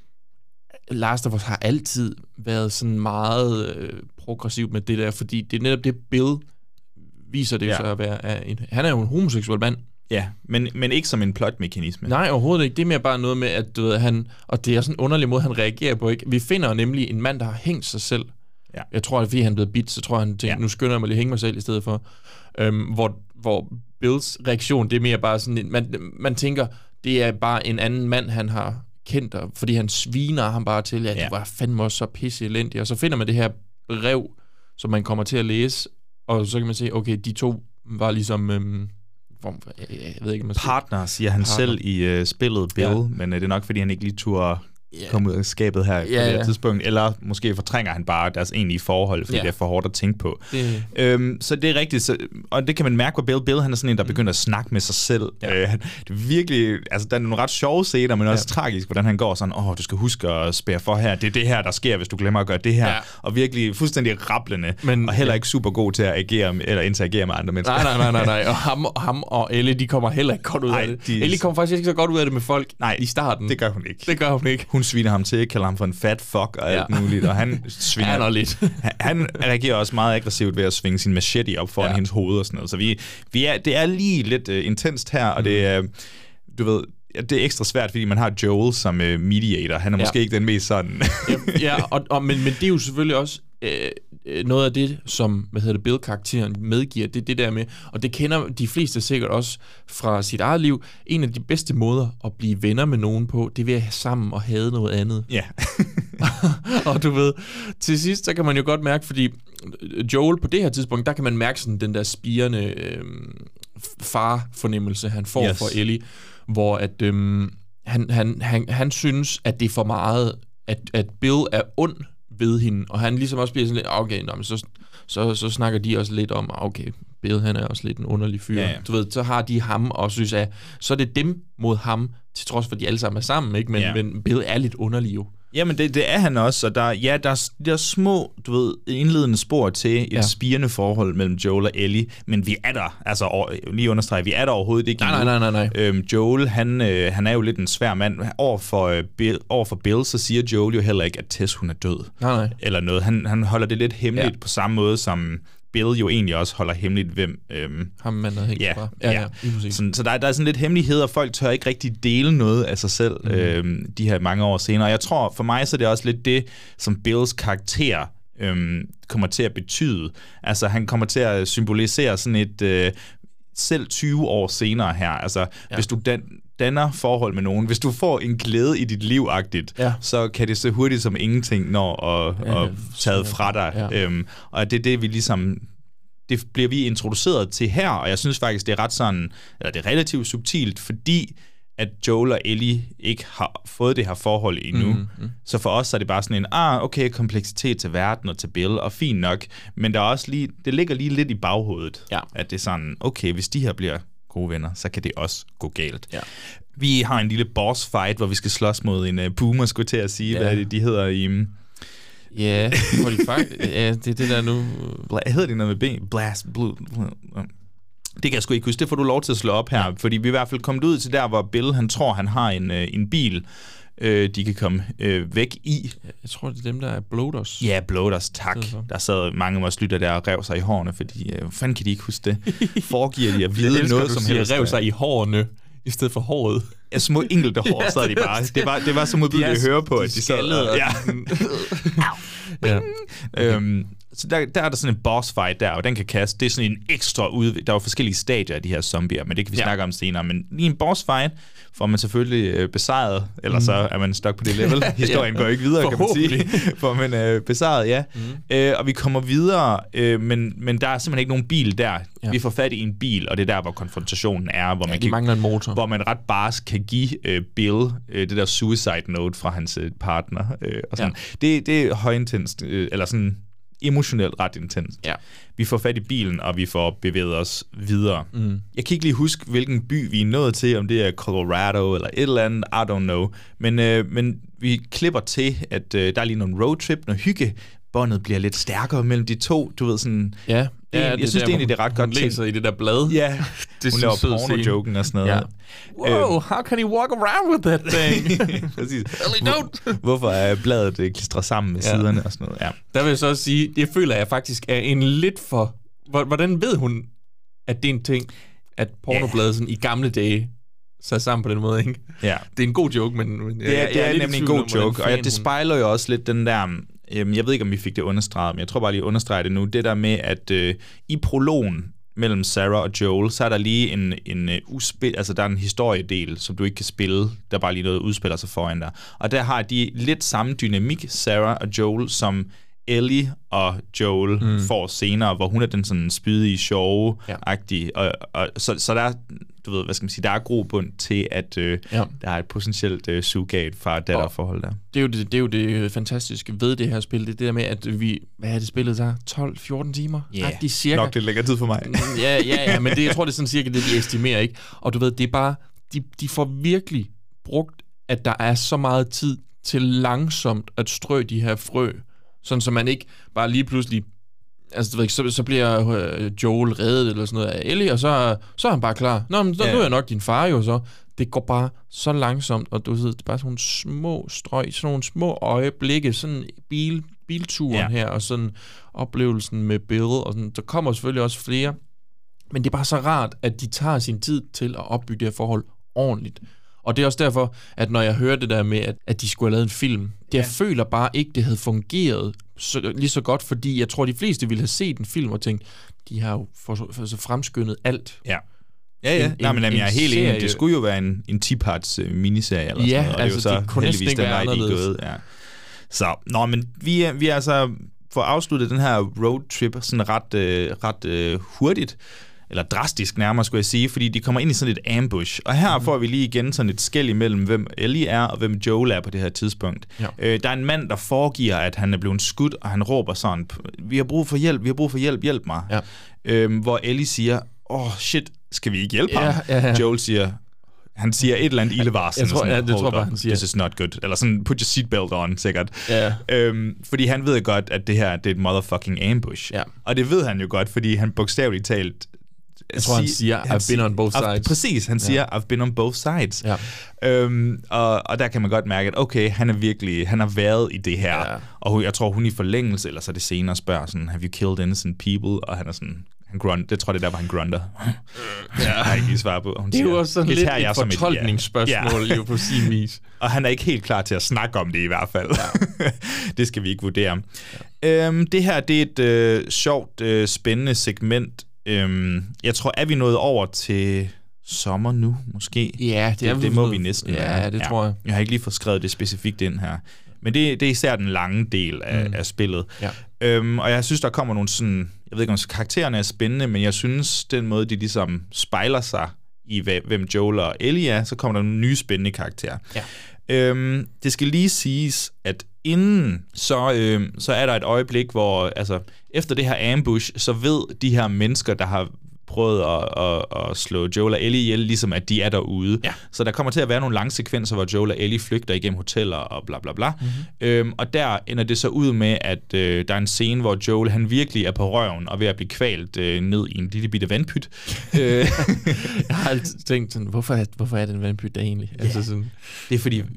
Speaker 9: Last of Us har altid været sådan meget øh, progressiv med det der, fordi det er netop det, Bill viser det ja. så at være. En, han er jo en homoseksuel mand.
Speaker 8: Ja, men, men ikke som en plotmekanisme.
Speaker 9: Nej, overhovedet ikke. Det er mere bare noget med, at du ved, han, og det er sådan en underlig måde, han reagerer på. Ikke? Vi finder nemlig en mand, der har hængt sig selv. Ja. Jeg tror, at fordi han er blevet bidt, så tror jeg, han tænker, ja. nu skynder jeg mig lige at hænge mig selv i stedet for. Øhm, hvor, hvor Bills reaktion, det er mere bare sådan, man, man tænker, det er bare en anden mand, han har kendt, fordi han sviner ham bare til, at ja. det var fandme også så pisse elendigt. Og så finder man det her brev, som man kommer til at læse, og så kan man se, okay, de to var ligesom... Øhm, form for, jeg, jeg ved ikke, man
Speaker 8: partner, siger han partner. selv i uh, spillet Bill, ja. men uh, det er nok, fordi han ikke lige turde yeah. komme ud af skabet her yeah, på det her yeah. tidspunkt, eller måske fortrænger han bare deres egentlige forhold, fordi yeah. det er for hårdt at tænke på. Det... Øhm, så det er rigtigt, så, og det kan man mærke på Bill. Bill, han er sådan en, der begynder at snakke med sig selv. Ja. Øh, det er virkelig, altså der er nogle ret sjove scener, men også ja. tragisk, hvordan han går sådan, åh, du skal huske at spære for her, det er det her, der sker, hvis du glemmer at gøre det her, ja. og virkelig fuldstændig rablende, men, og heller ja. ikke super god til at agere, eller interagere med andre mennesker.
Speaker 9: Nej, nej, nej, nej, nej. Og ham, ham og Ellie, de kommer heller ikke godt ud Ej, af det. De... Ellie kommer faktisk ikke så godt ud af det med folk nej, i starten.
Speaker 8: det gør hun ikke.
Speaker 9: Det gør hun ikke.
Speaker 8: Hun sviner ham til, kalder ham for en fat fuck og alt ja. muligt, og han sviner...
Speaker 9: Han er lidt.
Speaker 8: han, han reagerer også meget aggressivt ved at svinge sin machete op foran ja. hendes hoved og sådan noget. Så vi, vi er, det er lige lidt uh, intenst her, og mm. det er, du ved... Det er ekstra svært, fordi man har Joel som uh, mediator. Han er ja. måske ikke den mest sådan...
Speaker 9: ja, ja og, og, men, men det er jo selvfølgelig også øh, noget af det, som hvad hedder det, Bill-karakteren medgiver. Det det der med, og det kender de fleste sikkert også fra sit eget liv. En af de bedste måder at blive venner med nogen på, det er ved at have sammen og have noget andet.
Speaker 8: Ja.
Speaker 9: Og du ved, til sidst, så kan man jo godt mærke, fordi Joel på det her tidspunkt, der kan man mærke sådan den der spirende øh, far-fornemmelse, han får yes. for Ellie, hvor at, øhm, han, han, han, han synes, at det er for meget, at, at Bill er ond ved hende, og han ligesom også bliver sådan lidt, okay, nå, men så, så, så snakker de også lidt om, okay, Bill, han er også lidt en underlig fyr. Ja, ja. Du ved, så har de ham, og synes, at så er det dem mod ham, til trods for, at de alle sammen er sammen, ikke? Men, ja. men Bill er lidt underlig jo.
Speaker 8: Jamen, det, det er han også, og der, ja, der er, der er små, du ved, indledende spor til et ja. spirende forhold mellem Joel og Ellie, men vi er der, altså over, lige understrege, vi er der overhovedet ikke.
Speaker 9: Nej, nej, nej, nej.
Speaker 8: Øhm, Joel, han, øh, han er jo lidt en svær mand. Over for, øh, Bill, over for Bill, så siger Joel jo heller ikke, at Tess, hun er død.
Speaker 9: Nej, nej.
Speaker 8: Eller noget. Han, han holder det lidt hemmeligt ja. på samme måde, som Bill jo egentlig også holder hemmeligt, hvem... Øhm,
Speaker 9: Ham man er helt
Speaker 8: ja,
Speaker 9: fra.
Speaker 8: Ja, ja. ja. Så, så der, der er sådan lidt hemmelighed, og folk tør ikke rigtig dele noget af sig selv mm. øhm, de her mange år senere. Og jeg tror, for mig så er det også lidt det, som Bills karakter øhm, kommer til at betyde. Altså, han kommer til at symbolisere sådan et... Øh, selv tyve år senere her. Altså, ja. hvis du dan- danner forhold med nogen, hvis du får en glæde i dit liv-agtigt, ja. så kan det så hurtigt som ingenting når at, ja, at taget fra dig. Ja. Øhm, og det er det, vi ligesom... Det bliver vi introduceret til her, og jeg synes faktisk, det er ret sådan... Eller det er relativt subtilt, fordi at Joel og Ellie ikke har fået det her forhold endnu. Mm-hmm. Så for os er det bare sådan en, ah, okay, kompleksitet til verden og til Bill, og fint nok, men der er også lige, det ligger lige lidt i baghovedet,
Speaker 9: ja.
Speaker 8: at det er sådan, okay, hvis de her bliver gode venner, så kan det også gå galt.
Speaker 9: Ja.
Speaker 8: Vi har en lille boss fight, hvor vi skal slås mod en uh, boomer, skulle til at sige, ja. hvad det, de hedder i... Um...
Speaker 9: Ja, hvor de faktisk... ja, det er det der nu...
Speaker 8: Bla- hedder det noget med B? Blast, blue... Det kan jeg sgu ikke huske. Det får du lov til at slå op her, ja. fordi vi er i hvert fald kommet ud til der, hvor Bill, han tror, han har en, øh, en bil, øh, de kan komme øh, væk i.
Speaker 9: Jeg tror, det er dem, der er Bloaters.
Speaker 8: Ja, Bloaters, tak. Der sad mange af vores lytter der og rev sig i hårene, fordi, øh, fanden kan de ikke huske det? Foregiver de at vide elsker, noget, som helst.
Speaker 9: rev sig i hårene, i stedet for håret.
Speaker 8: Ja, små enkelte hår ja, sad de bare. Det var, det var så modbydeligt at høre på, at de sad og... Ja. ja. øhm, Så der, der er der sådan en boss fight der, og den kan kaste. Det er sådan en ekstra ud... Der er jo forskellige stadier af de her zombier, men det kan vi ja. snakke om senere. Men lige en boss fight får man selvfølgelig øh, besejret, eller mm. så er man stuck på det level. Historien ja. går ikke videre, kan man sige. Får man øh, besejret, ja. Mm. Øh, og vi kommer videre, øh, men, men der er simpelthen ikke nogen bil der. Ja. Vi får fat i en bil, og det er der, hvor konfrontationen er. Hvor
Speaker 9: ja,
Speaker 8: man
Speaker 9: de mangler en motor.
Speaker 8: Hvor man ret barsk kan give øh, Bill øh, det der suicide note fra hans øh, partner. Øh, og sådan. Ja. Det, det er højintenst, øh, eller sådan... emotionelt ret intens.
Speaker 9: Ja.
Speaker 8: Vi får fat i bilen, og vi får bevæget os videre.
Speaker 9: Mm.
Speaker 8: Jeg kan ikke lige huske, hvilken by vi er nået til, om det er Colorado eller et eller andet, I don't know. Men, øh, men vi klipper til, at øh, der er lige nogle roadtrip, noget hygge. Båndet bliver lidt stærkere mellem de to, du ved sådan...
Speaker 9: Ja,
Speaker 8: det,
Speaker 9: ja
Speaker 8: jeg
Speaker 9: det
Speaker 8: synes det egentlig, det er ret godt
Speaker 9: tænkt. Hun læser i det der blad.
Speaker 8: Ja, det hun laver porno-joken og sådan noget. Ja.
Speaker 9: Wow, øhm. how can he walk around with that thing?
Speaker 8: Præcis.
Speaker 9: Really don't.
Speaker 8: Hvorfor er bladet klistret sammen med ja. siderne og sådan noget? Ja.
Speaker 9: Der vil jeg så også sige, det føler jeg faktisk er en lidt for... Hvordan ved hun, at det er en ting, at pornobladet sådan i gamle dage så sammen på den måde, ikke?
Speaker 8: Ja.
Speaker 9: Det er en god joke, men... men
Speaker 8: det er,
Speaker 9: jeg,
Speaker 8: det er,
Speaker 9: jeg
Speaker 8: er nemlig en god joke, og ja, det spejler jo også lidt den der... Jeg ved ikke, om vi fik det understreget, men jeg tror bare lige, at understrege det nu. Det der med, at øh, i prologen mellem Sarah og Joel, så er der lige en, en uh, uspil, altså der er en historiedel, som du ikke kan spille. Der er bare lige noget, der udspiller sig foran dig. Og der har de lidt samme dynamik, Sarah og Joel, som Ellie og Joel mm. får senere, hvor hun er den sådan spydige, sjove-agtige, ja. og, og så, så der er, du ved, hvad skal man sige, der er grobund til, at øh, ja. der er et potentielt øh, sugat far-datter-forhold der.
Speaker 9: Det er, jo det, det er jo det fantastiske ved det her spil, det er det der med, at vi, hvad er det spillet der? tolv fjorten timer?
Speaker 8: Ja, yeah. cirka. Nok lidt længere tid for mig.
Speaker 9: ja, ja, ja, men det, jeg tror, det er sådan cirka det, de estimerer, ikke? Og du ved, det er bare, de, de får virkelig brugt, at der er så meget tid til langsomt at strø de her frø, sådan så man ikke bare lige pludselig, altså du ved ikke, så, så bliver Joel reddet eller sådan noget af Ellie, og så, så er han bare klar. Nå, men så, ja. nu er jeg nok din far jo så. Det går bare så langsomt, og du ved, det er bare sådan nogle små strøg, sådan nogle små øjeblikke, sådan bil, bilturen ja. her, og sådan oplevelsen med Bill, og sådan, der kommer selvfølgelig også flere, men det er bare så rart, at de tager sin tid til at opbygge det her forhold ordentligt. Og det er også derfor, at når jeg hører det der med, at, at de skulle have lavet en film, det, jeg ja. føler bare ikke, det havde fungeret så, lige så godt, fordi jeg tror, de fleste ville have set en film og tænkt, de har jo for, for, så fremskyndet alt.
Speaker 8: Ja, ja, ja. En, Nej, men en, jeg er helt enig. Det skulle jo være en, en ti-parts uh, miniserie eller
Speaker 9: ja,
Speaker 8: sådan noget, og
Speaker 9: altså,
Speaker 8: det er jo så heldigvis den vej, de er gået. Ja. Så, nå, men vi er, vi er altså for afsluttet den her roadtrip sådan ret, øh, ret øh, hurtigt, eller drastisk nærmere, skulle jeg sige, fordi de kommer ind i sådan et ambush. Og her mm. får vi lige igen sådan et skel imellem, hvem Ellie er, og hvem Joel er på det her tidspunkt. Ja. Øh, der er en mand, der foregiver, at han er blevet skudt, og han råber sådan, vi har brug for hjælp, vi har brug for hjælp, hjælp mig. Ja. Øh, hvor Ellie siger, åh oh, shit, skal vi ikke hjælpe ja, ham? Ja, ja. Joel siger, han siger et eller andet ildevarsel.
Speaker 9: Jeg tror, sådan, ja, det tror bare, han siger.
Speaker 8: This is not good. Eller sådan, put your seatbelt on, sikkert. Ja. Øhm, fordi han ved godt, at det her, det er et motherfucking ambush. Ja. Og det ved han jo godt, fordi han bogstaveligt talt
Speaker 9: Jeg tror, han siger, I've been on both sides.
Speaker 8: Præcis, han siger, ja. I've been on both sides. Ja. Øhm, og, og der kan man godt mærke, at okay, han er virkelig, han har været i det her. Ja. Og jeg tror, hun i forlængelse, eller så det senere spørger sådan, have you killed innocent people? Og han er sådan, han grunt, det tror jeg, det der var, han grunter. Ja. Jeg har ikke lige svar på. Hun
Speaker 9: det er
Speaker 8: siger,
Speaker 9: jo også sådan lidt et fortolkningsspørgsmål, ja. jo på sin vis.
Speaker 8: Og han er ikke helt klar til at snakke om det i hvert fald. Ja. Det skal vi ikke vurdere. Ja. Øhm, det her, det er et øh, sjovt, øh, spændende segment. Øhm, jeg tror, er vi nået over til sommer nu, måske?
Speaker 9: Ja, det,
Speaker 8: det, det må vi næsten.
Speaker 9: Ja, det ja. tror jeg.
Speaker 8: Jeg har ikke lige fået skrevet det specifikt ind her. Men det, det er især den lange del af, mm. af spillet. Ja. Øhm, og jeg synes, der kommer nogle sådan, jeg ved ikke om karaktererne er spændende, men jeg synes, den måde, de ligesom spejler sig i, hvem Joel og Ellie er, så kommer der nogle nye spændende karakterer. Ja. Øhm, det skal lige siges, at inden, så, øh, så er der et øjeblik, hvor altså, efter det her ambush, så ved de her mennesker, der har prøvet at, at, at slå Joel og Ellie ihjel, ligesom at de er derude. Ja. Så der kommer til at være nogle lange sekvenser, hvor Joel og Ellie flygter igennem hoteller og bla bla bla. Mm-hmm. Øhm, og der ender det så ud med, at øh, der er en scene, hvor Joel han virkelig er på røven og ved at blive kvalt øh, ned i en lille bitte vandpyt.
Speaker 9: Jeg har altid tænkt sådan, hvorfor er, hvorfor er den vandpyt der egentlig?
Speaker 8: Ja. Altså sådan, det er fordi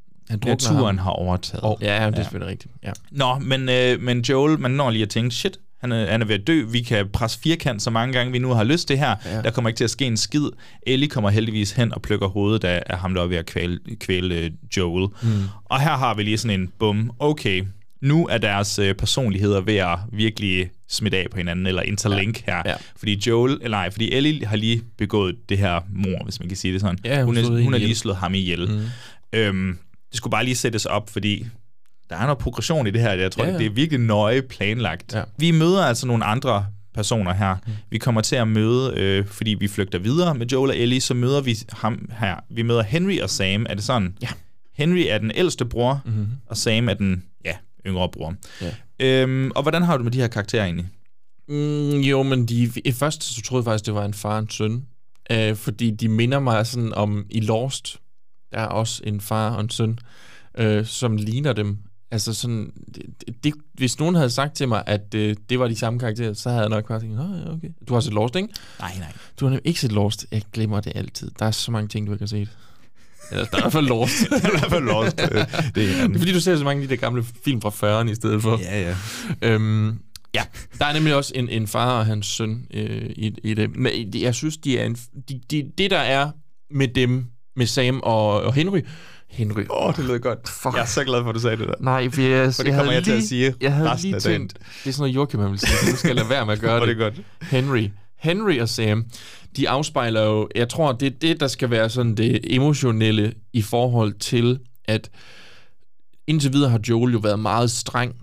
Speaker 8: naturen har overtaget.
Speaker 9: Oh, ja, det er selvfølgelig rigtigt. Ja.
Speaker 8: Nå, men, øh, men Joel, man når lige at tænke, shit, han er, han er ved at dø. Vi kan presse firkant så mange gange, vi nu har lyst til her. Ja. Der kommer ikke til at ske en skid. Ellie kommer heldigvis hen og plukker hovedet af, af ham, der er ved at kvæle, kvæle Joel. Mm. Og her har vi lige sådan en bum. Okay, nu er deres øh, personligheder ved at virkelig smitte af på hinanden, eller interlink ja. her. Ja. Fordi Joel, eller nej, fordi Ellie har lige begået det her mord, hvis man kan sige det sådan.
Speaker 9: Ja,
Speaker 8: hun hun, hun har lige slået ham ihjel. Mm. Øhm, det skulle bare lige sættes op, fordi der er noget progression i det her. Jeg tror, ja, ja. det er virkelig nøje planlagt. Ja. Vi møder altså nogle andre personer her. Mm. Vi kommer til at møde, øh, fordi vi flygter videre med Joel og Ellie, så møder vi ham her. Vi møder Henry og Sam. Er det sådan?
Speaker 9: Ja.
Speaker 8: Henry er den ældste bror, mm-hmm. og Sam er den ja, yngre bror. Ja. Øhm, og hvordan har du med de her karakterer egentlig?
Speaker 9: Mm, jo, men de, først så troede jeg faktisk, det var en far og en søn. Øh, fordi de minder mig sådan om i Lost. Der er også en far og en søn, øh, som ligner dem. Altså sådan, det, det, hvis nogen havde sagt til mig, at øh, det var de samme karakterer, så havde jeg nok bare tænkt, nå ja, okay. Du har set Lost, ikke?
Speaker 8: Nej, nej.
Speaker 9: Du har ikke set Lost. Jeg glemmer det altid. Der er så mange ting, du ikke har set. Eller, der er i hvert fald Lost.
Speaker 8: Der er i hvert fald Lost. Det er,
Speaker 9: det er fordi, du ser så mange af de der gamle film fra fyrrerne i stedet for.
Speaker 8: Ja, ja.
Speaker 9: Øhm, ja, der er nemlig også en, en far og hans søn øh, i, i det. Men jeg synes, de er en, de, de, det der er med dem, med Sam og, og Henry, Henry.
Speaker 8: Åh, oh, det lød godt. Fuck. Jeg er så glad for, at du sagde det der.
Speaker 9: Nej, for, jeg,
Speaker 8: for det kommer jeg, jeg til at sige
Speaker 9: jeg havde lige tænkt, det er sådan noget Joachim, man vil sige, nu skal jeg lade være med at gøre det.
Speaker 8: det godt.
Speaker 9: Henry. Henry og Sam, de afspejler jo, jeg tror, det er det, der skal være sådan det emotionelle i forhold til, at indtil videre har Joel jo været meget streng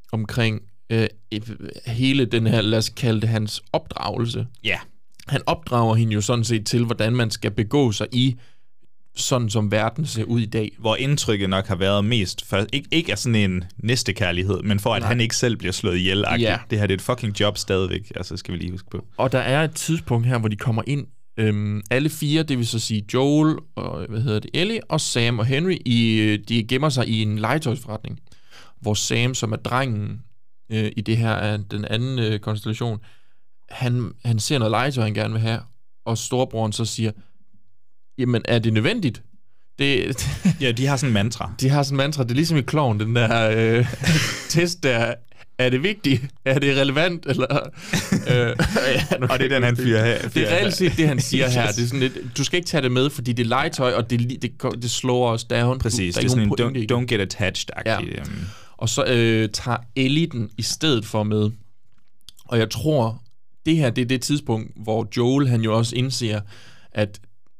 Speaker 9: omkring øh, hele den her, lad os kalde det hans opdragelse.
Speaker 8: Ja.
Speaker 9: Han opdrager hende jo sådan set til, hvordan man skal begå sig i sådan som verden ser ud i dag.
Speaker 8: Hvor indtrykket nok har været mest, for, ikke, ikke er sådan en næstekærlighed, men for at Nej. han ikke selv bliver slået ihjel. Ja. Det her det er et fucking job stadigvæk, altså skal vi lige huske på.
Speaker 9: Og der er et tidspunkt her, hvor de kommer ind, øhm, alle fire, det vil så sige Joel, og hvad hedder det, Ellie, og Sam og Henry, i, de gemmer sig i en legetøjsforretning, hvor Sam, som er drengen øh, i det her af den anden øh, konstellation, han, han ser noget legetøj, han gerne vil have, og storebroren så siger, jamen, er det nødvendigt? Det,
Speaker 8: ja, de har sådan en mantra.
Speaker 9: De har sådan en mantra. Det er ligesom i Klovn, den der øh, test der. Er det vigtigt? Er det relevant? Eller, øh, ja,
Speaker 8: og det er den, han fyrer her.
Speaker 9: Det er reelt set det, han siger her. Det er sådan lidt, du skal ikke tage det med, fordi det er legetøj, og det, det, det slår os down.
Speaker 8: Præcis. Det er sådan en don't, don't get attached-agtigt. Ja.
Speaker 9: Og så øh, tager Ellie den i stedet for med. Og jeg tror, det her det er det tidspunkt, hvor Joel han jo også indser, at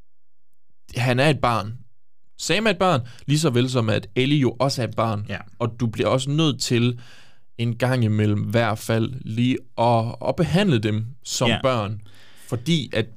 Speaker 9: han er et barn. Sam er et barn, lige så vel som at Ellie jo også er et barn.
Speaker 8: Ja.
Speaker 9: Og du bliver også nødt til en gang imellem i hvert fald lige at, at behandle dem som ja. børn. Fordi at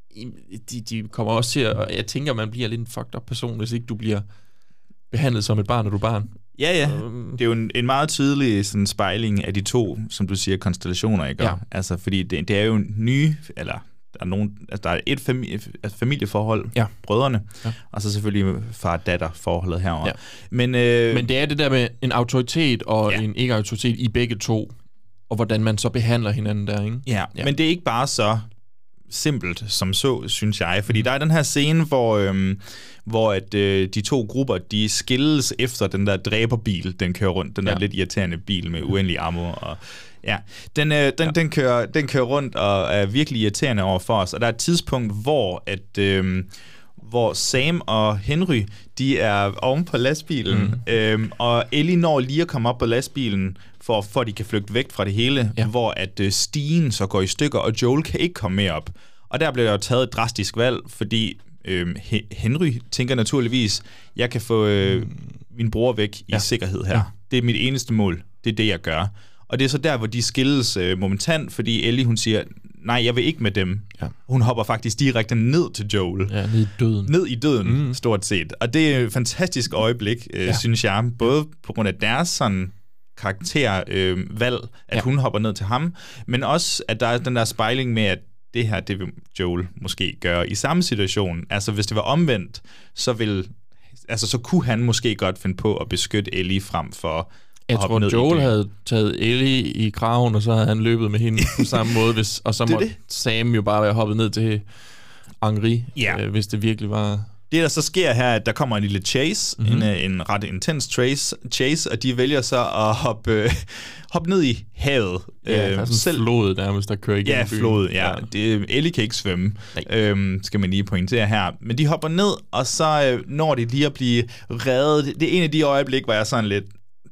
Speaker 9: de, de kommer også til at... Jeg tænker, man bliver lidt en fucked up person, hvis ikke du bliver behandlet som et barn, når du er barn.
Speaker 8: Ja, ja. Det er jo en, en meget tydelig sådan, spejling af de to, som du siger, konstellationer, ikke?
Speaker 9: Ja.
Speaker 8: Altså, fordi det, det er jo nye... Eller der er, nogen, altså, der er et familie, familieforhold,
Speaker 9: ja.
Speaker 8: brødrene,
Speaker 9: ja.
Speaker 8: og så selvfølgelig far-datter-forholdet herovre.
Speaker 9: Ja.
Speaker 8: Men, øh,
Speaker 9: Men det er det der med en autoritet og ja. en ikke-autoritet i begge to, og hvordan man så behandler hinanden der, ikke?
Speaker 8: Ja, ja. Men det er ikke bare så simpelt som så, synes jeg, fordi der er den her scene, hvor, øhm, hvor at, øh, de to grupper, de skilles efter den der dræberbil, den kører rundt, den der ja. lidt irriterende bil med uendelig ammo og ja, den, øh, den, ja. den, kører, den kører rundt og er virkelig irriterende over for os. Og der er et tidspunkt, hvor, at, øh, hvor Sam og Henry, de er oven på lastbilen, mm. øh, og Ellie når lige at komme op på lastbilen, for, for at de kan flygte væk fra det hele, ja. hvor at øh, stigen så går i stykker, og Joel kan ikke komme med op. Og der bliver der jo taget et drastisk valg, fordi øh, Henry tænker naturligvis, jeg kan få øh, mm. min bror væk ja. i sikkerhed her. Ja. Det er mit eneste mål. Det er det, jeg gør. Og det er så der, hvor de skilles øh, momentant, fordi Ellie, hun siger, nej, jeg vil ikke med dem. Ja. Hun hopper faktisk direkte ned til Joel.
Speaker 9: Ja, ned i døden.
Speaker 8: Ned i døden, mm. stort set. Og det er et fantastisk øjeblik, øh, ja. synes jeg. Både på grund af deres sådan karaktervalg, øh, valg, at ja. hun hopper ned til ham, men også, at der er den der spejling med, at det her, det vil Joel måske gøre i samme situation. Altså, hvis det var omvendt, så vil, altså, så kunne han måske godt finde på at beskytte Ellie frem for
Speaker 9: Jeg tror, Joel havde taget Ellie i kraven, og så havde han løbet med hende på samme måde, hvis, og så måtte det. Sam jo bare være hoppet ned til Henri, ja. øh, hvis det virkelig var...
Speaker 8: Det, der så sker her, at der kommer en lille chase, mm-hmm. en, en ret intens trace, chase, og de vælger så at hoppe, øh, hoppe ned i havet.
Speaker 9: Ja, der er sådan selv flod nærmest, der kører igennem
Speaker 8: ja,
Speaker 9: byen.
Speaker 8: Flod, ja, flod, ja. Ellie kan ikke svømme, øhm, skal man lige pointere her. Men de hopper ned, og så øh, når de lige at blive reddet. Det er en af de øjeblik, hvor jeg er sådan lidt...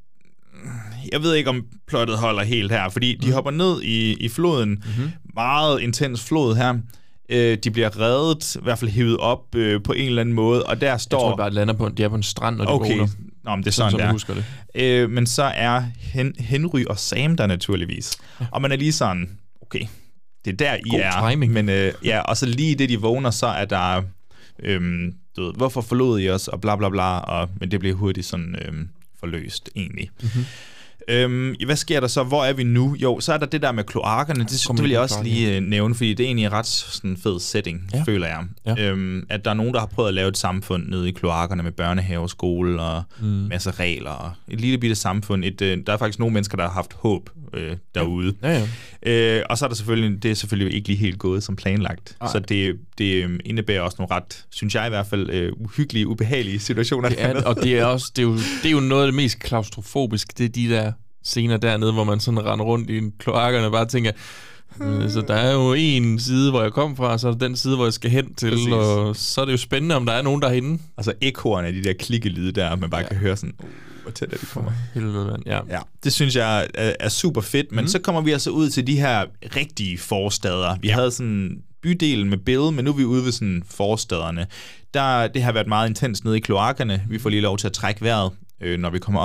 Speaker 8: Jeg ved ikke, om plottet holder helt her, fordi de hopper ned i, i floden. Mm-hmm. Meget intens flod her. Øh, de bliver reddet, i hvert fald hævet op øh, på en eller anden måde, og der står...
Speaker 9: Jeg tror bare, at lander på, de er på en strand, når de
Speaker 8: okay.
Speaker 9: vågner.
Speaker 8: Nå, men det er sådan, sådan der.
Speaker 9: Husker det.
Speaker 8: Øh, men så er Hen- Henry og Sam der naturligvis. Ja. Og man er lige sådan, okay, det er der, I
Speaker 9: God
Speaker 8: er.
Speaker 9: timing.
Speaker 8: Men øh, ja, og så lige det, de vågner, så er der... Øhm, du ved, hvorfor forlod I os, og bla bla bla, og, men det bliver hurtigt sådan øhm, forløst, egentlig. Mm-hmm. Øhm, hvad sker der så? Hvor er vi nu? Jo, så er der det der med kloakkerne. Det, det vil jeg også lige nævne, fordi det er egentlig en ret sådan, fed setting, ja. føler jeg. Ja. Øhm, at der er nogen, der har prøvet at lave et samfund nede i kloakkerne med børnehave, skole og mm. masser af regler. Og et lille bitte samfund. Et, øh, der er faktisk nogle mennesker, der har haft håb øh, derude.
Speaker 9: Ja. Ja, ja.
Speaker 8: Øh, og så er der selvfølgelig, det er selvfølgelig ikke lige helt gået som planlagt. Ej. Så det, det indebærer også nogle ret, synes jeg i hvert fald, øh, uhyggelige, ubehagelige situationer.
Speaker 9: Det er, og det er også, det er, jo, det er jo noget af det mest klaustrofobiske, det er de der scener dernede, hvor man sådan render rundt i kloakkerne og bare tænker, altså, der er jo en side, hvor jeg kom fra, og så er der den side, hvor jeg skal hen til, præcis. Og så er det jo spændende, om der er nogen derinde.
Speaker 8: Altså ekkoerne af de der klikkelyde der, man bare ja. kan høre sådan, uh, hvor tæt er de kommer.
Speaker 9: Helvede, mand. Ja.
Speaker 8: ja. Det synes jeg er, er super fedt, men mm. så kommer vi altså ud til de her rigtige forstader. Vi ja. havde sådan bydelen med Bill, men nu er vi ude ved sådan forstaderne. Der, det har været meget intens nede i kloakkerne. Vi får lige lov til at trække vejret, øh, når vi kommer op.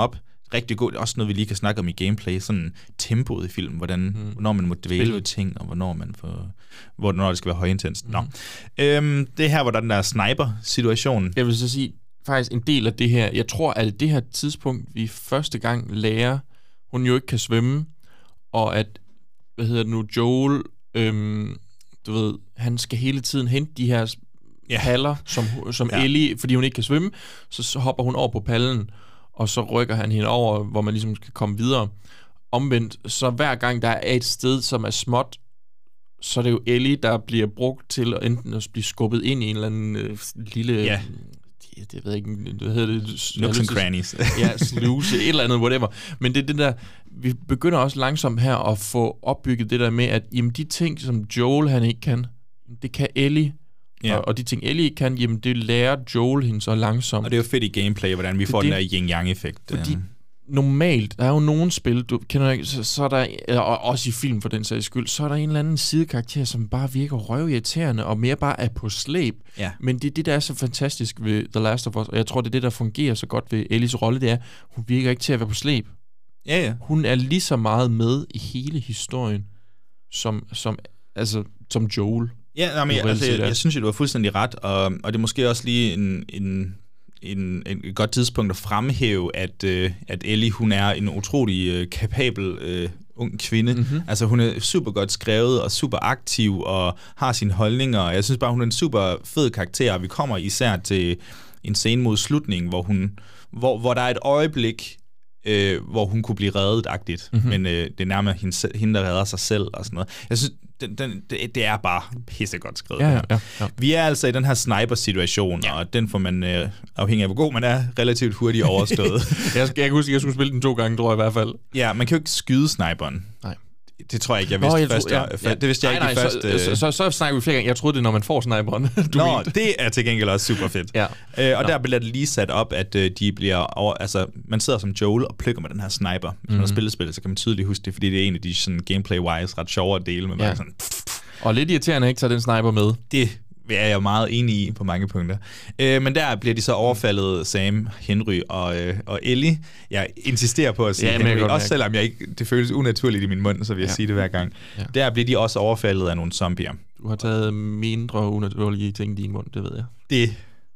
Speaker 8: rigtig god. Også noget, vi lige kan snakke om i gameplay. Sådan tempoet i filmen. Hvordan, mm. Hvornår man må dvæle ting, og hvornår man får, hvornår det skal være højintenst. Mm. Nå. Øhm, det er her, hvor der er den der sniper-situation.
Speaker 9: Jeg vil så sige, faktisk en del af det her. Jeg tror, at det her tidspunkt, vi første gang lærer, hun jo ikke kan svømme, og at, hvad hedder det nu, Joel, øhm, du ved, han skal hele tiden hente de her ja. paller, som, som ja. Ellie, fordi hun ikke kan svømme, så, så hopper hun over på pallen, og så rykker han hende over, hvor man ligesom skal komme videre. Omvendt, så hver gang der er et sted, som er småt, så er det jo Ellie, der bliver brugt til at enten at blive skubbet ind i en eller anden øh, lille...
Speaker 8: Ja.
Speaker 9: Det, det ved jeg ikke, hvad hedder det?
Speaker 8: Nooks and crannies.
Speaker 9: Ja, sluse, et eller andet, whatever. Men det er det der, vi begynder også langsomt her at få opbygget det der med, at jamen, de ting, som Joel han ikke kan, det kan Ellie. Ja. Og, og de ting, Ellie ikke kan, jamen det lærer Joel hende så langsomt.
Speaker 8: Og det er jo fedt i gameplay, hvordan vi det, får det, den der yin-yang-effekt.
Speaker 9: Fordi normalt, der er jo nogle spil, du kender ikke, så, så er der, og også i film for den sags skyld, så er der en eller anden sidekarakter, som bare virker røvirriterende, og mere bare er på slæb.
Speaker 8: Ja.
Speaker 9: Men det er det, der er så fantastisk ved The Last of Us, og jeg tror, det er det, der fungerer så godt ved Ellies rolle, det er, hun virker ikke til at være på slæb.
Speaker 8: Ja, ja.
Speaker 9: Hun er lige så meget med i hele historien, som, som, altså, som Joel.
Speaker 8: Ja, nej, men jeg, altså, jeg, jeg synes jo, du har fuldstændig ret, og, og det er måske også lige en... en En, en, et godt tidspunkt at fremhæve, at, øh, at Ellie, hun er en utrolig øh, kapabel øh, ung kvinde. Mm-hmm. Altså, hun er super godt skrevet og super aktiv og har sine holdninger. Jeg synes bare, hun er en super fed karakter, og vi kommer især til en scene mod slutningen, hvor, hun, hvor, hvor der er et øjeblik, øh, hvor hun kunne blive reddet-agtigt, mm-hmm. men øh, det er nærmere hende, hende, der redder sig selv og sådan noget. Jeg synes, Den, den, det, det er bare pissegodt skrevet.
Speaker 9: Ja, ja, ja, ja.
Speaker 8: Vi er altså i den her sniper-situation, ja. Og den får man, øh, afhængig af hvor god man er, relativt hurtigt overstået.
Speaker 9: jeg, jeg kan huske, at jeg skulle spille den to gange, tror jeg i hvert fald.
Speaker 8: Ja, man kan jo ikke skyde sniperen.
Speaker 9: Nej.
Speaker 8: Det tror jeg ikke, jeg vidste
Speaker 9: Nå, jeg
Speaker 8: først.
Speaker 9: tro, ja, ja.
Speaker 8: Det vidste jeg
Speaker 9: nej,
Speaker 8: ikke
Speaker 9: nej,
Speaker 8: først.
Speaker 9: Så, så, så, så snakker vi flere gange. Jeg troede, det er, når man får sniperen. Du
Speaker 8: Nå,
Speaker 9: mente.
Speaker 8: det er til gengæld også super fedt.
Speaker 9: ja.
Speaker 8: øh, og Nå. Der bliver det lige sat op, at øh, de bliver over, altså, man sidder som Joel og plukker med den her sniper. Hvis mm-hmm. man har spillet spillet, så kan man tydeligt huske det, fordi det er en af de sådan, gameplay-wise ret sjovere dele med ja. Sådan...
Speaker 9: Og lidt irriterende ikke tage den sniper med.
Speaker 8: Det er jeg meget enig i på mange punkter. Øh, men der bliver de så overfaldet, Sam, Henry og, øh, og Ellie. Jeg insisterer på at sige ja, Henry, også selvom jeg ikke, det føles unaturligt i min mund, så vil jeg ja. sige det hver gang. Ja. Der bliver de også overfaldet af nogle zombier.
Speaker 9: Du har taget mindre unaturlige ting i din mund, det ved jeg.
Speaker 8: Det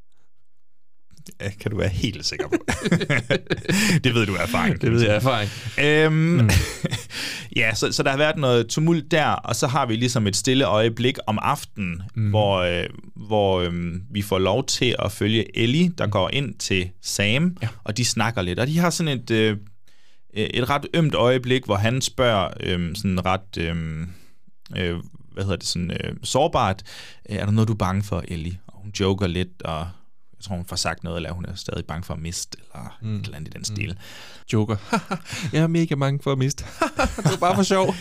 Speaker 8: kan du være helt sikker på. Det ved du af erfaring.
Speaker 9: Det ved jeg af erfaring.
Speaker 8: Øhm, mm. ja, så, så der har været noget tumult der, og så har vi ligesom et stille øjeblik om aftenen, mm. hvor, øh, hvor øh, vi får lov til at følge Ellie, der mm. går ind til Sam, ja. Og de snakker lidt. Og de har sådan et, øh, et ret ømt øjeblik, hvor han spørger øh, sådan ret... Øh, øh, hvad hedder det, sådan øh, sårbart. Er der noget, du er bange for, Ellie? Og hun joker lidt, og jeg tror, hun får sagt noget, eller hun er stadig bange for at miste, eller mm. et eller andet i den stil. Mm.
Speaker 9: Joker. Jeg er mega bange for at miste. Det var bare for sjov.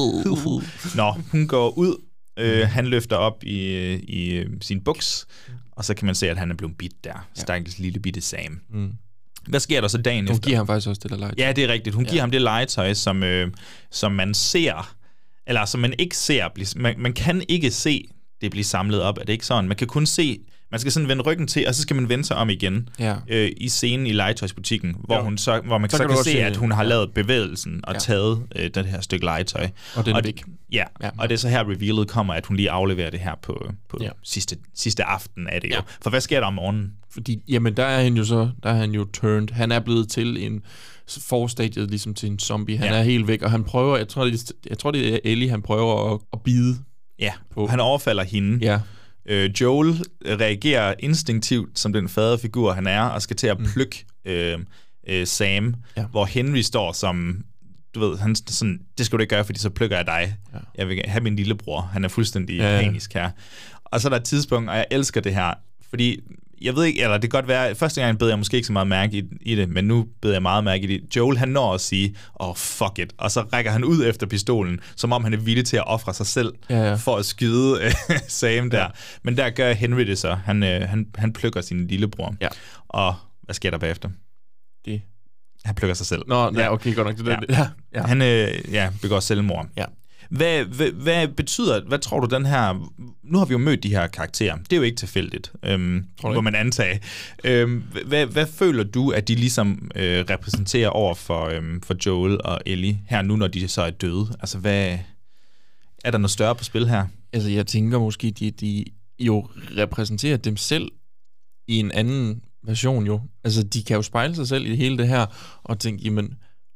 Speaker 8: Nå, hun går ud. Øh, han løfter op i, i sin buks, og så kan man se, at han er blevet bidt der. Stakkels lille bitte Sam. Mm. Hvad sker der så dagen
Speaker 9: hun
Speaker 8: efter?
Speaker 9: Hun giver ham faktisk også det der legetøj.
Speaker 8: Ja, det er rigtigt. Hun ja. giver ham det legetøj, som, øh, som man ser, eller som man ikke ser. Man, man kan ikke se det blive samlet op. Er det ikke sådan? Man kan kun se... Man skal sådan vende ryggen til, og så skal man vende sig om igen
Speaker 9: ja.
Speaker 8: øh, i scenen i legetøjsbutikken, hvor, hun så, hvor man så, så kan, kan se, at hun har
Speaker 9: ja.
Speaker 8: lavet bevægelsen og ja. taget øh, det her stykke legetøj.
Speaker 9: Og den er væk.
Speaker 8: Ja, ja, og det er så her revealet kommer, at hun lige afleverer det her på, på ja. sidste, sidste aften af det
Speaker 9: ja.
Speaker 8: jo. For hvad sker der om morgenen?
Speaker 9: Fordi, jamen der er han jo så, der er han jo turned. Han er blevet til en forstadiet, ligesom til en zombie. Han ja. er helt væk, og han prøver, jeg tror, det, jeg tror, det er Ellie, han prøver at, at bide.
Speaker 8: Ja, på. Han overfalder hende.
Speaker 9: Ja.
Speaker 8: Øh, Joel reagerer instinktivt som den faderfigur, han er, og skal til at plukke øh, øh, Sam, ja. hvor Henry står som, du ved, han sådan, det skal du ikke gøre, fordi så plukker jeg dig. Ja. Jeg vil have min lillebror. Han er fuldstændig ja, ja. panisk her. Og så er der et tidspunkt, og jeg elsker det her, fordi jeg ved ikke, eller det kan godt være, første gang bed jeg måske ikke så meget mærke i, i det, men nu bed jeg meget mærke i det. Joel, han når at sige, åh, oh, fuck it, og så rækker han ud efter pistolen, som om han er villig til at ofre sig selv,
Speaker 9: ja, ja.
Speaker 8: for at skyde øh, Sam der. Ja. Men der gør Henry det så. Han, øh, han, han plukker sin lillebror.
Speaker 9: Ja.
Speaker 8: Og hvad sker der bagefter?
Speaker 9: Det.
Speaker 8: Han plukker sig selv.
Speaker 9: Nå, ja, okay, godt nok. Det
Speaker 8: ja.
Speaker 9: Ja. Ja.
Speaker 8: Han øh, ja, begår selvmord.
Speaker 9: Ja.
Speaker 8: Hvad, hvad, hvad betyder, hvad tror du den her, nu har vi jo mødt de her karakterer, det er jo ikke tilfældigt, øhm, må man antage. Øhm, hvad, hvad føler du, at de ligesom øh, repræsenterer over for, øhm, for Joel og Ellie her nu, når de så er døde? Altså, hvad, er der noget større på spil her?
Speaker 9: Altså, jeg tænker måske, de, de jo repræsenterer dem selv i en anden version jo. Altså, de kan jo spejle sig selv i hele det her, og tænke, jamen,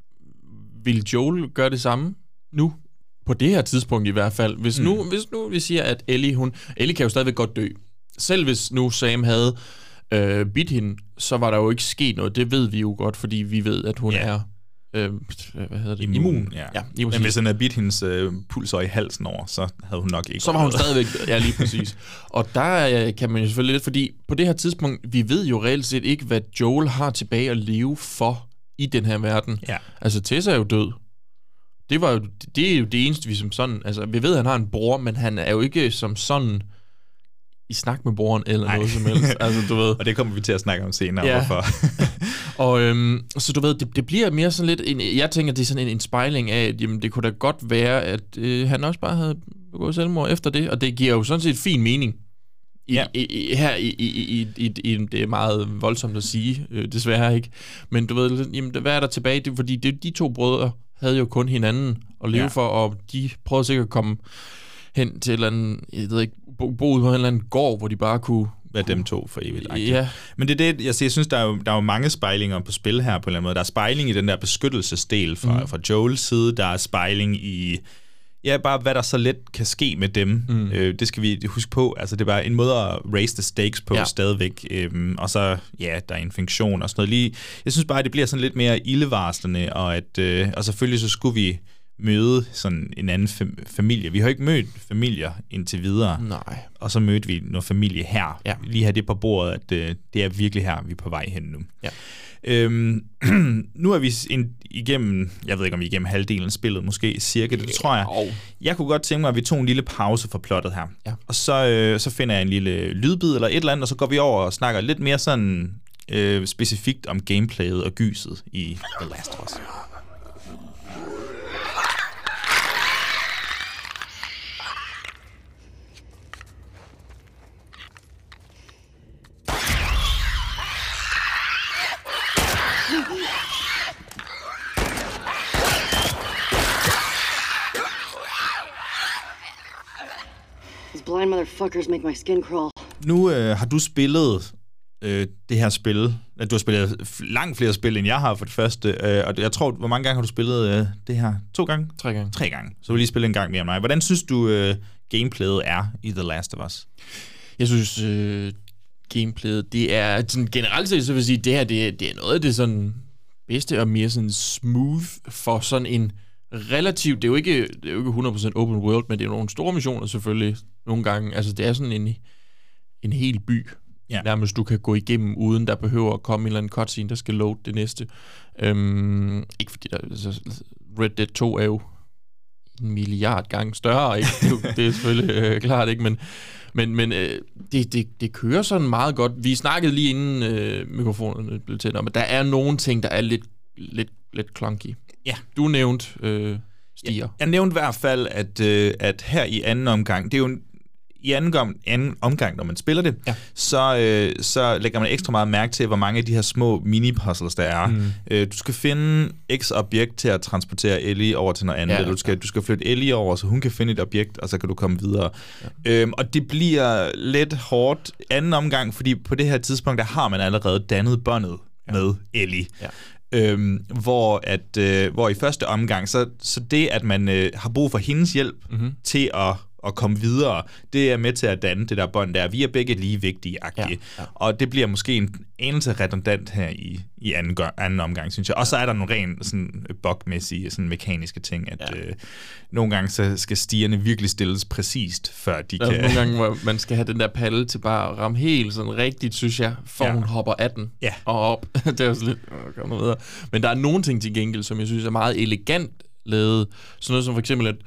Speaker 9: vil Joel gøre det samme nu? På det her tidspunkt i hvert fald. Hvis, mm. nu, hvis nu vi siger, at Ellie, hun... Ellie kan jo stadigvæk godt dø. Selv hvis nu Sam havde øh, bidt hende, så var der jo ikke sket noget. Det ved vi jo godt, fordi vi ved, at hun yeah. er... Øh, hvad hedder det?
Speaker 8: Immun. Immun. Ja.
Speaker 9: Ja,
Speaker 8: men hvis han havde bidt hendes øh, pulsår i halsen over, så havde hun nok ikke...
Speaker 9: Så var hun stadigvæk... Ja, lige præcis. Og der øh, kan man jo selvfølgelig lidt... Fordi på det her tidspunkt, vi ved jo reelt set ikke, hvad Joel har tilbage at leve for i den her verden.
Speaker 8: Ja.
Speaker 9: Altså, Tessa er jo død. Det, var jo, det er jo det eneste, vi som sådan... Altså, vi ved, at han har en bror, men han er jo ikke som sådan i snak med broren eller Nej. noget som helst. Altså, du ved.
Speaker 8: Og det kommer vi til at snakke om senere,
Speaker 9: ja.
Speaker 8: hvorfor.
Speaker 9: Og øhm, så du ved, det, det bliver mere sådan lidt... En, jeg tænker, det er sådan en, en spejling af, at jamen, det kunne da godt være, at øh, han også bare havde begået selvmord efter det, og det giver jo sådan set fin mening. I, ja. i, i, her i, i, i, i, i... Det er meget voldsomt at sige, øh, desværre ikke. Men du ved, jamen, hvad er der tilbage? Det, fordi det, de to brødre havde jo kun hinanden at leve ja. for, og de prøvede sikkert at komme hen til et eller andet, jeg ved ikke, bo, bo ude på en eller anden gård, hvor de bare kunne...
Speaker 8: Være dem to for evigt.
Speaker 9: Ja.
Speaker 8: Men det er det, jeg, siger, jeg synes, der er, jo, der er jo mange spejlinger på spil her på en eller anden måde. Der er spejling i den der beskyttelsesdel fra, mm. fra Joels side, der er spejling i... Ja, bare hvad der så let kan ske med dem. Mm. Øh, det skal vi huske på. Altså, det er bare en måde at raise the stakes på ja. stadigvæk. Øhm, og så, ja, der er infektion og sådan noget. Lige, jeg synes bare, at det bliver sådan lidt mere ildevarslende, og, at, øh, og selvfølgelig så skulle vi møde sådan en anden fam- familie. Vi har ikke mødt familier indtil videre.
Speaker 9: Nej.
Speaker 8: Og så mødte vi noget familie her.
Speaker 9: Ja.
Speaker 8: Lige have det på bordet, at øh, det er virkelig her, vi er på vej hen nu.
Speaker 9: Ja.
Speaker 8: Øhm, nu er vi ind, igennem, jeg ved ikke om vi er igennem halvdelen af spillet, måske cirka, det tror jeg.
Speaker 9: Oh.
Speaker 8: Jeg kunne godt tænke mig, at vi tog en lille pause for plottet her.
Speaker 9: Ja.
Speaker 8: Og så, øh, så finder jeg en lille lydbid eller et eller andet, og så går vi over og snakker lidt mere sådan øh, specifikt om gameplayet og gyset i The Last of Us.
Speaker 12: Blind motherfuckers make my skin crawl.
Speaker 8: Nu øh, har du spillet øh, det her spil. Du har spillet langt flere spil, end jeg har for det første. Øh, og jeg tror, hvor mange gange har du spillet øh, det her? To gange?
Speaker 9: Tre gange.
Speaker 8: Tre gange. Så vil lige spille en gang mere end mig. Hvordan synes du, øh, gameplayet er i The Last of Us?
Speaker 9: Jeg synes, øh, gameplayet, det er sådan generelt set, så vil jeg sige, det her, det, det er noget af det sådan bedste og mere sådan smooth for sådan en relativt, det er jo ikke, det er jo ikke hundrede procent open world, men det er nogle store missioner selvfølgelig nogle gange. Altså det er sådan en, en hel by, ja. nærmest du kan gå igennem, uden der behøver at komme en eller anden cutscene, der skal load det næste. Øhm, ikke fordi der, altså, Red Dead to er jo en milliard gange større, ikke? Det, er jo, det er selvfølgelig øh, klart ikke, men, men, men øh, det, det, det kører sådan meget godt. Vi snakkede lige inden øh, mikrofonerne blev tændt om, at der er nogle ting, der er lidt, lidt, lidt clunky.
Speaker 8: Ja.
Speaker 9: Du nævnte øh, stiger.
Speaker 8: Jeg, jeg nævnte i hvert fald, at, øh, at her i anden omgang, det er jo en, i anden, gang, anden omgang, når man spiller det, ja. så, øh, så lægger man ekstra meget mærke til, hvor mange af de her små mini-puzzles der er. Mm. Øh, du skal finde x objekt til at transportere Ellie over til noget andet. Ja, du, skal, ja. du skal flytte Ellie over, så hun kan finde et objekt, og så kan du komme videre. Ja. Øhm, og det bliver lidt hårdt anden omgang, fordi på det her tidspunkt, der har man allerede dannet båndet ja. med Ellie. Ja. Øhm, hvor at øh, hvor i første omgang så, så det at man øh, har brug for hendes hjælp mm-hmm. til at at komme videre, det er med til at danne det der bånd der. Vi er begge lige vigtige-agtige. Ja, ja. Og det bliver måske en anelse redundant her i, i anden, anden omgang, synes jeg. Og så er der nogle rent sådan bugmæssige, sådan mekaniske ting, at ja. øh, nogle gange så skal stierne virkelig stilles præcist, før de
Speaker 9: der
Speaker 8: kan...
Speaker 9: Der er nogle gange, hvor man skal have den der palle til bare at ramme helt sådan rigtigt, synes jeg, for ja. hun hopper af den
Speaker 8: ja.
Speaker 9: og op. Det er jo sådan lidt... Øh, kommer videre. Men der er nogle ting til gengæld, som jeg synes er meget elegant lavet. Sådan noget som for eksempel, at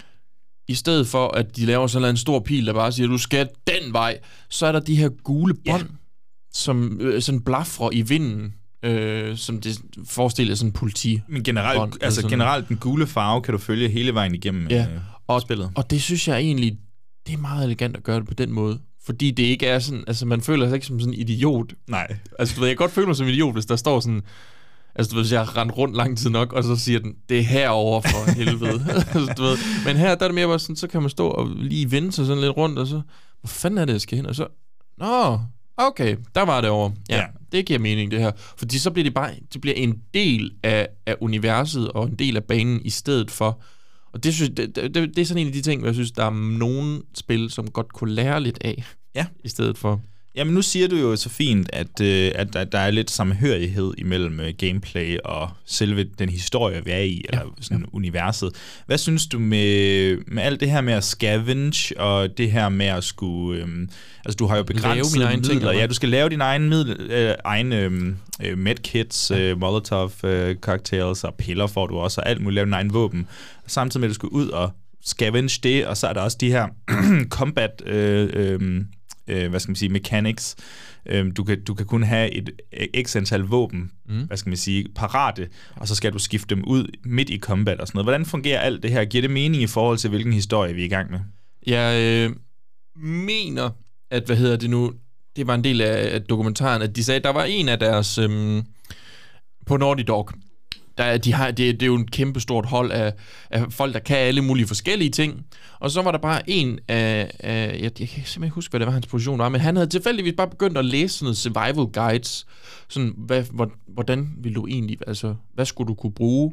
Speaker 9: i stedet for, at de laver sådan en stor pil, der bare siger, du skal den vej, så er der de her gule bånd, yeah. som øh, sådan blafrer i vinden øh, som det forestiller sådan politi.
Speaker 8: Men generelt, altså sådan. generelt den gule farve kan du følge hele vejen igennem
Speaker 9: ja.
Speaker 8: øh,
Speaker 9: og,
Speaker 8: spillet.
Speaker 9: Og det synes jeg egentlig, det er meget elegant at gøre det på den måde. Fordi det ikke er sådan, altså man føler sig ikke som sådan en idiot.
Speaker 8: Nej.
Speaker 9: Altså du ved, jeg kan godt føle mig som en idiot, hvis der står sådan, altså du ved, hvis jeg har rendt rundt lang tid nok, og så siger den, det er herovre for helvede. altså, du ved. Men her, der er det mere bare sådan, så kan man stå og lige vende sig sådan lidt rundt, og så, hvor fanden er det, jeg skal hen? Og så, nå, okay, der var det over. Ja, ja. Det giver mening, det her. Fordi så bliver det bare, det bliver en del af, af universet, og en del af banen i stedet for. Og det, synes, det, det, det er sådan en af de ting, hvor jeg synes, der er nogle spil, som godt kunne lære lidt af,
Speaker 8: ja.
Speaker 9: i stedet for.
Speaker 8: Jamen nu siger du jo så fint, at, øh, at, at der er lidt samhørighed imellem øh, gameplay og selve den historie, vi er i, eller ja. sådan ja. universet. Hvad synes du med, med alt det her med at scavenge, og det her med at skulle... Øh, altså du har jo begrænset midler. Ja, du skal lave dine egne, middel, øh, egne øh, medkits, øh, molotov øh, cocktails og piller får du også, og alt muligt, lave dine egne våben. Samtidig med, at du skal ud og scavenge det, og så er der også de her combat... Øh, øh, hvad skal man sige, mechanics. Du kan, du kan kun have et x antal våben, mm. hvad skal man sige, parate, og så skal du skifte dem ud midt i combat og sådan noget. Hvordan fungerer alt det her? Giver det mening i forhold til, hvilken historie vi er i gang med?
Speaker 9: Jeg øh, mener, at, hvad hedder det nu, det var en del af dokumentaren, at de sagde, at der var en af deres, øh, på Naughty Dog, Der, de har, det, det er jo en kæmpe stort hold af, af folk, der kan alle mulige forskellige ting. Og så var der bare en af... af jeg, jeg kan simpelthen ikke huske, hvad det var, hans position var, men han havde tilfældigvis bare begyndt at læse sådan noget survival guides. Sådan, hvad, hvordan ville du egentlig... Altså, hvad skulle du kunne bruge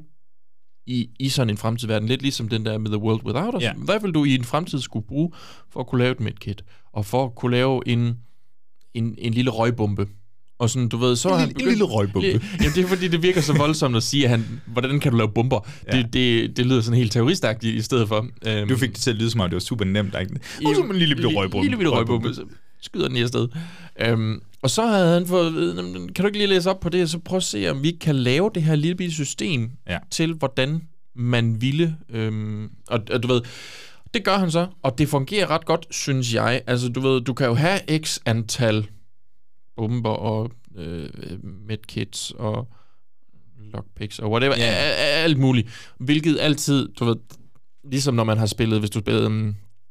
Speaker 9: i, i sådan en fremtidsverden? Lidt ligesom den der med The World Without Us. Yeah. Hvad vil du i en fremtid skulle bruge for at kunne lave et medkit? Og for at kunne lave en, en, en lille røgbombe? Og sådan, du ved, så
Speaker 8: en,
Speaker 9: han
Speaker 8: begyndt, en lille røgbombe.
Speaker 9: Jamen, det er fordi, det virker så voldsomt at sige, at han, hvordan kan du lave bomber? Ja. Det, det, det lyder sådan helt terroristagtigt i stedet for. Um,
Speaker 8: du fik det til at lyde som om, det var super nemt. Og så en lille bitte røgbombe.
Speaker 9: Lille bitte røgbombe. Så skyder den i afsted. Um, og så havde han fået, kan du ikke lige læse op på det, og så prøve at se, om vi kan lave det her lille bitte system
Speaker 8: ja.
Speaker 9: til, hvordan man ville. Um, og, og du ved, det gør han så, og det fungerer ret godt, synes jeg. Altså, du ved, du kan jo have x antal bomber og øh, medkits og lockpicks og whatever, yeah. alt muligt. Hvilket altid, du ved, ligesom når man har spillet, hvis du spillede um,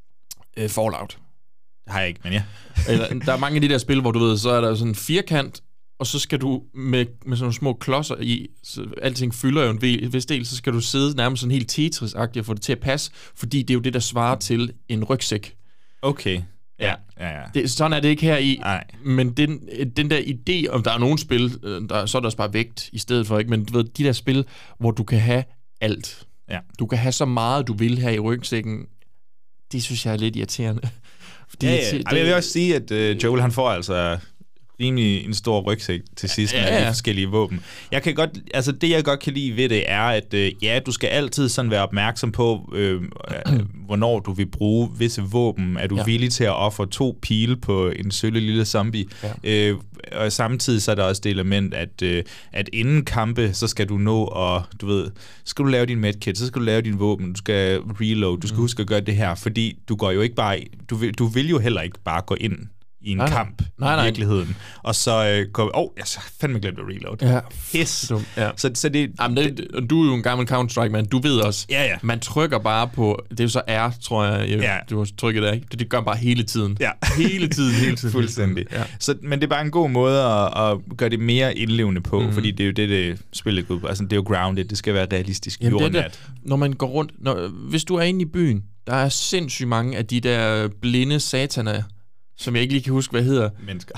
Speaker 9: uh, Fallout.
Speaker 8: Det har jeg ikke, men ja.
Speaker 9: Eller, der er mange af de der spil, hvor du ved, så er der sådan en firkant, og så skal du med, med sådan nogle små klodser i, så alting fylder jo en vis del, så skal du sidde nærmest sådan helt Tetris-agtigt og få det til at passe, fordi det er jo det, der svarer til en rygsæk.
Speaker 8: Okay.
Speaker 9: Ja,
Speaker 8: ja, ja.
Speaker 9: Det, sådan er det ikke her i.
Speaker 8: Nej.
Speaker 9: Men den, den der idé, om der er nogle spil, der, så er der også bare vægt i stedet for, ikke? Men du ved, de der spil, hvor du kan have alt.
Speaker 8: Ja.
Speaker 9: Du kan have så meget, du vil her i rygsækken, det synes jeg er lidt irriterende.
Speaker 8: Fordi ja, ja. Det, jeg vil også sige, at uh, Joel, han får altså rimelig en stor rygsæk til sidst med ja, ja. de forskellige våben. Jeg kan godt, altså det jeg godt kan lide ved det er, at øh, ja, du skal altid sådan være opmærksom på, øh, øh, hvornår du vil bruge visse våben. Er du ja. villig til at ofre to pile på en sølle lille zombie? Ja. Øh, og samtidig så er der også det element, at, øh, at inden kampe, så skal du nå og, du ved, skal du lave din medkit, så skal du lave din våben, du skal reload, du skal mm. huske at gøre det her, fordi du går jo ikke bare, du vil, du vil jo heller ikke bare gå ind i en nej, kamp nej, nej. i virkeligheden. Og så øh, går vi... Åh, oh, jeg har fandme glemt at reload.
Speaker 9: Ja.
Speaker 8: Pis.
Speaker 9: Ja.
Speaker 8: Så, så det...
Speaker 9: Jamen, det, det... Du er jo en gammel Counter-Strike-mand. Du ved også.
Speaker 8: Ja, ja.
Speaker 9: Man trykker bare på... Det er jo så R, tror jeg, jeg ja. du har trykket der, ikke? Det, det gør man bare hele tiden.
Speaker 8: Ja.
Speaker 9: Hele tiden, hele tiden.
Speaker 8: Fuldstændig. Ja. Så, men det er bare en god måde at, at gøre det mere indlevende på, mm. fordi det er jo det, det spillet går ud på. Altså, det er jo grounded. Det skal være realistisk.
Speaker 9: Jamen, det der, når man går rundt... Når, hvis du er inde i byen, der er sindssygt mange af de der blinde sataner, som jeg ikke lige kan huske, hvad hedder.
Speaker 8: Mennesker.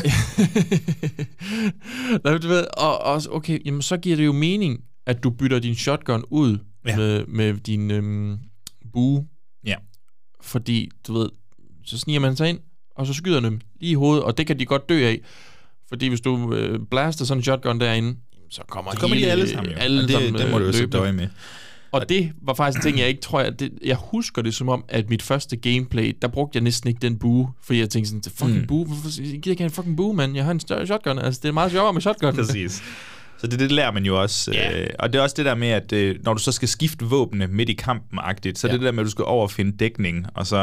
Speaker 9: Nej, du ved, og, og okay, jamen, så giver det jo mening, at du bytter din shotgun ud ja. med, med din øhm, bue.
Speaker 8: Ja.
Speaker 9: Fordi, du ved, så sniger man sig ind, og så skyder dem lige i hovedet, og det kan de godt dø af. Fordi hvis du øh, blaster sådan en shotgun derinde, så kommer,
Speaker 8: så kommer
Speaker 9: hele,
Speaker 8: de alle sammen.
Speaker 9: Alle
Speaker 8: det,
Speaker 9: sammen
Speaker 8: det må du jo så døje med.
Speaker 9: Og det var faktisk en ting, jeg ikke tror, jeg, det, jeg husker det som om, at mit første gameplay, der brugte jeg næsten ikke den bue, fordi jeg tænkte sådan, fucking mm. bue, hvorfor jeg gider ikke have en fucking bue, mand, jeg har en større shotgun, altså det er meget sjovere med shotgun.
Speaker 8: Præcis. Så det, det lærer man jo også. Yeah. Øh, og det er også det der med, at øh, når du så skal skifte våbnene midt i kampen-agtigt, så ja. det der med, at du skal over og finde dækning, og så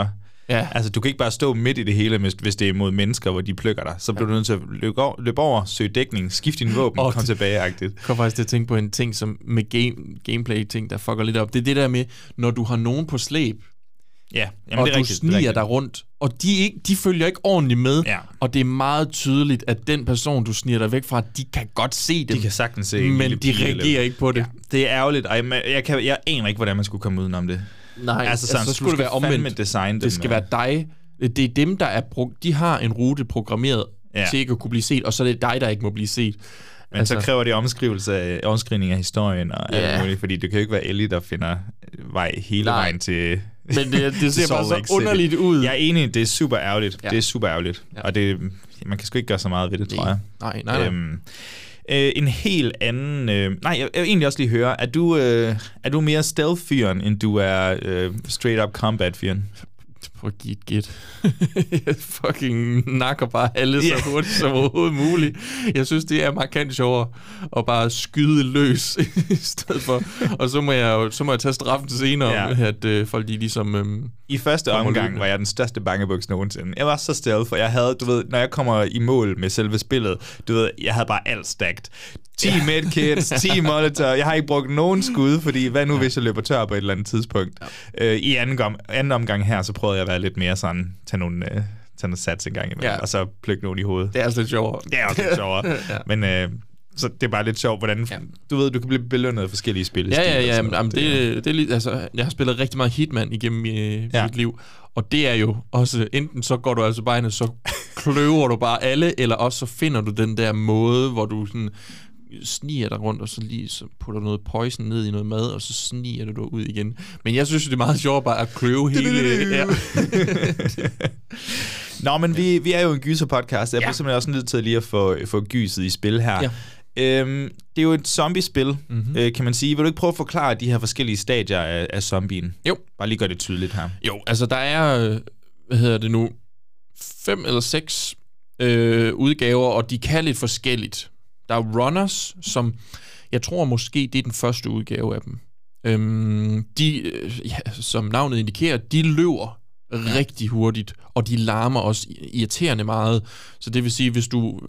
Speaker 9: Ja.
Speaker 8: Altså, du kan ikke bare stå midt i det hele, hvis det er mod mennesker, hvor de plukker dig. Så bliver ja. du nødt til at løbe over, løbe over søge dækning, skifte din våben og komme tilbage-agtigt.
Speaker 9: Jeg kommer faktisk til at tænke på en ting som med game, gameplay-ting, der fucker lidt op. Det er det der med, når du har nogen på slæb,
Speaker 8: ja. Jamen,
Speaker 9: og
Speaker 8: det er
Speaker 9: du
Speaker 8: rigtigt,
Speaker 9: sniger dig rundt, og de, ikke, de følger ikke ordentligt med,
Speaker 8: ja. og
Speaker 9: det er meget tydeligt, at den person, du sniger dig væk fra, de kan godt se det.
Speaker 8: De kan sagtens se.
Speaker 9: Men de reagerer ikke på det. Ja.
Speaker 8: Det er ærgerligt. Jeg, jeg, kan, jeg aner ikke, hvordan man skulle komme udenom det.
Speaker 9: Nej, altså, sådan,
Speaker 8: altså så skulle det være omvendt. Design
Speaker 9: det skal være dig. Det er dem, der er pro- de har en rute programmeret ja. til ikke at kunne blive set, og så er det dig, der ikke må blive set.
Speaker 8: Men altså, så kræver det omskrivelse af, omskrivning af historien og ja. alt muligt, fordi det kan jo ikke være Ellie, der finder vej hele Nej. vejen til.
Speaker 9: Men det, det ser bare så underligt ud.
Speaker 8: Jeg er enig, det er super ærgerligt.
Speaker 9: Ja.
Speaker 8: Det er super ærgerligt. Ja. Og det, man kan sgu ikke gøre så meget ved det, tror jeg.
Speaker 9: Nej, nej, nej.
Speaker 8: Øhm, øh, en helt anden... Øh, nej, jeg, jeg vil egentlig også lige høre, er du, øh, er du mere stealth-fyren, end du er øh, straight-up combat-fyren?
Speaker 9: Prøv at give et gæt. Jeg fucking nakker bare alle så yeah. hurtigt som overhovedet muligt. Jeg synes, det er markant sjovere at bare skyde løs i stedet for. Og så må jeg, så må jeg tage straffen senere, yeah. at øh, folk de ligesom... Øhm,
Speaker 8: I første omgang var jeg den største bangebuks nogensinde. Jeg var så stealth, for jeg havde, du ved, når jeg kommer i mål med selve spillet, du ved, jeg havde bare alt stacked. ti medkits, ti monitor. Jeg har ikke brugt nogen skud, fordi hvad nu, hvis jeg løber tør på et eller andet tidspunkt? Ja. Øh, I anden, gang, anden omgang her, så prøvede jeg at være lidt mere sådan, tage nogle, øh, tage nogle sats en gang imellem, ja. og så plukke nogen i hovedet.
Speaker 9: Det er også lidt sjovere.
Speaker 8: Det er også lidt sjovere. ja. Men øh, så det er bare lidt sjovt, hvordan, ja. du ved, du kan blive belønnet af forskellige spil.
Speaker 9: Ja, ja, ja. Jamen, det, det, det er lidt, altså, jeg har spillet rigtig meget Hitman igennem øh, ja. mit liv, og det er jo også, enten så går du altså bare ind, og så kløver du bare alle, eller også så finder du den der måde, hvor du sådan sniger dig rundt, og så lige så putter du noget poison ned i noget mad, og så sniger du dig ud igen. Men jeg synes, det er meget sjovt bare at kløve hele... ja.
Speaker 8: Nå, men vi, vi er jo en gyser-podcast. Jeg bliver ja. simpelthen også nødt til lige at få, få gyset i spil her. Ja. Øhm, det er jo et zombie-spil, mm-hmm. øh, kan man sige. Vil du ikke prøve at forklare de her forskellige stadier af, af zombien?
Speaker 9: Jo.
Speaker 8: Bare lige gør det tydeligt her.
Speaker 9: Jo, altså der er, hvad hedder det nu, fem eller seks øh, udgaver, og de kan lidt forskelligt. Der er runners, som jeg tror måske, det er den første udgave af dem. Øhm, de, ja, som navnet indikerer, de løber rigtig hurtigt, og de larmer også irriterende meget. Så det vil sige, hvis du...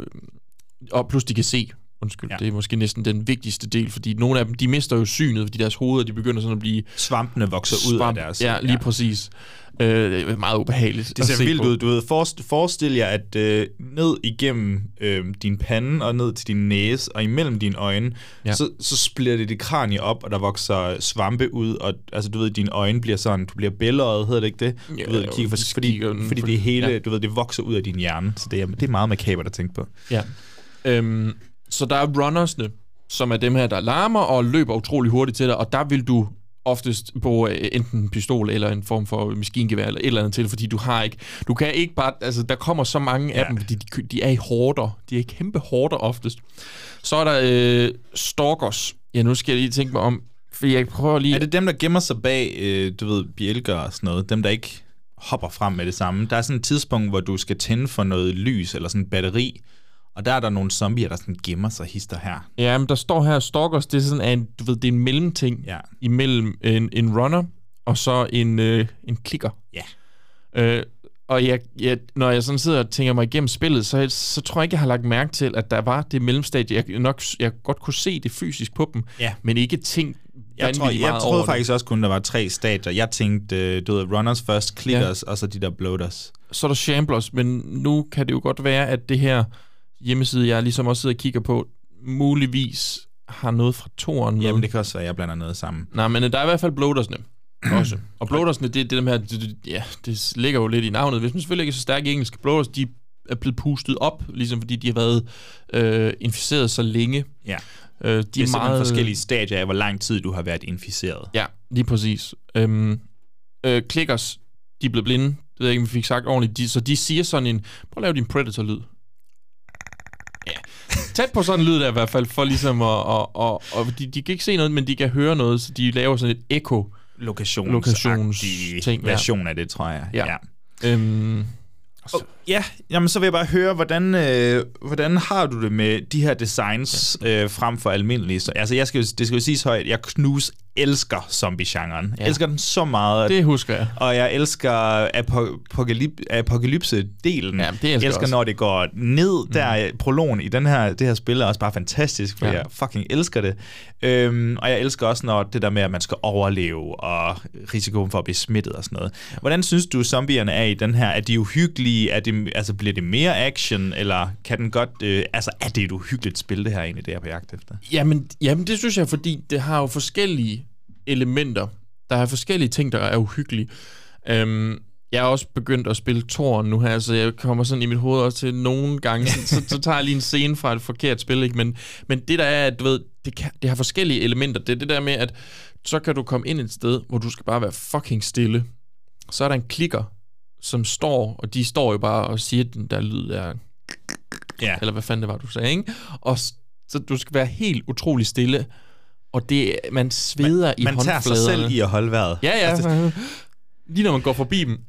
Speaker 9: Og plus de kan se. Undskyld, ja. Det er måske næsten den vigtigste del, fordi nogle af dem, de mister jo synet, fordi deres hoveder, de begynder sådan at blive...
Speaker 8: Svampene vokser svamp, ud af deres...
Speaker 9: Ja, lige ja. præcis. Øh, det er meget ubehageligt.
Speaker 8: Det ser vildt ud. Du ved, forest, forestil jer, at øh, ned igennem øh, din pande og ned til din næse og imellem dine øjne, ja. så, så splitter det dit kranie op, og der vokser svampe ud, og altså, du ved, dine øjne bliver sådan, du bliver bæløjet, hedder det ikke det? Du ja, ved, kigger for, fordi, fordi det hele, ja. du ved, det vokser ud af din hjerne, så det er, det er meget makabert at tænke på.
Speaker 9: Ja. Øhm, så der er runnersne, som er dem her, der larmer og løber utrolig hurtigt til dig, og der vil du oftest bruge enten en pistol eller en form for maskingevær eller et eller andet til, fordi du har ikke, du kan ikke bare, altså der kommer så mange ja. af dem, fordi de, de er i hårder, de er kæmpe hårder oftest. Så er der øh, stalkers. Ja, nu skal jeg lige tænke mig om, for jeg prøver lige...
Speaker 8: Er det dem, der gemmer sig bag, øh, du ved, bjælker og sådan noget? Dem, der ikke hopper frem med det samme? Der er sådan et tidspunkt, hvor du skal tænde for noget lys eller sådan en batteri, og der er der nogle zombier, der sådan gemmer sig hister her.
Speaker 9: Ja, men der står her, stalkers, det er sådan en, du ved, det er en mellemting ja. imellem en, en runner og så en, øh, en klikker.
Speaker 8: Ja.
Speaker 9: Øh, og jeg, jeg, når jeg sådan sidder og tænker mig igennem spillet, så, så tror jeg ikke, jeg har lagt mærke til, at der var det mellemstadie. Jeg nok jeg godt kunne se det fysisk på dem,
Speaker 8: ja.
Speaker 9: men ikke ting.
Speaker 8: Jeg, tror, jeg troede faktisk det. også kun, der var tre stadier. Jeg tænkte, du ved, runners først, clickers, ja. og så de der bloaters.
Speaker 9: Så er der shamblers, men nu kan det jo godt være, at det her hjemmeside, jeg ligesom også sidder og kigger på, muligvis har noget fra toeren med.
Speaker 8: Jamen, det kan også være, at jeg blander noget sammen.
Speaker 9: Nej, men der er i hvert fald bloatersne også. Og bloatersne, det er det dem her, det, det, ja, det ligger jo lidt i navnet. Hvis man selvfølgelig ikke er så stærk i engelsk, bloaters, de er blevet pustet op, ligesom fordi de har været øh, inficeret så længe.
Speaker 8: Ja,
Speaker 9: øh, de
Speaker 8: det er, er meget forskellige stadier af, hvor lang tid du har været inficeret.
Speaker 9: Ja, lige præcis. Øhm, øh, clickers, de er blevet blinde. Det ved jeg ikke, om vi fik sagt ordentligt. De, så de siger sådan en, prøv at lave din Predator-lyd. Ja, tæt på sådan en lyd der i hvert fald, for ligesom at, og, og, og de, de kan ikke se noget, men de kan høre noget, så de laver sådan et echo
Speaker 8: lokations ting, version ja. af det, tror jeg.
Speaker 9: Ja. ja. Øhm,
Speaker 8: oh, ja, jamen så vil jeg bare høre, hvordan, øh, hvordan har du det med de her designs ja. øh, frem for almindelige? Så, altså, jeg skal, det skal jo siges højt, jeg knus elsker zombie-genren.
Speaker 9: Ja.
Speaker 8: Jeg elsker den så meget.
Speaker 9: Det husker jeg.
Speaker 8: Og jeg elsker apokalyp- apokalypse-delen.
Speaker 9: Ja, det elsker
Speaker 8: jeg elsker,
Speaker 9: også.
Speaker 8: når det går ned. Mm. Der er prologen i den her, det her spil er også bare fantastisk, for ja. jeg fucking elsker det. Øhm, og jeg elsker også, når det der med, at man skal overleve, og risikoen for at blive smittet og sådan noget. Ja. Hvordan synes du, zombierne er i den her? Er de uhyggelige? Er det, altså, bliver det mere action? Eller kan den godt... Øh, altså, er det et uhyggeligt spil, det her egentlig, det er på jagt efter?
Speaker 9: Jamen, jamen, det synes jeg, fordi det har jo forskellige elementer. Der er forskellige ting, der er uhyggelige. Øhm, jeg er også begyndt at spille Thor nu her, så jeg kommer sådan i mit hoved også til nogle gange, så, så, så tager jeg lige en scene fra et forkert spil, ikke? Men, men det der er, at du ved, det, kan, det har forskellige elementer. Det er det der med, at så kan du komme ind et sted, hvor du skal bare være fucking stille. Så er der en klikker, som står, og de står jo bare og siger, at den der lyd er...
Speaker 8: Ja. Eller
Speaker 9: hvad fanden det var, du sagde, ikke? Og så du skal være helt utrolig stille, og det man sveder
Speaker 8: man,
Speaker 9: i
Speaker 8: man
Speaker 9: håndfladerne.
Speaker 8: Man tager sig selv i at holde vejret.
Speaker 9: Ja, ja. Altså, lige når man går forbi dem.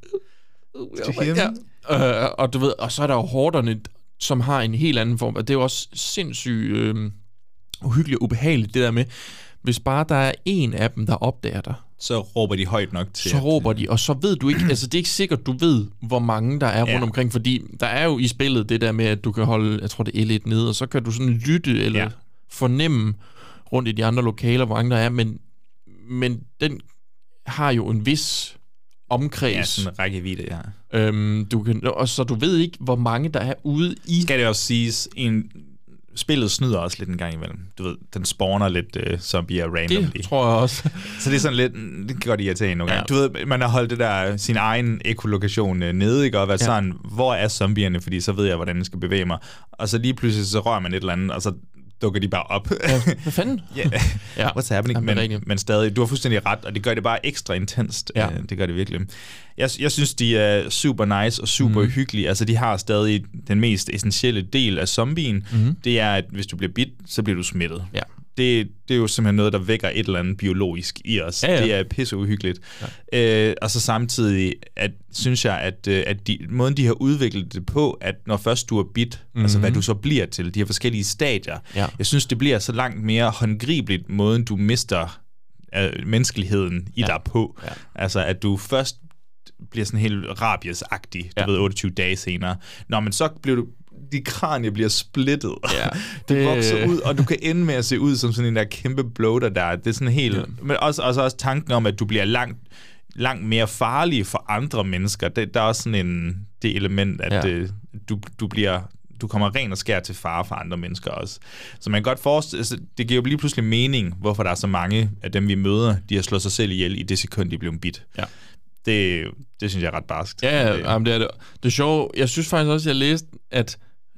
Speaker 9: Ja. Øh, og du ved, og så er der jo horderne, som har en helt anden form. Og det er jo også sindssygt øh, uhyggeligt og ubehageligt, det der med, hvis bare der er en af dem, der opdager dig,
Speaker 8: så råber de højt nok til.
Speaker 9: Så råber de, og så ved du ikke, altså det er ikke sikkert, du ved, hvor mange der er rundt ja. omkring, fordi der er jo i spillet det der med, at du kan holde, jeg tror det er L et nede, og så kan du sådan lytte eller ja. fornemme rundt i de andre lokaler, hvor mange der er, men, men den har jo en vis omkreds.
Speaker 8: Ja, sådan en rækkevidde, ja.
Speaker 9: Øhm, du kan, og så du ved ikke, hvor mange der er ude i...
Speaker 8: Skal det også siges, en... Spillet snyder også lidt en gang imellem. Du ved, den spawner lidt uh, zombier randomly.
Speaker 9: Det tror jeg også.
Speaker 8: Så det er sådan lidt, det kan godt irritere nogle gange. Ja. Du ved, man har holdt det der, sin egen ekolokation uh, nede, ikke? Og været ja. sådan, hvor er zombierne? Fordi så ved jeg, hvordan jeg skal bevæge mig. Og så lige pludselig, så rører man et eller andet, og så dukker de bare op.
Speaker 9: Ja, hvad fanden?
Speaker 8: yeah. ja, what's happening? Men, men stadig, du har fuldstændig ret, og det gør det bare ekstra intenst. Ja. Det gør det virkelig. Jeg, jeg synes, de er super nice og super mm. hyggelige. Altså, de har stadig den mest essentielle del af zombien. Mm. Det er, at hvis du bliver bidt, så bliver du smittet.
Speaker 9: Ja.
Speaker 8: Det, det er jo simpelthen noget, der vækker et eller andet biologisk i os. Ja, ja. Det er pisse uhyggeligt. Ja. Øh, og så samtidig, at, synes jeg, at, at de, måden, de har udviklet det på, at når først du er bidt, mm-hmm. altså hvad du så bliver til, de her forskellige stadier, ja. jeg synes, det bliver så langt mere håndgribeligt, måden du mister øh, menneskeligheden i ja. dig på. Ja. Altså, at du først bliver sådan helt rabiesagtig, du ja. ved, otteogtyve dage senere. Når man så bliver du de kranier bliver splittet. Ja, det... det vokser ud, og du kan ende med at se ud som sådan en der kæmpe bloater der. Det er sådan helt... Ja. Men også, også, også tanken om, at du bliver langt, langt mere farlig for andre mennesker. Det, der er også sådan en, det element, at ja. det, du, du bliver... Du kommer ren og skær til fare for andre mennesker også. Så man kan godt forestille... Altså, det giver jo lige pludselig mening, hvorfor der er så mange af dem, vi møder, de har slået sig selv ihjel i det sekund, de blev bidt. Ja. Det, det synes jeg er ret barskt.
Speaker 9: Ja, ja det, det er det. Det er sjovt. Jeg synes faktisk også, at jeg læste, at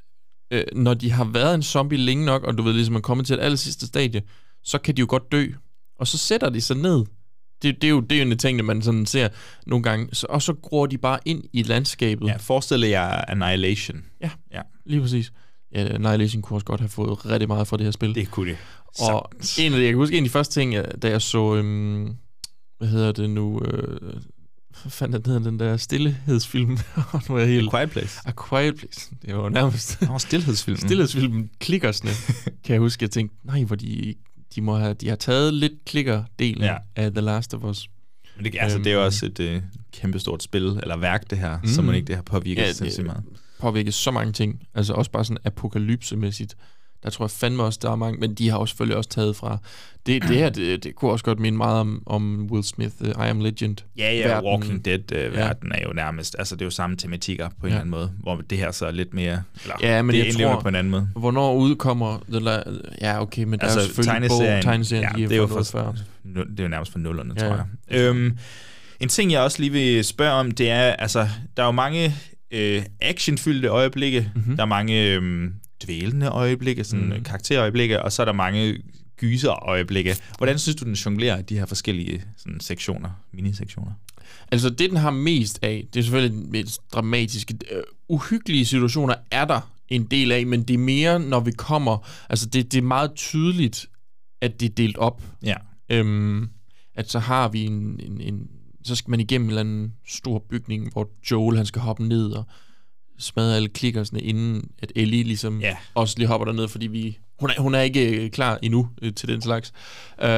Speaker 9: øh, når de har været en zombie længe nok, og du ved ligesom, man kommer til et aller sidste stadie, så kan de jo godt dø. Og så sætter de sig ned. Det, det er jo det er jo en ting, man sådan ser nogle gange. Så, og så gror de bare ind i landskabet.
Speaker 8: Ja, forestil jer Annihilation.
Speaker 9: Ja, ja, lige præcis. Ja, Annihilation kunne også godt have fået rigtig meget fra det her spil.
Speaker 8: Det kunne det.
Speaker 9: Og en af de, jeg kan huske, en af de første ting, da jeg så, øhm, hvad hedder det nu... Øh, hvad fanden er det, den der stillhedsfilm? Nu er jeg helt...
Speaker 8: A Quiet Place.
Speaker 9: A Quiet Place. Det var nærmest...
Speaker 8: Nå, stillhedsfilmen.
Speaker 9: Stillhedsfilmen, klikkersne, kan jeg huske. Jeg tænkte, nej, hvor de, de må have... De har taget lidt klikker-delen ja. af The Last of Us.
Speaker 8: Men det, altså, um, det er jo også et øh, kæmpestort spil, eller værk, det her, mm, så man ikke det har påvirket ja, sindssygt meget.
Speaker 9: Påvirket så mange ting. Altså også bare sådan apokalypsemæssigt. Der tror jeg fandme også, der er mange, men de har også selvfølgelig også taget fra... Det, det her, det, det kunne også godt minde meget om, om Will Smith, uh, I Am Legend.
Speaker 8: Ja, ja, verden. Walking Dead-verden uh, ja. er jo nærmest... Altså, det er jo samme tematikker på en ja. eller anden måde, hvor det her så er lidt mere... Eller,
Speaker 9: ja, men
Speaker 8: det
Speaker 9: jeg
Speaker 8: er
Speaker 9: tror...
Speaker 8: på en anden måde.
Speaker 9: Hvornår udkommer... The la- ja, okay, men
Speaker 8: altså,
Speaker 9: der er selvfølgelig
Speaker 8: tegneserien,
Speaker 9: bog, tegneserien,
Speaker 8: ja,
Speaker 9: de
Speaker 8: det er jo for,
Speaker 9: før.
Speaker 8: Det er jo nærmest for nullerne, ja, tror jeg.
Speaker 9: Ja.
Speaker 8: Øhm, en ting, jeg også lige vil spørge om, det er... Altså, der er jo mange øh, actionfyldte øjeblikke. Mm-hmm. Der er mange... Øh, dvælende øjeblikke, sådan mm. karakterøjeblikke, og så er der mange gyserøjeblikke. Hvordan synes du, den jonglerer de her forskellige sådan, sektioner, minisektioner?
Speaker 9: Altså, det den har mest af, det er selvfølgelig et dramatisk. Uh, uhyggelige situationer er der en del af, men det er mere, når vi kommer... Altså, det, det er meget tydeligt, at det er delt op.
Speaker 8: Ja.
Speaker 9: Øhm, at så har vi en, en, en... Så skal man igennem en eller anden stor bygning, hvor Joel, han skal hoppe ned og smadre alle klikkersne, inden at Ellie ligesom yeah. også lige hopper derned, fordi vi, hun, er, hun er ikke klar endnu øh, til den slags. Uh,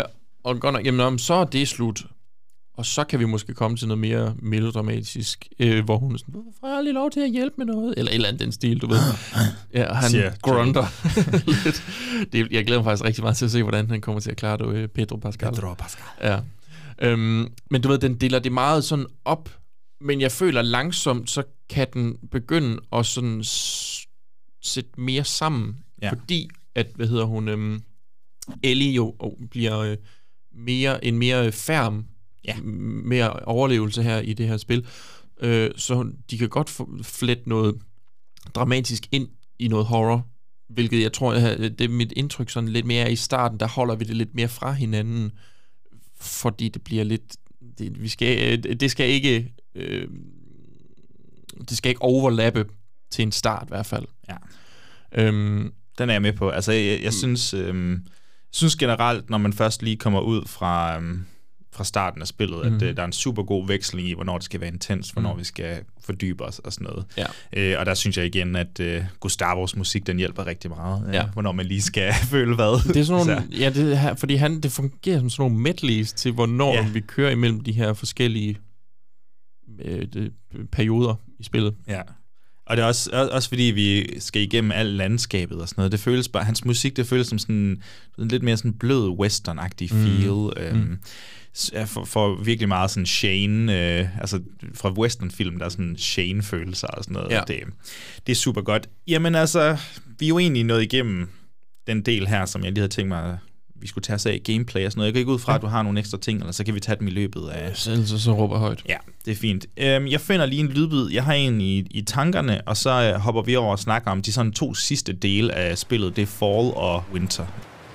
Speaker 9: og godt nok, jamen, så er det slut. Og så kan vi måske komme til noget mere melodramatisk, øh, hvor hun er sådan, hvorfor får jeg aldrig lov til at hjælpe med noget? Eller et eller andet den stil, du ved. Ja, og han
Speaker 8: Siger
Speaker 9: grunter lidt. Det, jeg glæder mig faktisk rigtig meget til at se, hvordan han kommer til at klare det, Pedro Pascal.
Speaker 8: Pedro Pascal.
Speaker 9: Ja. Øhm, men du ved, den deler det meget sådan op, men jeg føler langsomt, så kan den begynde at sådan s- sætte mere sammen,
Speaker 8: ja.
Speaker 9: fordi at, hvad hedder hun, øhm, Ellie jo oh, bliver øh, mere, en mere færm, ja. mere overlevelse her i det her spil, øh, så de kan godt få flet noget dramatisk ind i noget horror, hvilket jeg tror, det er mit indtryk sådan lidt mere i starten, der holder vi det lidt mere fra hinanden, fordi det bliver lidt, det, vi skal, det skal ikke, øh, det skal ikke overlappe til en start i hvert fald.
Speaker 8: Ja.
Speaker 9: Øhm,
Speaker 8: Den er jeg med på. Altså, jeg, jeg synes, øh, synes generelt, når man først lige kommer ud fra, øh, fra starten af spillet, mm. at øh, der er en super god veksling i, hvornår det skal være intens, hvornår mm. vi skal fordybe os og sådan noget.
Speaker 9: Ja.
Speaker 8: Øh, og der synes jeg igen, at øh, Gustavos musik, den hjælper rigtig meget. Øh,
Speaker 9: ja.
Speaker 8: Hvornår man lige skal føle hvad.
Speaker 9: Det er sådan nogle, ja, det her, fordi han, det fungerer som sådan nogle medleys til, hvornår ja. vi kører imellem de her forskellige øh, de, perioder i spillet.
Speaker 8: Ja. Og det er også, også fordi, vi skal igennem alt landskabet og sådan noget. Det føles bare, hans musik, det føles som sådan en lidt mere sådan blød western-agtig feel. Mm. Øhm, mm. For, for virkelig meget sådan Shane, øh, altså fra western-film, der er sådan Shane-følelser og sådan noget.
Speaker 9: Ja.
Speaker 8: Det, det er super godt. Jamen altså, vi er jo egentlig nået igennem den del her, som jeg lige havde tænkt mig, vi skulle tage os af gameplay og sådan noget. Jeg går ikke ud fra, ja. at du har nogle ekstra ting, eller så kan vi tage dem i løbet af...
Speaker 9: Selv så, så råber højt.
Speaker 8: Ja, det er fint. Øhm, jeg finder lige en lydbid. Jeg har en i, i tankerne, og så øh, hopper vi over og snakker om de sådan to sidste dele af spillet. Det er Fall og Winter.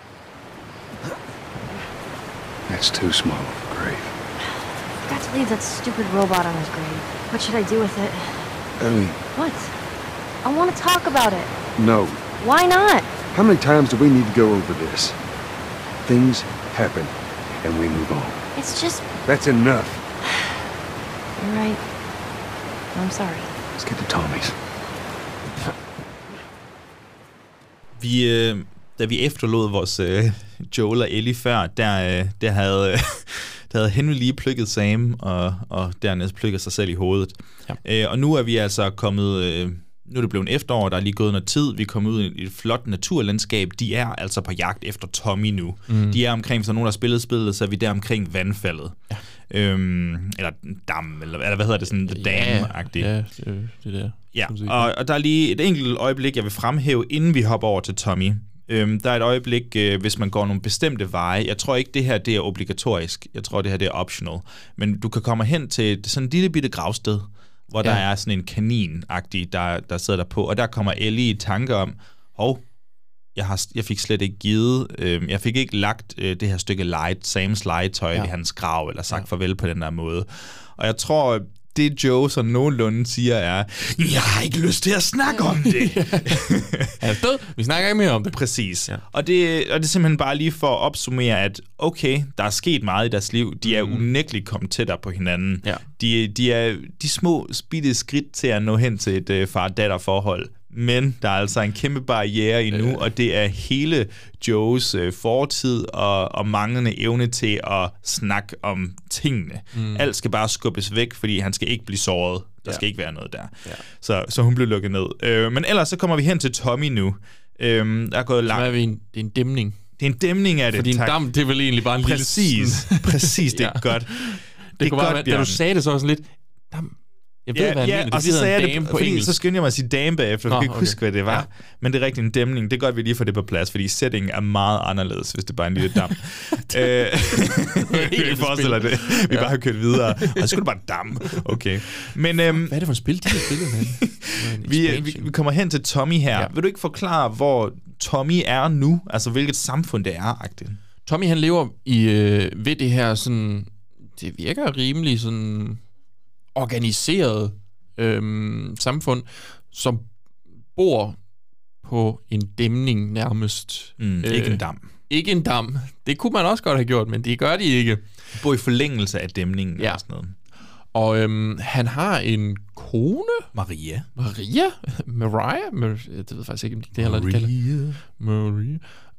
Speaker 10: That's too small of a grave.
Speaker 5: I forgot to leave that stupid robot on his grave. What should I do with it?
Speaker 10: Ellie.
Speaker 5: What? I want to talk about it.
Speaker 10: No.
Speaker 5: Why not?
Speaker 10: How many times do we need to go over this? Things happen, and we move on.
Speaker 5: It's just...
Speaker 10: That's enough.
Speaker 5: You're right. I'm sorry.
Speaker 10: Let's get to Tommy's.
Speaker 8: Vi, øh, da vi efterlod vores øh, Joel og Ellie før, der, øh, der, havde, øh, der havde Henry lige plukket Sam, og, og dernæst plukket sig selv i hovedet. Ja. Øh, og nu er vi altså kommet... Øh, Nu er det blevet efterår, der er lige gået noget tid. Vi er kommet ud i et flot naturlandskab. De er altså på jagt efter Tommy nu. Mm. De er omkring, så nogen der har spillet spillet, så er vi der omkring vandfaldet. Ja. Øhm, eller dam, eller, eller hvad hedder det, sådan The Dam-agtigt.
Speaker 9: Ja, det, det der.
Speaker 8: Ja, og, og der er lige et enkelt øjeblik, jeg vil fremhæve, inden vi hopper over til Tommy. Øhm, der er et øjeblik, øh, hvis man går nogle bestemte veje. Jeg tror ikke, det her det er obligatorisk. Jeg tror, det her det er optional. Men du kan komme hen til sådan et lille bitte gravsted, hvor ja. der er sådan en kanin-agtig, der, der sidder der på, og der kommer Ellie i tanke om, hov, jeg, har, jeg fik slet ikke givet, øh, jeg fik ikke lagt øh, det her stykke light, Sams legetøj ja. ved hans grav, eller sagt ja. farvel på den der måde. Og jeg tror, det Joe så nogenlunde siger er, jeg har ikke lyst til at snakke om det.
Speaker 9: Han er død, vi snakker ikke mere om det.
Speaker 8: Præcis. Ja. Og, det, og det er simpelthen bare lige for at opsummere, at okay, der er sket meget i deres liv. De er mm. unægteligt kommet tættere på hinanden. Ja. De, de er de små, bitte skridt til at nå hen til et øh, far-datter-forhold. Men der er altså en kæmpe barriere endnu, øh. og det er hele Joes øh, fortid og, og manglende evne til at snakke om tingene. Mm. Alt skal bare skubbes væk, fordi han skal ikke blive såret. Der ja. skal ikke være noget der. Ja. Så, så hun blev lukket ned. Øh, men ellers så kommer vi hen til Tommy nu. Øh, der er gået langt.
Speaker 9: Det er en, det er en dæmning.
Speaker 8: Det er en dæmning af det,
Speaker 9: fordi en dam, det er vel egentlig bare en
Speaker 8: præcis, lille... Præcis, det er ja. godt.
Speaker 9: Det, det er godt, bare, da du sagde det, så var sådan lidt... Dam. Jeg ved,
Speaker 8: ja,
Speaker 9: hvad han
Speaker 8: ja,
Speaker 9: mener. Det
Speaker 8: og så sagde jeg det,
Speaker 9: på
Speaker 8: fordi så skyndte jeg mig at sige dame bagefter, for jeg kan ikke okay. huske, hvad det var. Ja. Men det er rigtig en dæmning. Det er godt, vi lige får det på plads, fordi settingen er meget anderledes, hvis det bare er en lille dam. øh, vi forestiller det. Vi ja. bare har kørt videre. Og så skulle det bare dam. Okay. Men, øhm,
Speaker 9: hvad er det for et spil, de har spillet, man?
Speaker 8: vi, vi, vi kommer hen til Tommy her. Ja. Vil du ikke forklare, hvor Tommy er nu? Altså, hvilket samfund det er, agtigt?
Speaker 9: Tommy, han lever i øh, ved det her sådan... Det virker rimelig sådan... organiseret øhm, samfund, som bor på en dæmning nærmest.
Speaker 8: Mm, øh, ikke en dam.
Speaker 9: Ikke en dam. Det kunne man også godt have gjort, men det gør de ikke.
Speaker 8: Bor i forlængelse af dæmningen.
Speaker 9: Ja.
Speaker 8: Og sådan noget.
Speaker 9: Og øhm, han har en kone.
Speaker 8: Maria.
Speaker 9: Maria? Mariah? Mar- det ved jeg faktisk ikke, om det er heller det kalder.
Speaker 8: Maria.
Speaker 9: Maria.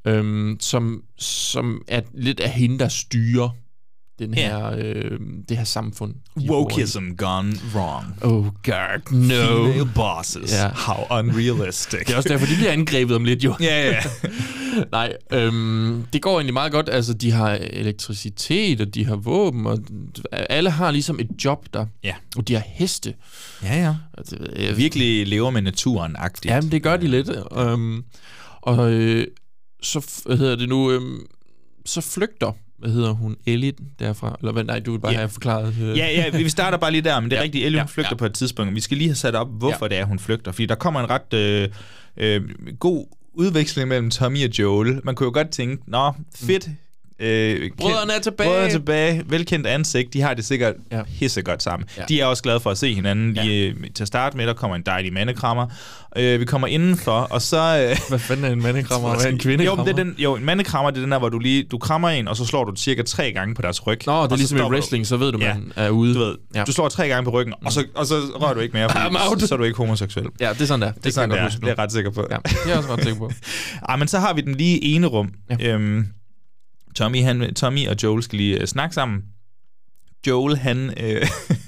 Speaker 9: øhm, som, som er lidt af hende, der styrer den her, øh, det her samfund.
Speaker 8: Wokeism gone wrong.
Speaker 9: Oh god, no.
Speaker 8: Female bosses.
Speaker 9: Ja.
Speaker 8: How unrealistic.
Speaker 9: Det er også derfor, de bliver angrebet om lidt, jo.
Speaker 8: Ja, ja.
Speaker 9: Nej, øhm, det går egentlig meget godt. Altså, de har elektricitet, og de har våben, og alle har ligesom et job der.
Speaker 8: Ja.
Speaker 9: Og de har heste.
Speaker 8: Ja, ja.
Speaker 9: Altså, øh,
Speaker 8: Virkelig lever med naturen-agtigt.
Speaker 9: Ja, men det gør de lidt. Øhm, og øh, så, hvad hedder det nu, øhm, så flygter hvad hedder hun, Ellie derfra? Eller hvad? Nej, du vil bare yeah. have forklaret. Øh.
Speaker 8: Ja, ja, vi starter bare lige der, men det er ja. rigtigt. Ellie, hun ja, flygter ja. på et tidspunkt. Vi skal lige have sat op, hvorfor ja. det er, hun flygter. Fordi der kommer en ret øh, øh, god udveksling mellem Tommy og Joel. Man kunne jo godt tænke, nå, fedt. Mm. Øh,
Speaker 9: brødrene er tilbage.
Speaker 8: Brødrene er tilbage. Velkendt ansigt. De har det sikkert ja. pissegodt sammen. Ja. De er også glade for at se hinanden. Ja. De, til at starte med, der kommer en dejlig mandekrammer. Øh, vi kommer indenfor, og så... Øh,
Speaker 9: Hvad fanden er en mandekrammer? Hvad er en kvindekrammer?
Speaker 8: Jo, det er den, jo, en mandekrammer, det er den der, hvor du lige... Du krammer en, og så slår du cirka tre gange på deres ryg.
Speaker 9: Nå, det er ligesom i wrestling, så ved du,
Speaker 8: ja.
Speaker 9: man er ude.
Speaker 8: Du ved, ja. du slår tre gange på ryggen, og så, og så rører du ikke mere, fordi, så er du ikke homoseksuel.
Speaker 9: Ja, det er sådan der.
Speaker 8: Det, det er sådan der, det er jeg ret sikker på.
Speaker 9: Ja, det er jeg også ret sikker på.
Speaker 8: Ej, men så har vi den lige ene rum. Ja. Øhm, Tommy, han, Tommy og Joel skal lige uh, snakke sammen. Joel, han, øh,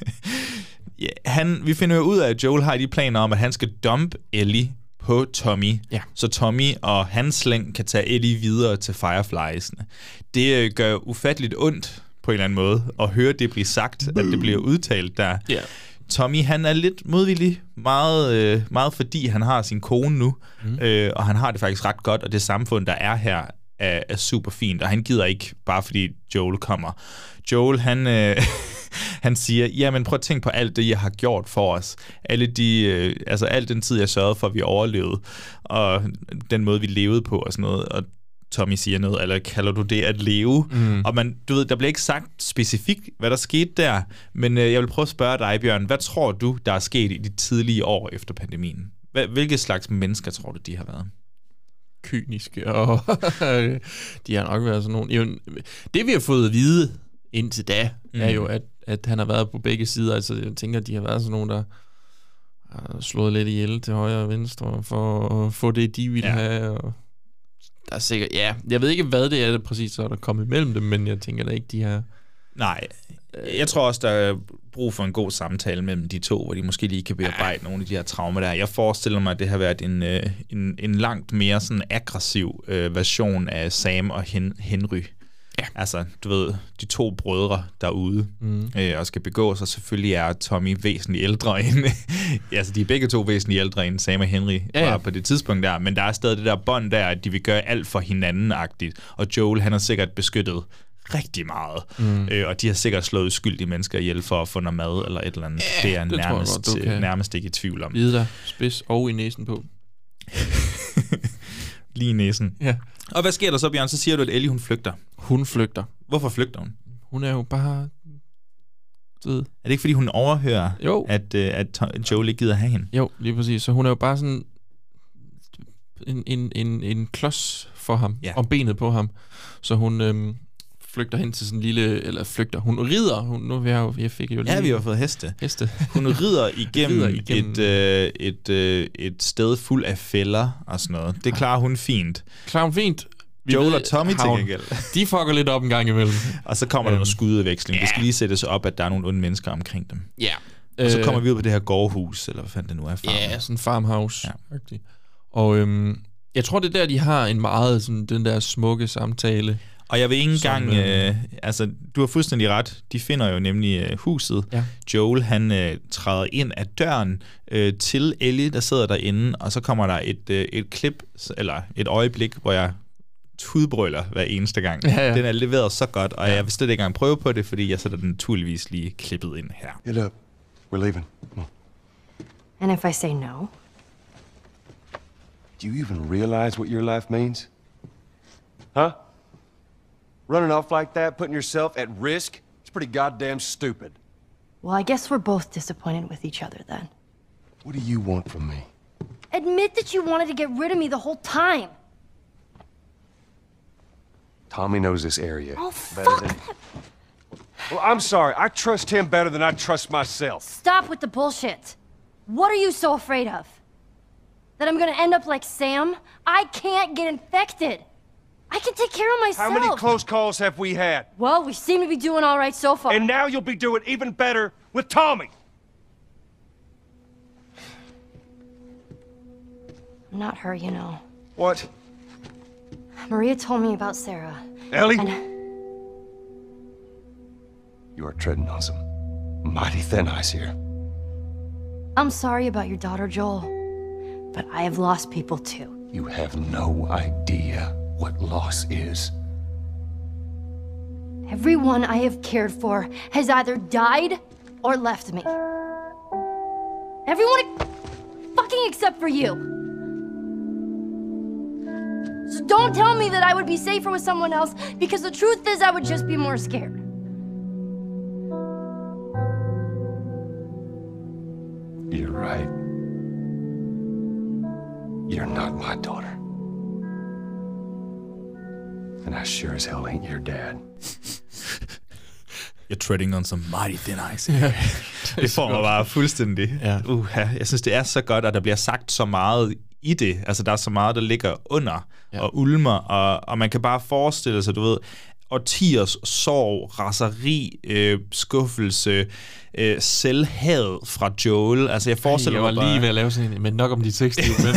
Speaker 8: ja, han... Vi finder jo ud af, at Joel har de planer om, at han skal dumpe Ellie på Tommy. Ja. Så Tommy og hans slæng kan tage Ellie videre til Fireflies'ene. Det øh, gør ufatteligt ondt på en eller anden måde at høre det blive sagt, at det bliver udtalt der. Yeah. Tommy, han er lidt modvillig, meget, øh, meget fordi han har sin kone nu, mm. øh, og han har det faktisk ret godt, og det samfund, der er her, er, er super fint, og han gider ikke, bare fordi Joel kommer. Joel, han, øh, han siger, jamen prøv at tænke på alt det, jeg har gjort for os. Alle de, øh, altså al den tid, jeg sørgede for, at vi overlevede, og den måde, vi levede på og sådan noget, og Tommy siger noget, eller kalder du det at leve? Mm. Og man, du ved, der bliver ikke sagt specifikt, hvad der skete der, men øh, jeg vil prøve at spørge dig, Bjørn, hvad tror du, der er sket i de tidlige år efter pandemien? Hvilke slags mennesker tror du, de har været?
Speaker 9: Kyniske, og de har nok været sådan nogle... Det vi har fået at vide indtil da, mm. er jo, at, at han har været på begge sider. Altså, jeg tænker, at de har været sådan nogle, der har slået lidt ihjel til højre og venstre, for at få det, de ville ja. have, og der er sikkert, ja, jeg ved ikke, hvad det er, det præcis så er der kommet imellem dem, men jeg tænker da ikke, de har...
Speaker 8: Nej, jeg tror også, der er brug for en god samtale mellem de to, hvor de måske lige kan bearbejde ja. nogle af de her traumer der. Jeg forestiller mig, at det har været en, en, en langt mere sådan aggressiv øh, version af Sam og Hen- Henry. Ja. Altså, du ved, de to brødre derude mm. øh, og skal begå sig. Selvfølgelig er Tommy væsentligt ældre end... altså, de er begge to væsentligt ældre end Sam og Henry ja, ja. var på det tidspunkt der. Men der er stadig det der bånd der, at de vil gøre alt for hinanden-agtigt. Og Joel, han har sikkert beskyttet rigtig meget. Mm. Øh, og de har sikkert slået uskyldige mennesker ihjel for at få noget mad eller et eller andet. Ja, det er det nærmest, godt, okay. nærmest ikke i tvivl om.
Speaker 9: Lide dig spids og i næsen på.
Speaker 8: Lige i næsen.
Speaker 9: Ja.
Speaker 8: Og hvad sker der så, Bjørn? Så siger du, at Ellie, hun flygter.
Speaker 9: Hun flygter.
Speaker 8: Hvorfor flygter hun?
Speaker 9: Hun er jo bare... Ved.
Speaker 8: Er det ikke, fordi hun overhører,
Speaker 9: jo.
Speaker 8: at, uh, at Joel ikke gider have hende?
Speaker 9: Jo, lige præcis. Så hun er jo bare sådan en, en, en, en klods for ham, ja. om benet på ham. Så hun øhm, flygter hen til sådan en lille... Eller flygter. Hun rider. Hun, nu vi har jo, jeg fik jo lige...
Speaker 8: Ja, vi har fået heste.
Speaker 9: Heste.
Speaker 8: Hun rider igennem, rider igennem. Et, øh, et, øh, et sted fuld af fælder og sådan noget. Det klarer hun fint.
Speaker 9: Klarer hun fint.
Speaker 8: Vi Joel og Tommy til gengæld.
Speaker 9: De fucker lidt op en gang imellem.
Speaker 8: Og så kommer der noget skududveksling. Ja. Det skal lige sættes op, at der er nogle onde mennesker omkring dem.
Speaker 9: Ja.
Speaker 8: Og så kommer vi ud på det her gårdhus, eller hvad fanden det nu er. Farm.
Speaker 9: Ja, sådan en farmhouse. Ja. Og øhm, jeg tror, det er der, de har en meget sådan, den der smukke samtale.
Speaker 8: Og jeg vil ikke engang... Øh, altså, du har fuldstændig ret. De finder jo nemlig øh, huset. Ja. Joel, han øh, træder ind af døren øh, til Ellie, der sidder derinde, og så kommer der et, øh, et klip, eller et øjeblik, hvor jeg tudbrøler hver eneste gang. Ja, ja. Den er leveret så godt, og ja. jeg vil slet ikke engang prøve på det, fordi jeg sætter den naturligvis lige klippet ind her.
Speaker 10: Get up. We're leaving. Come on.
Speaker 5: And if I say no?
Speaker 10: Do you even realize what your life means? Huh? Running off like that, putting yourself at risk? It's pretty goddamn stupid.
Speaker 5: Well, I guess we're both disappointed with each other then.
Speaker 10: What do you want from me?
Speaker 5: Admit that you wanted to get rid of me the whole time.
Speaker 10: Tommy knows this area
Speaker 5: oh,
Speaker 10: better
Speaker 5: fuck
Speaker 10: than...
Speaker 5: that.
Speaker 10: Well, I'm sorry. I trust him better than I trust myself.
Speaker 5: Stop with the bullshit. What are you so afraid of? That I'm gonna end up like Sam? I can't get infected.
Speaker 12: I can take care of myself.
Speaker 10: How many close calls have we had?
Speaker 12: Well, we seem to be doing all right so far.
Speaker 10: And now you'll be doing even better with Tommy.
Speaker 12: I'm not her, you know.
Speaker 10: What?
Speaker 12: Maria told me about Sarah.
Speaker 10: Ellie?
Speaker 12: And...
Speaker 10: You are treading on some mighty thin ice here.
Speaker 12: I'm sorry about your daughter, Joel, but I have lost people too.
Speaker 10: You have no idea what loss is.
Speaker 12: Everyone I have cared for has either died or left me. Everyone fucking except for you. So don't tell me that I would be safer with someone else, because the truth is I would just be more scared.
Speaker 10: You're right. You're not my daughter. And I sure as hell ain't your dad.
Speaker 8: You're treading on some mighty thin ice. Det får mig bare fuldstændig. Ja. Uh, jeg synes, det er så godt, at der bliver sagt så meget i det. Altså, der er så meget, der ligger under ja. og ulmer, og, og man kan bare forestille sig, du ved, årtiers sorg, raseri, øh, skuffelse, øh, selvhad fra Joel. Altså, jeg forestiller
Speaker 9: Ej, jeg var
Speaker 8: mig
Speaker 9: lige
Speaker 8: bare...
Speaker 9: ved at lave sådan en, men nok om de tekstive mænd.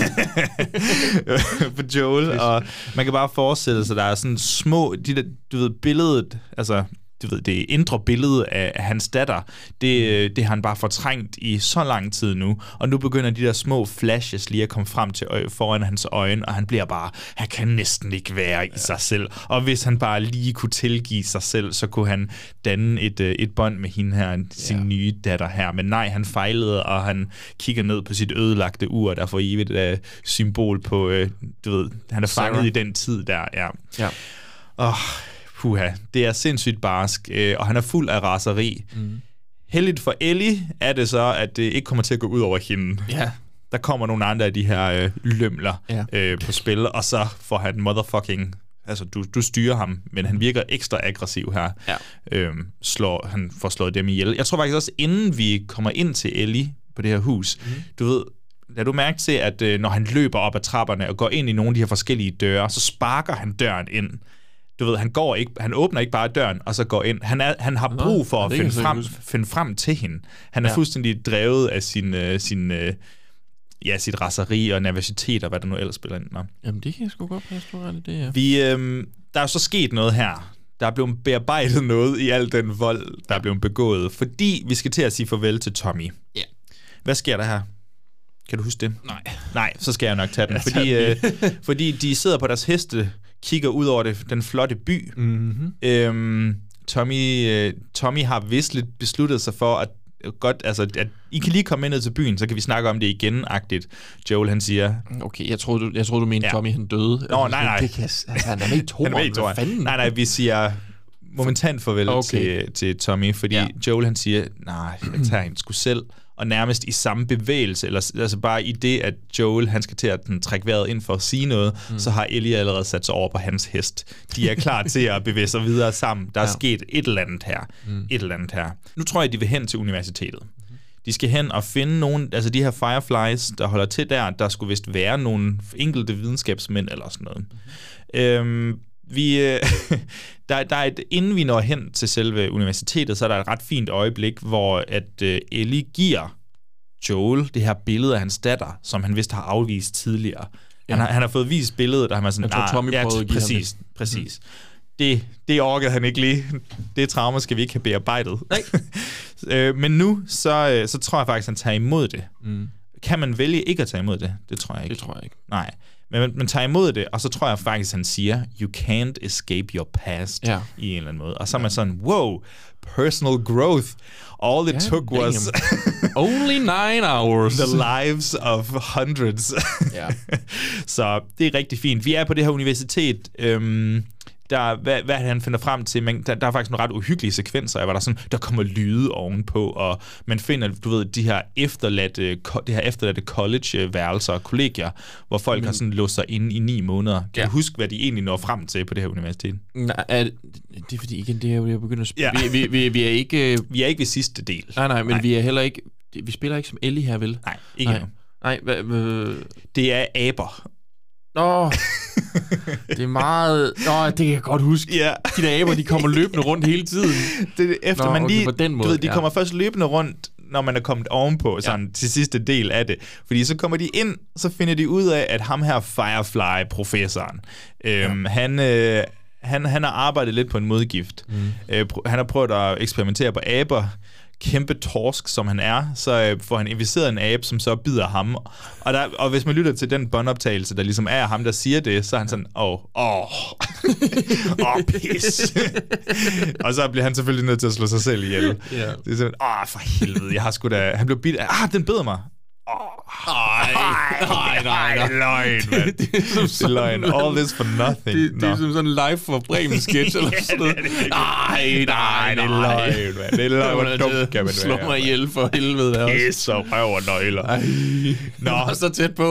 Speaker 8: For Joel, og man kan bare forestille sig, der er sådan små, de der, du ved, billedet, altså... Du ved, det indre billede af, af hans datter, det, det har han bare fortrængt i så lang tid nu, og nu begynder de der små flashes lige at komme frem til øje, foran hans øjne, og han bliver bare, han kan næsten ikke være i ja. sig selv, og hvis han bare lige kunne tilgive sig selv, så kunne han danne et, et bånd med hende her, sin ja. nye datter her, men nej, han fejlede, og han kigger ned på sit ødelagte ur, der får evigt et symbol på, du ved, han er fanget Sarah. i den tid der, ja.
Speaker 9: Ja.
Speaker 8: Åh, puha, det er sindssygt barsk, øh, og han er fuld af raseri. Mm. Heldigt for Ellie er det så, at det ikke kommer til at gå ud over hende.
Speaker 9: Ja.
Speaker 8: Der kommer nogle andre af de her øh, lømler ja. øh, på spil, og så får han motherfucking... Altså, du, du styrer ham, men han virker ekstra aggressiv her.
Speaker 9: Ja.
Speaker 8: Øhm, slår, han får slået dem ihjel. Jeg tror faktisk også, inden vi kommer ind til Ellie på det her hus, mm. du ved... Lad du mærke til, at øh, når han løber op ad trapperne og går ind i nogle af de her forskellige døre, så sparker han døren ind. Du ved, han går ikke, han åbner ikke bare døren, og så går ind. Han, er, han har brug for Nå, at finde frem, finde frem til hende. Han er ja. fuldstændig drevet af sin, uh, sin uh, ja, sit raseri og nervøsitet, og hvad der nu ellers spiller ind. Nå.
Speaker 9: Jamen, det kan jeg sgu godt passe på, det, ja.
Speaker 8: Vi, øhm, der er så sket noget her. Der er blevet bearbejdet noget i al den vold, der er blevet begået, fordi vi skal til at sige farvel til Tommy.
Speaker 9: Ja.
Speaker 8: Hvad sker der her? Kan du huske det?
Speaker 9: Nej.
Speaker 8: Nej, så skal jeg nok tage den. Fordi, øh, fordi de sidder på deres heste, kigger ud over det, den flotte by.
Speaker 9: Mm-hmm.
Speaker 8: Øhm, Tommy, øh, Tommy har vist lidt besluttet sig for, at, godt, altså, at I kan lige komme ned til byen, så kan vi snakke om det igen-agtigt. Joel, han siger...
Speaker 9: Okay, jeg troede, du, jeg troede, du mente, ja. Tommy, han døde.
Speaker 8: Nå, nej, nej.
Speaker 9: Det kan, altså, han er med i toren. Hvad fanden?
Speaker 8: Nej, nej, vi siger... momentant farvel okay. til, til Tommy, fordi ja. Joel, han siger, nej, jeg tager hende sgu selv, og nærmest i samme bevægelse, eller altså bare i det, at Joel, han skal til at den, trække vejret ind for at sige noget, mm. så har Ellie allerede sat sig over på hans hest. De er klar til at bevæge sig videre sammen. Der er ja. sket et eller andet her. Mm. Et eller andet her. Nu tror jeg, de vil hen til universitetet. Mm. De skal hen og finde nogle, altså de her Fireflies, der holder til der, der skulle vist være nogle enkelte videnskabsmænd eller sådan noget. Mm. Øhm, Vi, øh, der, der er et, inden vi når hen til selve universitetet, så er der et ret fint øjeblik, hvor at øh, Ellie giver Joel det her billede af hans datter, som han vist har afvist tidligere. Ja. Han, har, han har fået vist billedet, og han var sådan,
Speaker 9: jeg tror, Tommy
Speaker 8: ja,
Speaker 9: prøvede at give
Speaker 8: præcis,
Speaker 9: ham det.
Speaker 8: præcis. Mm. Det, det orkede han ikke lige. Det trauma skal vi ikke have bearbejdet.
Speaker 9: Nej.
Speaker 8: øh, men nu, så, så tror jeg faktisk, han tager imod det.
Speaker 9: Mm.
Speaker 8: Kan man vælge ikke at tage imod det? Det tror jeg ikke.
Speaker 9: Det tror jeg ikke.
Speaker 8: Nej. Men man, man tager imod det, og så tror jeg faktisk, han siger, you can't escape your past,
Speaker 9: ja.
Speaker 8: i en eller anden måde. Og så er man sådan, wow, personal growth. All it yeah, took damn. was...
Speaker 9: Only nine hours.
Speaker 8: The lives of hundreds.
Speaker 9: Yeah.
Speaker 8: Så det er rigtig fint. Vi er på det her universitet. Øhm, der, hvad, hvad han finder frem til, men der, der er faktisk nogle ret uhyggelige sekvenser, hvor der sådan, der kommer lyde ovenpå, og man finder, du ved, de her efterladte, det her efterladte college-værelser og kollegier, hvor folk men, har sådan låst sig inde i ni måneder. Kan ja. du huske, hvad de egentlig når frem til på det her universitet?
Speaker 9: Nej, er det, det er fordi, igen, det er jo, jeg begynder at spille. Ja. Vi, vi, vi er ikke...
Speaker 8: Vi er ikke ved sidste del.
Speaker 9: Nej, nej, men nej. vi er heller ikke... Vi spiller ikke som Ellie her, vel?
Speaker 8: Nej, ikke
Speaker 9: nej. Nej, hvad...
Speaker 8: Det er aber.
Speaker 9: Nå, det er meget... Nå, det kan jeg godt huske.
Speaker 8: Ja.
Speaker 9: De der aber, de kommer løbende rundt hele tiden.
Speaker 8: Det, efter Nå, man lige...
Speaker 9: Okay, den måde,
Speaker 8: du ved, de
Speaker 9: ja.
Speaker 8: kommer først løbende rundt, når man er kommet ovenpå, sådan ja. til sidste del af det. Fordi så kommer de ind, så finder de ud af, at ham her Firefly-professoren, øhm, ja. han... Øh, Han, han har arbejdet lidt på en modgift. Mm. Øh, han har prøvet at eksperimentere på aber. Kæmpe torsk, som han er, så øh, får han inficeret en abe, som så bider ham. Og, der, og hvis man lytter til den båndoptagelse, der ligesom er ham, der siger det, så er han sådan, åh, åh, åh, pis. Og så bliver han selvfølgelig nødt til at slå sig selv ihjel. Yeah. Det er sådan, åh, for helvede, jeg har sgu da... Han blev bidt af... Ah, den beder mig.
Speaker 9: Nej, nej, nej, nej.
Speaker 8: Løgn, mand. Det er som løgn. All this for nothing.
Speaker 9: Det, det er som sådan en live for Bremen sketch eller sådan noget. Nej, nej,
Speaker 8: det er løgn, mand. Det er løgn, hvor dumt kan man være.
Speaker 9: Slå mig ihjel for helvede også.
Speaker 8: Pis og røv og nøgler.
Speaker 9: Nå, jeg var så tæt på.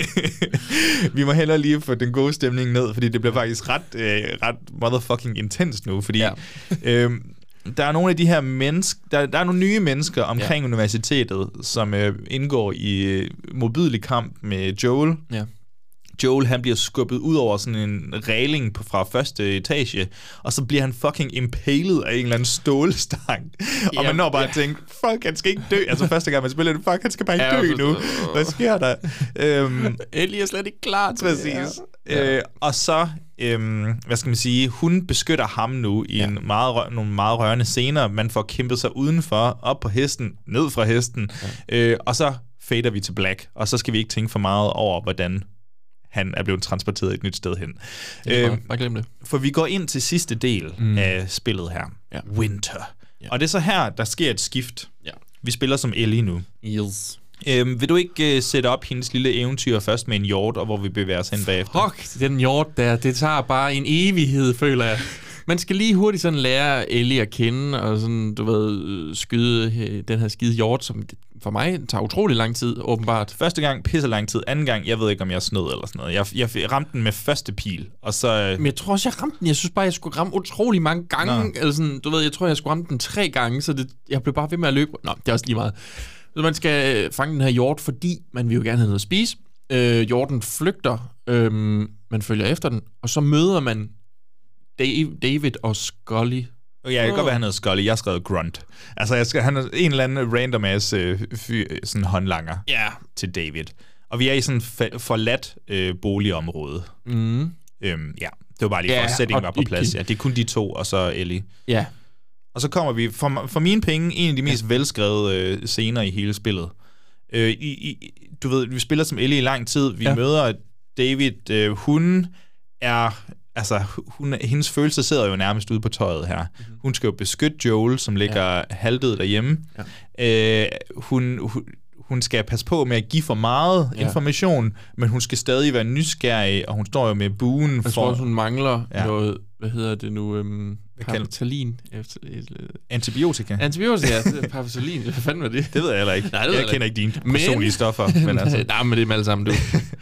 Speaker 8: Vi må hellere lige få den gode stemning ned, fordi det bliver faktisk ret, øh, ret motherfucking intens nu, fordi... Ja. øh, Der er nogle af de her mennesker, der, der er nogle nye mennesker omkring ja. universitetet, som øh, indgår i øh, modbydelig kamp med Joel. Ja. Joel, han bliver skubbet ud over sådan en railing på, fra første etage, og så bliver han fucking impaled af en eller anden stålstang. Ja, og man når bare ja. at tænke, fuck, han skal ikke dø. Altså første gang man spiller det, fuck, han skal bare ikke ja, dø nu. Hvad sker der? øhm,
Speaker 9: Ellie er slet ikke klar til
Speaker 8: præcis. Det. Ja. Øh, og så, øhm, hvad skal man sige, hun beskytter ham nu i ja. en meget, nogle meget rørende scener. Man får kæmpet sig udenfor, op på hesten, ned fra hesten, ja. øh, og så fader vi til black. Og så skal vi ikke tænke for meget over, hvordan han er blevet transporteret et nyt sted hen.
Speaker 9: Øh, bare glem det.
Speaker 8: For vi går ind til sidste del mm. af spillet her. Ja. Winter. Ja. Og det er så her, der sker et skift. Ja. Vi spiller som Ellie nu.
Speaker 9: Yes.
Speaker 8: Øhm, vil du ikke uh, sætte op hendes lille eventyr først med en hjort, og hvor vi bevæger os hen bagefter?
Speaker 9: Fuck, den hjort der, det tager bare en evighed, føler jeg. Man skal lige hurtigt sådan lære Ellie at kende, og sådan, du ved, skyde den her skide hjort, som for mig tager utrolig lang tid, åbenbart.
Speaker 8: Første gang, pisse lang tid. Anden gang, jeg ved ikke, om jeg snød eller sådan noget. Jeg, jeg ramte den med første pil, og så...
Speaker 9: Men jeg tror også, jeg ramte den. Jeg synes bare, jeg skulle ramme utrolig mange gange. Eller sådan, du ved, jeg tror, jeg skulle ramme den tre gange, så det, jeg blev bare ved med at løbe. Nå, det er også lige meget. Så man skal fange den her hjort, fordi man vil jo gerne have noget at spise. Øh, hjorten flygter, øh, man følger efter den, og så møder man Dave, David og Scully.
Speaker 8: Ja, jeg kan oh. godt være, han hedder Scully. Jeg har skrevet Grunt. Altså, jeg skal, han er en eller anden random ass øh, fyr, sådan håndlanger
Speaker 9: yeah.
Speaker 8: til David. Og vi er i sådan et forladt øh, boligområde. Mm. Øhm, ja, det var bare lige for, yeah, at sætningen var på plads. Ja, det er kun de to, og så Ellie.
Speaker 9: Ja. Yeah.
Speaker 8: Og så kommer vi, for, for mine penge, en af de mest yeah. velskrevede øh, scener i hele spillet. Øh, i, i, du ved, vi spiller som Ellie i lang tid. Vi yeah. møder David. Øh, hun er... Altså, hun, hendes følelser sidder jo nærmest ude på tøjet her. Mm-hmm. Hun skal jo beskytte Joel, som ligger ja. halvdød derhjemme. Ja. Øh, hun, hun, hun skal passe på med at give for meget ja. information, men hun skal stadig være nysgerrig, og hun står jo med buen
Speaker 9: jeg
Speaker 8: for...
Speaker 9: Jeg tror også, hun mangler ja. noget, hvad hedder det nu, um, paracetamol.
Speaker 8: Antibiotika.
Speaker 9: Antibiotika, ja. Paracetamol, hvad fanden var det?
Speaker 8: Det ved jeg heller ikke.
Speaker 9: Nej, det
Speaker 8: jeg
Speaker 9: jeg
Speaker 8: kender ikke dine personlige men... stoffer. Men altså.
Speaker 9: Nej, men det er dem alle sammen, du.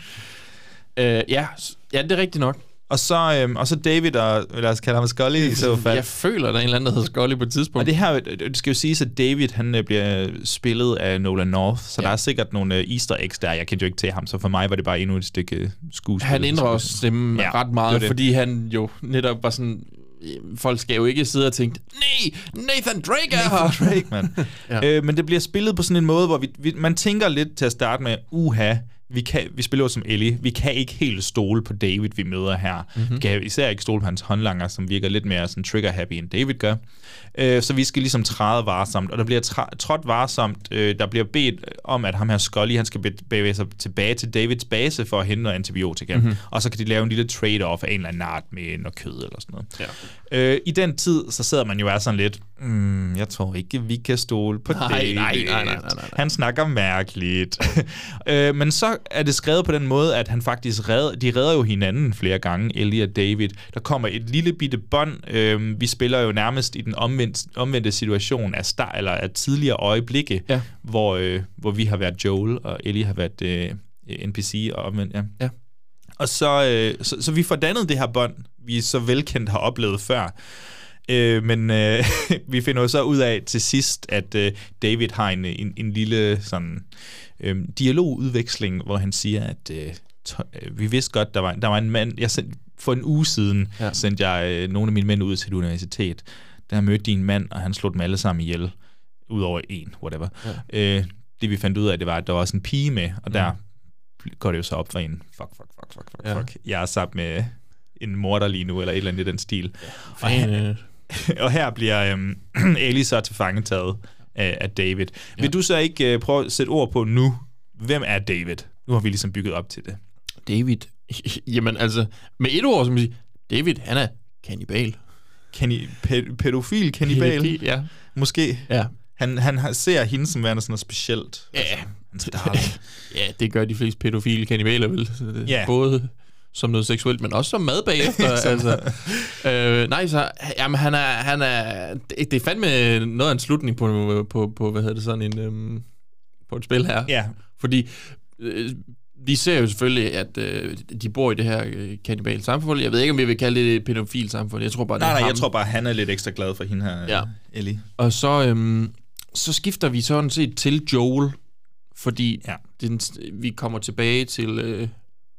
Speaker 9: uh, ja, ja, det er rigtigt nok.
Speaker 8: Og så, øhm, og så David og, lad os kalde ham Scully i så fald.
Speaker 9: Jeg føler, der er en eller anden, der hedder Scully på et tidspunkt.
Speaker 8: Og det her, det skal jo siges, at David, han bliver spillet af Nolan North, så ja. der er sikkert nogle uh, easter eggs der. Jeg kendte jo ikke til ham, så for mig var det bare endnu et stykke skuespil.
Speaker 9: Han ændrer også stemmen ja, ret meget, det fordi han jo netop var sådan... Folk skal jo ikke sidde og tænke, nej, Nathan Drake er her.
Speaker 8: Nathan Drake, mand. ja. øh, men det bliver spillet på sådan en måde, hvor vi, vi, man tænker lidt til at starte med, uha, vi, kan, vi spiller jo som Ellie, vi kan ikke helt stole på David, vi møder her. Mm-hmm. Vi kan især ikke stole på hans håndlanger, som virker lidt mere sådan trigger-happy, end David gør. Øh, så vi skal ligesom træde varsomt, og der bliver tra- trådt varsomt. Øh, der bliver bedt om, at ham her Scully, han skal bevæge sig tilbage til Davids base for at hente noget antibiotika. Mm-hmm. Og så kan de lave en lille trade-off af en eller anden art med noget kød eller sådan noget. Ja. Øh, I den tid, så sidder man jo er sådan lidt, mm, jeg tror ikke, vi kan stole på
Speaker 9: nej,
Speaker 8: David.
Speaker 9: Nej, nej, nej, nej, nej.
Speaker 8: Han snakker mærkeligt. øh, men så er det skrevet på den måde, at han faktisk redder, de redder jo hinanden flere gange, Ellie og David. Der kommer et lille bitte bånd. Øh, vi spiller jo nærmest i den omvendt, omvendte situation af, star, eller af tidligere øjeblikke, ja. hvor, øh, hvor vi har været Joel, og Ellie har været øh, N P C og omvendt. Ja.
Speaker 9: Ja.
Speaker 8: Og så, øh, så, så vi får dannet det her bånd, vi så velkendt har oplevet før. Øh, men øh, vi finder jo så ud af til sidst, at øh, David har en, en, en lille sådan, øh, dialogudveksling, hvor han siger, at øh, vi vidste godt, der var, der var en mand, jeg sendte, for en uge siden ja. sendte jeg øh, nogle af mine mænd ud til et universitet, der mødte de en mand, og han slog dem alle sammen ihjel, udover en, whatever. Ja. Øh, det vi fandt ud af, det var, at der var også en pige med, og der mm. går det jo så op for en, fuck, fuck, fuck, fuck, fuck, ja. fuck. Jeg er sammen med en morder lige nu, eller et eller andet i den stil. Ja. Og, her, og her bliver øhm, Ellie så tilfangetaget af, af David. Ja. Vil du så ikke øh, prøve at sætte ord på nu, hvem er David? Nu har vi ligesom bygget op til det.
Speaker 9: David? Jamen altså, med et ord, som man siger, David, han er kannibal.
Speaker 8: Kanni- pæ- pædofil kannibal?
Speaker 9: Pædofil, ja.
Speaker 8: Måske.
Speaker 9: Ja.
Speaker 8: Han, han ser hende som værende sådan noget specielt.
Speaker 9: Ja.
Speaker 8: Altså,
Speaker 9: ja, det gør de fleste pædofile kannibaler vel. Ja. Både som noget seksuelt, men også som mad bagefter. altså. øh, nej, så jamen, han er, han er, det, det er fandme noget af en slutning på, på, på hvad hedder det, sådan en, øhm, på et spil her.
Speaker 8: Ja.
Speaker 9: Fordi øh, vi ser jo selvfølgelig, at øh, de bor i det her øh, kannibale samfund. Jeg ved ikke, om jeg vil kalde det et pædofil samfund. Jeg tror bare, det
Speaker 8: nej,
Speaker 9: er
Speaker 8: nej,
Speaker 9: ham.
Speaker 8: jeg tror bare, han er lidt ekstra glad for hende her, ja. Ellie.
Speaker 9: Og så, øhm, så skifter vi sådan set til Joel, fordi ja. den, vi kommer tilbage til, øh,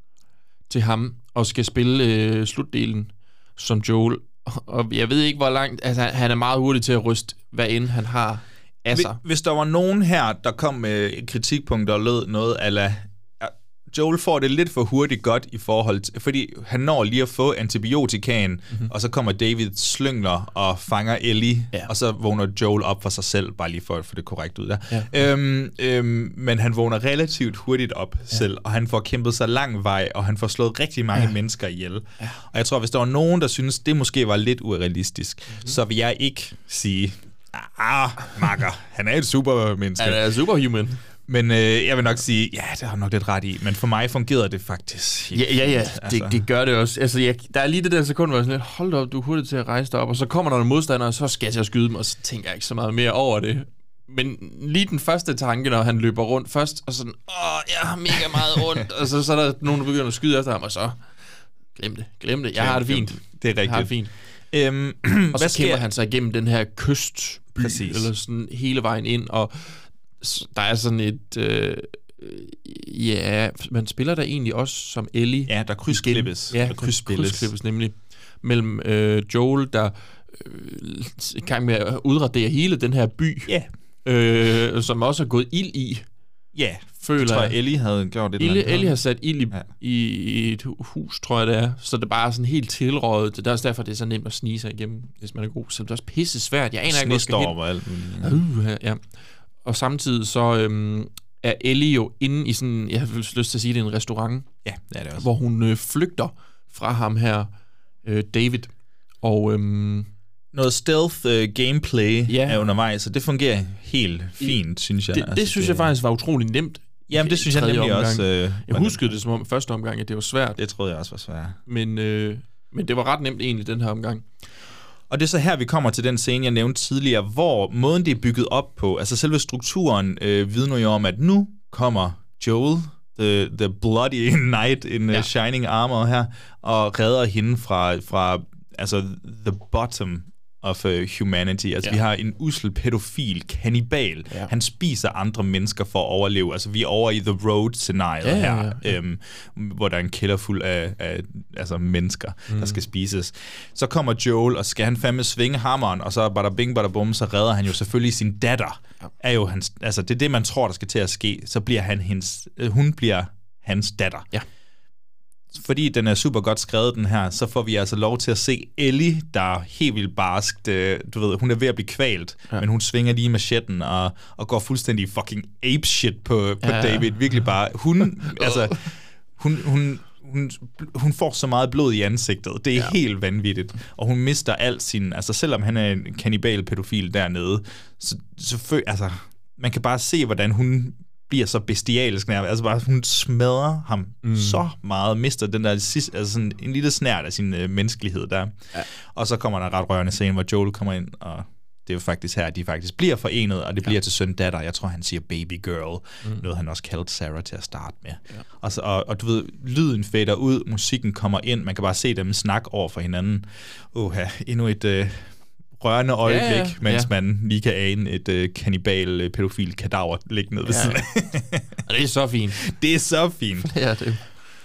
Speaker 9: til ham og skal spille øh, slutdelen som Joel. Og jeg ved ikke, hvor langt... Altså, han er meget hurtig til at ryste, hvad end han har af sig.
Speaker 8: Hvis der var nogen her, der kom med kritikpunkter og lød noget ala... Joel får det lidt for hurtigt godt i forhold til... Fordi han når lige at få antibiotikaen, mm-hmm. og så kommer David slyngler og fanger Ellie, ja. og så vågner Joel op for sig selv, bare lige for at få det korrekt ud der. Ja. Øhm, øhm, men han vågner relativt hurtigt op ja. selv, og han får kæmpet sig lang vej, og han får slået rigtig mange ja. mennesker ihjel. Ja. Og jeg tror, hvis der var nogen, der synes det måske var lidt urealistisk, mm-hmm. så vil jeg ikke sige, ah, makker, han er et supermenneske.
Speaker 9: Han er superhuman.
Speaker 8: Men øh, jeg vil nok sige, ja, det har nok lidt ret i, men for mig fungerede det faktisk.
Speaker 9: Ja, ja, ja. Altså. Det, det gør det også. Altså, jeg, der er lige det der sekund, hvor jeg sådan lidt, hold da op, du er hurtigt til at rejse dig op, og så kommer der nogle modstandere, og så skal jeg til at skyde dem, og så tænker jeg ikke så meget mere over det. Men lige den første tanke, når han løber rundt først, og sådan, åh, jeg har mega meget ondt, og så, så er der nogen, der begynder at skyde efter ham, og så, glem det, glem det, jeg har det fint.
Speaker 8: Det er rigtigt.
Speaker 9: Jeg har det fint.
Speaker 8: Øhm,
Speaker 9: og så kæmper han sig igennem den her kystby, Præcis. eller sådan hele vejen ind, og der er sådan et... Øh, ja, man spiller der egentlig også som Ellie.
Speaker 8: Ja, der krydsklippes.
Speaker 9: Ja, der krydsklippes. krydsklippes nemlig. Mellem øh, Joel, der øh, er i gang med at udradere hele den her by.
Speaker 8: Ja.
Speaker 9: Øh, som også har gået ild i.
Speaker 8: Ja,
Speaker 9: føler
Speaker 8: jeg tror jeg, Ellie havde gjort det.
Speaker 9: Ellie, Ellie har sat ild i, ja. i et hus, tror jeg det er. Så det er bare sådan helt tilrådet. Det er også derfor, det er så nemt at snige sig igennem, hvis man er god. Så det er også pisse svært. Jeg aner ikke, hvor skal hen.
Speaker 8: Og alt
Speaker 9: uh, ja. Og samtidig så øhm, er Ellie jo inde i sådan, jeg har lyst til at sige, det er en restaurant.
Speaker 8: Ja, det er det også.
Speaker 9: Hvor hun øh, flygter fra ham her, øh, David. Og øhm,
Speaker 8: noget stealth øh, gameplay ja. er undervejs, så det fungerer helt fint, I, synes jeg.
Speaker 9: Det, det
Speaker 8: altså,
Speaker 9: synes det, jeg faktisk var utrolig nemt.
Speaker 8: Jamen, det synes jeg nemlig omgang. også. Øh,
Speaker 9: jeg huskede det som om første omgang, at det var svært.
Speaker 8: Det troede jeg også var svært.
Speaker 9: Men, øh, men det var ret nemt egentlig, den her omgang.
Speaker 8: Og det er så her, vi kommer til den scene, jeg nævnte tidligere, hvor måden, det er bygget op på, altså selve strukturen, øh, vidner jo om, at nu kommer Joel, the, the bloody knight in ja. shining armor her, og redder hende fra, fra altså, the bottom of uh, humanity. Altså, ja. vi har en usel pædofil kannibal. Ja. Han spiser andre mennesker for at overleve. Altså, vi er over i The Road-scenariet ja, her, ja, ja. Øhm, hvor der er en kælder fuld af, af altså, mennesker, mm. der skal spises. Så kommer Joel, og skal han fandme svinge hammeren, og så bada bing, bada bum, så redder han jo selvfølgelig sin datter. Ja. Er jo hans, altså, det er det, man tror, der skal til at ske. Så bliver han hendes, øh, hun bliver hans datter.
Speaker 9: Ja.
Speaker 8: Fordi den er super godt skrevet, den her, så får vi altså lov til at se Ellie, der er helt vildt barskt, øh, du ved, hun er ved at blive kvalt, ja. men hun svinger lige machetten og, og går fuldstændig fucking apeshit på, på ja. David. Virkelig bare, hun, altså, hun, hun, hun, hun får så meget blod i ansigtet. Det er ja. helt vanvittigt. Og hun mister alt sin, altså selvom han er en kannibal-pædofil dernede, så, så fø, altså, man kan bare se, hvordan hun bliver så bestialisk nærmest. Altså bare, hun smadrer ham mm. så meget, mister den der sidste, altså sådan en lille snært af sin øh, menneskelighed der. Ja. Og så kommer der en ret rørende scene, hvor Joel kommer ind, og det er jo faktisk her, at de faktisk bliver forenet, og det ja. bliver til søn datter. Jeg tror, han siger baby girl, mm. noget han også kaldte Sarah til at starte med. Ja. Og, så, og, og du ved, lyden fader ud, musikken kommer ind, man kan bare se dem snakke over for hinanden. Åh, endnu et... Øh, rørende øjeblik, ja, ja. mens ja. man lige kan ane et øh, kannibal, øh, pædofil kadaver ligge ned ved
Speaker 9: ja.
Speaker 8: siden
Speaker 9: af. Og det er så fint.
Speaker 8: Det er så fint.
Speaker 9: Ja, det.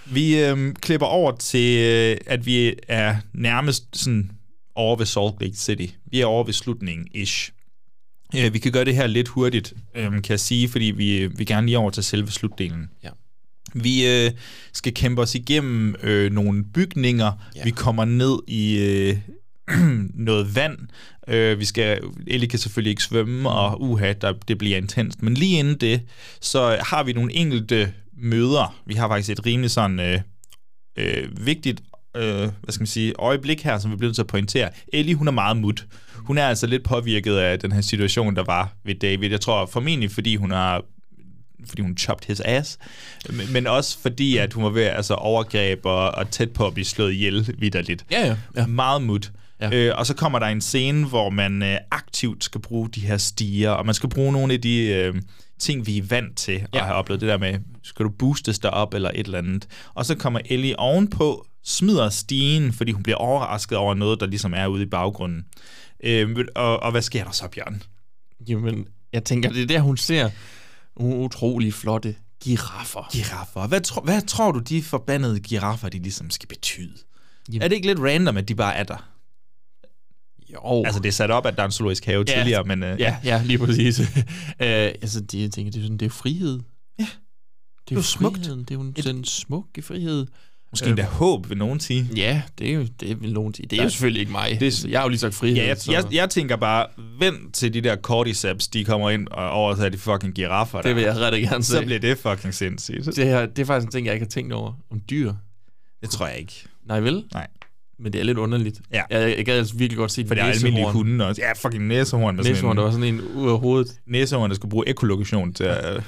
Speaker 8: Vi øh, klipper over til, øh, at vi er nærmest sådan over ved Salt Lake City. Vi er over ved slutningen, ish. Øh, vi kan gøre det her lidt hurtigt, øh, kan jeg sige, fordi vi vi gerne lige over til selve slutdelen.
Speaker 9: Ja.
Speaker 8: Vi øh, skal kæmpe os igennem øh, nogle bygninger. Ja. Vi kommer ned i øh, noget vand. Øh, vi skal, Ellie kan selvfølgelig ikke svømme, og uha, der, det bliver intenst. Men lige inden det, så har vi nogle enkelte møder. Vi har faktisk et rimelig sådan øh, øh, vigtigt øh, hvad skal man sige, øjeblik her, som vi bliver nødt til at pointere. Ellie, hun er meget mut. Hun er altså lidt påvirket af den her situation, der var ved David. Jeg tror formentlig, fordi hun har fordi hun chopped his ass, men også fordi, at hun var ved altså overgreb og, og tæt på at blive slået ihjel vitterligt.
Speaker 9: Ja, ja. ja.
Speaker 8: Meget mut. Ja. Øh, og så kommer der en scene, hvor man øh, aktivt skal bruge de her stiger, og man skal bruge nogle af de øh, ting, vi er vant til at ja. have oplevet. Det der med, skal du boostes derop eller et eller andet. Og så kommer Ellie ovenpå, smider stigen, fordi hun bliver overrasket over noget, der ligesom er ude i baggrunden. Øh, og, og hvad sker der så, Bjørn?
Speaker 9: Jamen, jeg tænker, det er der, hun ser utrolig flotte giraffer.
Speaker 8: Giraffer. Hvad, tro, hvad tror du, de forbandede giraffer, de ligesom skal betyde? Jamen. Er det ikke lidt random, at de bare er der?
Speaker 9: Jo.
Speaker 8: Altså, det er sat op, at der er en zoologisk have ja. tidligere, men... Uh,
Speaker 9: ja, ja, ja, lige præcis. uh, altså, de, jeg tænker, det er, sådan, det er frihed.
Speaker 8: Ja.
Speaker 9: Det er jo smukt. Det er jo en, en smuk frihed.
Speaker 8: Måske endda håb, vil nogen sige.
Speaker 9: Ja, det er jo, det vil nogen sige. Det er jo selvfølgelig ikke mig. Det er, jeg har jo lige sagt frihed.
Speaker 8: Ja, jeg, jeg, jeg tænker bare, vent til de der cordyceps, de kommer ind og overtager de fucking giraffer der.
Speaker 9: Det vil jeg ret gerne se.
Speaker 8: Så bliver det fucking sindssygt.
Speaker 9: Det, her, det er faktisk en ting, jeg ikke har tænkt over. Om dyr.
Speaker 8: Det tror jeg ikke.
Speaker 9: Nej, vel?
Speaker 8: Nej.
Speaker 9: Men det er lidt underligt.
Speaker 8: Ja.
Speaker 9: Jeg, jeg gad altså virkelig godt se
Speaker 8: for det er almindelige hunde også. Ja, fucking næsehorn. Der
Speaker 9: næsehorn, der var sådan en ud af hovedet.
Speaker 8: Næsehorn, der skulle bruge ekolokation til at...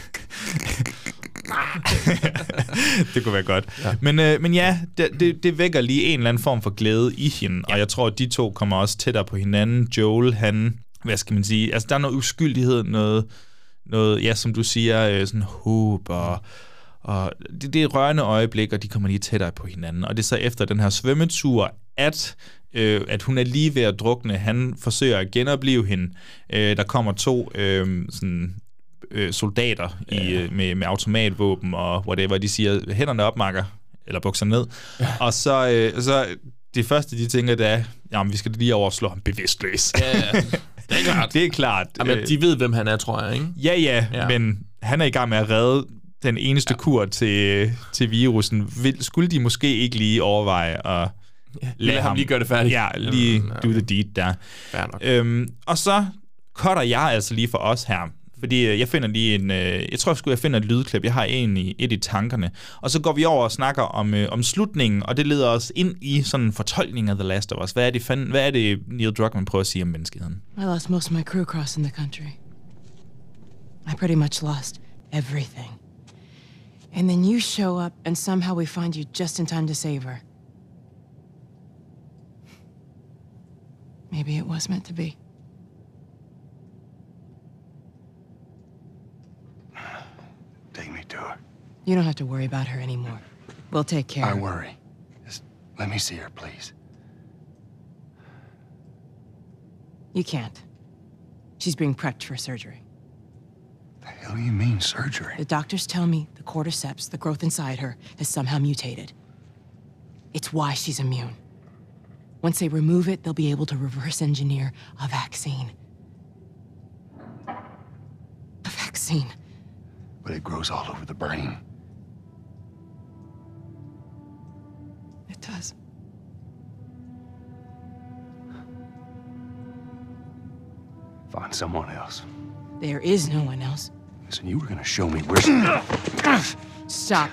Speaker 8: det kunne være godt. Ja. Men, øh, men ja, det, det, det vækker lige en eller anden form for glæde i hende, ja. Og jeg tror, at de to kommer også tættere på hinanden. Joel, han, hvad skal man sige, altså der er noget uskyldighed, noget, noget ja, som du siger, øh, sådan håb, og, og det, det er rørende øjeblik, og de kommer lige tættere på hinanden. Og det er så efter den her svømmetur, at, øh, at hun er lige ved at drukne. Han forsøger at genopleve hende. Øh, der kommer to øh, sådan... soldater ja. i, med, med automatvåben og whatever, de siger, hænderne op, makker, eller bukser ned. Ja. Og så, øh, så det første, de tænker, det er, jamen, vi skal lige over og slå ham bevidstløs.
Speaker 9: Ja, ja. Det er klart.
Speaker 8: Det er klart.
Speaker 9: Jamen, de ved, hvem han er, tror jeg, ikke?
Speaker 8: Ja, ja, ja, men han er i gang med at redde den eneste ja. kur til, til virusen. Vil, skulle de måske ikke lige overveje at
Speaker 9: ja, lade ham lige gøre det færdigt?
Speaker 8: Ja, lige ja, do the deed der.
Speaker 9: Fair nok.
Speaker 8: Øhm, og så cutter jeg altså lige for os her. Fordi jeg finder lige en... Øh, jeg tror, jeg skulle jeg finder et lydklip. Jeg har en i, et i tankerne. Og så går vi over og snakker om, øh, om slutningen, og det leder os ind i sådan en fortolkning af The Last of Us. Hvad er det, fand, hvad er det Neil Druckmann prøver at sige om menneskeheden?
Speaker 13: I lost most of my crew crossing the country. I pretty much lost everything. And then you show up, and somehow we find you just in time to save her. Maybe it was meant to be.
Speaker 3: Take me to her.
Speaker 13: You don't have to worry about her anymore. We'll take care
Speaker 3: I
Speaker 13: of her.
Speaker 3: worry. Just let me see her, please.
Speaker 13: You can't. She's being prepped for surgery.
Speaker 3: The hell do you mean, surgery?
Speaker 13: The doctors tell me the cordyceps, the growth inside her, has somehow mutated. It's why she's immune. Once they remove it, they'll be able to reverse engineer a vaccine. A vaccine.
Speaker 3: But it grows all over the brain.
Speaker 13: It does.
Speaker 3: Find someone else.
Speaker 13: There is no one else.
Speaker 3: Listen, you were gonna show me where...
Speaker 13: Stop.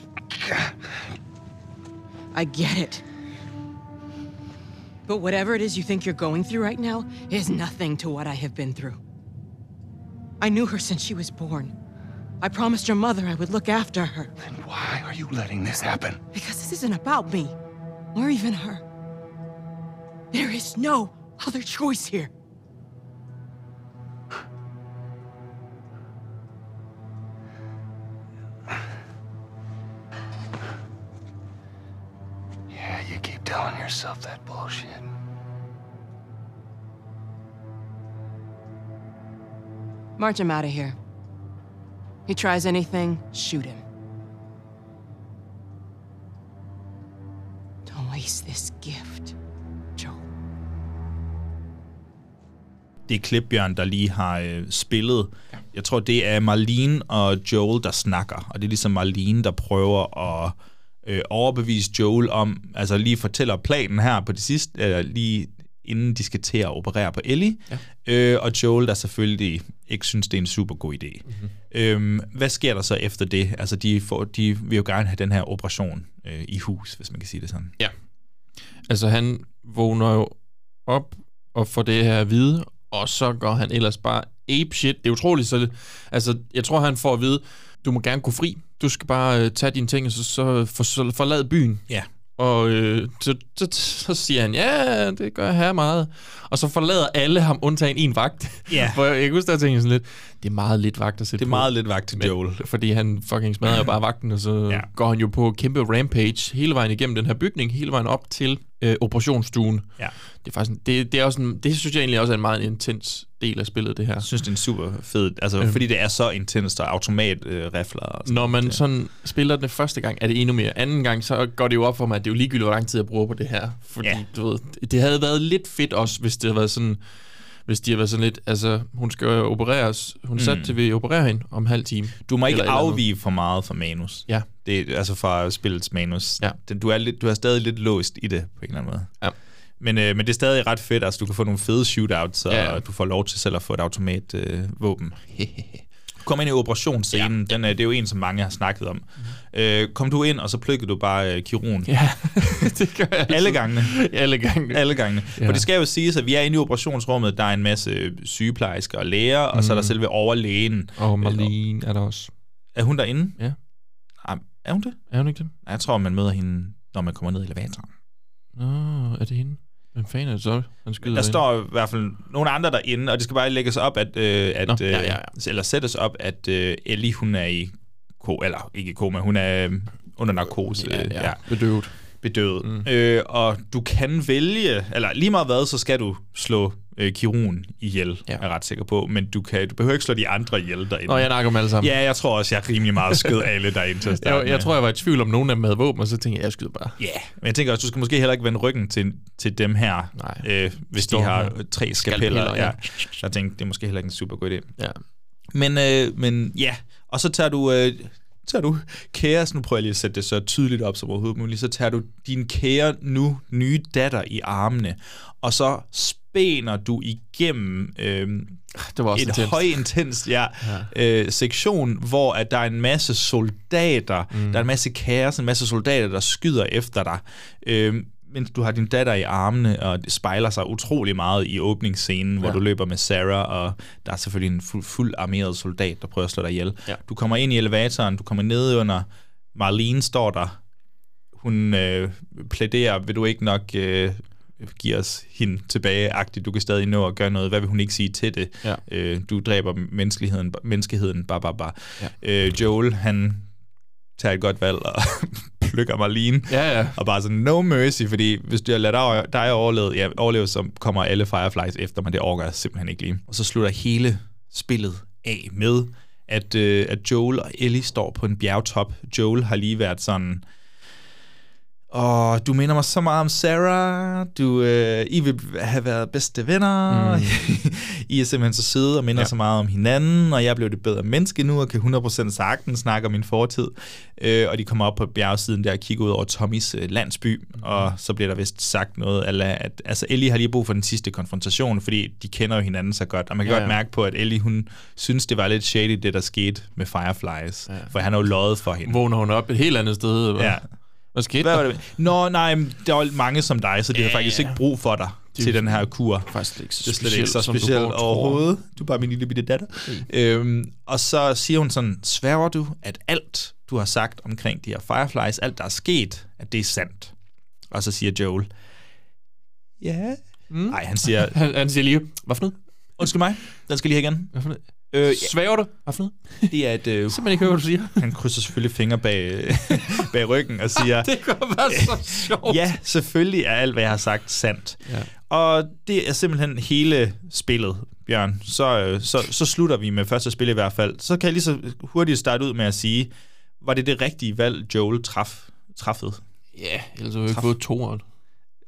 Speaker 13: I get it. But whatever it is you think you're going through right now is nothing to what I have been through. I knew her since she was born. I promised your mother I would look after her.
Speaker 3: Then why are you letting this happen?
Speaker 13: Because this isn't about me, or even her. There is no other choice here.
Speaker 3: Yeah, you keep telling yourself that bullshit.
Speaker 13: March him out of here. He tries anything, shoot him. is this gift, Joel?
Speaker 8: Det er Klipbjørn, der lige har øh, spillet. Ja. Jeg tror, det er Marlene og Joel, der snakker. Og det er ligesom Marlene, der prøver at øh, overbevise Joel om, altså lige fortæller planen her på det sidste, eller lige inden de skal til at operere på Ellie. Ja. Øh, og Joel, der selvfølgelig ikke synes, det er en super god idé. Mm-hmm. Øhm, hvad sker der så efter det? Altså, de, får, de vil jo gerne have den her operation øh, i hus, hvis man kan sige det sådan.
Speaker 9: Ja. Altså, han vågner jo op og får det her at vide, og så går han ellers bare ape shit. Det er utroligt, så det, altså, jeg tror, han får at vide, du må gerne gå fri. Du skal bare øh, tage dine ting, og så, så, for, så forlade byen.
Speaker 8: Ja.
Speaker 9: Og øh, så, så, så siger han, ja, det gør jeg her meget. Og så forlader alle ham, undtagen en vagt.
Speaker 8: Ja.
Speaker 9: For jeg, jeg kan huske, der tænker sådan lidt, det er meget lidt vagt at sætte
Speaker 8: Det er
Speaker 9: på.
Speaker 8: meget lidt vagt til Joel.
Speaker 9: Men, fordi han fucking smadrer jo bare vagten, og så ja. går han jo på kæmpe rampage hele vejen igennem den her bygning, hele vejen op til øh, operationsstuen.
Speaker 8: Ja.
Speaker 9: Det er faktisk, det, det er også en, det synes jeg egentlig også er en meget intens del af spillet, det her.
Speaker 8: Jeg synes, det er en super fed, altså øhm. fordi det er så intenst og automat-rifler. Øh,
Speaker 9: Når man det. sådan spiller den første gang, er det endnu mere. Anden gang, så går det jo op for mig, at det er jo ligegyldigt, hvor lang tid jeg bruger på det her. Fordi, ja. du ved, det havde været lidt fedt også, hvis det havde været sådan, hvis de havde været sådan lidt, altså, hun skal jo opereres, hun er sat mm. til, vi opererer hende om en halv time.
Speaker 8: Du må ikke afvige for meget fra manus.
Speaker 9: Ja.
Speaker 8: Det, altså fra spillets manus.
Speaker 9: Ja.
Speaker 8: Du er, lidt, du er stadig lidt låst i det, på en eller anden måde.
Speaker 9: Ja.
Speaker 8: Men, øh, men det er stadig ret fedt, altså du kan få nogle fede shootouts, og
Speaker 9: ja, ja.
Speaker 8: du får lov til selv at få et automatvåben. Øh, du kommer ind i operationsscenen, ja. Den, det er jo en, som mange har snakket om. Mm. Øh, kom du ind, og så plukkede du bare øh, kirurgen.
Speaker 9: Ja, det gør jeg.
Speaker 8: Alle gangene.
Speaker 9: Alle gangene.
Speaker 8: Alle gangene. Ja. For det skal jo siges, at vi er inde i operationsrummet, der er en masse sygeplejersker og læger, mm. og så er der selve overlægen.
Speaker 9: Og Marlene er der også.
Speaker 8: Er hun derinde?
Speaker 9: Ja.
Speaker 8: Er hun det?
Speaker 9: Er hun ikke det?
Speaker 8: Jeg tror, man møder hende, når man kommer ned i elevatoren.
Speaker 9: Nå, er det hende? Hvem fanden er det så? Han skyder
Speaker 8: der står i hvert fald nogle andre derinde, og det skal bare lægges op, at, øh, at
Speaker 9: Nå, ja, ja, ja.
Speaker 8: eller sættes op, at øh, Ellie, hun er i ko, eller ikke i koma, hun er øh, under narkose.
Speaker 9: Ja, ja.
Speaker 8: ja.
Speaker 9: Bedøvet.
Speaker 8: Bedøvet. Mm. Øh, og du kan vælge, eller lige meget hvad, så skal du slå øh, kirurgen ihjel, ja. er jeg ret sikker på, men du, kan, du behøver ikke slå de andre ihjel derinde.
Speaker 9: Nå, jeg nakker dem alle sammen.
Speaker 8: Ja, jeg tror også, jeg er rimelig meget skød alle derinde til at starte.
Speaker 9: jeg, jeg tror, jeg var i tvivl om nogen af dem havde våben, og så tænkte jeg, jeg skyder bare.
Speaker 8: Ja, yeah. Men jeg tænker også, du skal måske heller ikke vende ryggen til, til dem her, øh, hvis Står de har her. tre skapeller. Ja. Jeg tænkte, det er måske heller ikke en super god idé.
Speaker 9: Ja.
Speaker 8: Men, øh, men ja, og så tager du... Øh, tager du kæres, nu prøver jeg lige at sætte det så tydeligt op som overhovedet muligt, så tager du din kære nu nye datter i armene, og så spænder du igennem øh,
Speaker 9: det var også
Speaker 8: et
Speaker 9: intenst.
Speaker 8: højintens ja, ja. øh, sektion, hvor at der er en masse soldater, mm. der er en masse kæres, en masse soldater, der skyder efter dig, øh, mens du har din datter i armene, og det spejler sig utrolig meget i åbningsscenen, hvor ja. du løber med Sarah, og der er selvfølgelig en fuld, fuld armeret soldat, der prøver at slå dig ihjel. Ja. Du kommer ind i elevatoren, du kommer ned under, Marlene står der, hun øh, plæderer, vil du ikke nok øh, give os hende tilbage-agtigt, du kan stadig nå at gøre noget, hvad vil hun ikke sige til det?
Speaker 9: Ja.
Speaker 8: Øh, du dræber menneskeligheden, menneskeheden, bare, bare, bare.
Speaker 9: Ja.
Speaker 8: Øh, Joel, han tager et godt valg, og plukker Marlene,
Speaker 9: ja, ja.
Speaker 8: og bare sådan, no mercy, fordi hvis du har ladet dig overleve, ja, overleve, så kommer alle Fireflies efter mig, det overgår jeg simpelthen ikke lige. Og så slutter hele spillet af med, at, øh, at Joel og Ellie står på en bjergtop. Joel har lige været sådan, og du minder mig så meget om Sarah, du, øh, I vil have været bedste venner, mm. I er simpelthen så søde og minder ja. så meget om hinanden, og jeg blev det bedre menneske nu, og kan hundrede procent sagtens snakke om min fortid. Øh, og de kommer op på bjergsiden der og kigger ud over Tommys øh, landsby, mm. og så bliver der vist sagt noget, ala, at altså, Ellie har lige brug for den sidste konfrontation, fordi de kender jo hinanden så godt, og man kan ja, godt ja. mærke på, at Ellie, hun synes, det var lidt shady, det der skete med Fireflies, ja. for han har jo løjet for hende.
Speaker 9: Vågner hun op et helt andet sted?
Speaker 8: Ja.
Speaker 9: Hvad skete
Speaker 8: Hvad
Speaker 9: der?
Speaker 8: var det? Nå, nej, der var mange som dig, så de ja, har faktisk ikke brug for dig
Speaker 9: det
Speaker 8: til den her kur.
Speaker 9: Faktisk ikke så
Speaker 8: det er slet
Speaker 9: specielt,
Speaker 8: ikke så specielt du overhovedet. Du er bare min lille bitte datter. Mm. Øhm, og så siger hun sådan, sværger du, at alt, du har sagt omkring de her Fireflies, alt, der er sket, at det er sandt? Og så siger Joel, ja. Nej, mm. han siger...
Speaker 9: han, han siger lige, hvad for noget?
Speaker 8: Undskyld mig, den skal lige have igen.
Speaker 9: Hvad for noget? Øh, Svæver du? Hvad for noget?
Speaker 8: Det er et... Øh,
Speaker 9: simpelthen ikke høre, hvad du siger.
Speaker 8: Han krydser selvfølgelig fingre bag, bag ryggen og siger...
Speaker 9: det kunne være så sjovt.
Speaker 8: Ja, selvfølgelig er alt, hvad jeg har sagt, sandt.
Speaker 9: Ja.
Speaker 8: Og det er simpelthen hele spillet, Bjørn. Så, så, så slutter vi med første spil i hvert fald. Så kan jeg lige så hurtigt starte ud med at sige, var det det rigtige valg, Joel traf, traffede?
Speaker 9: Ja, ellers har vi ikke fået toeren.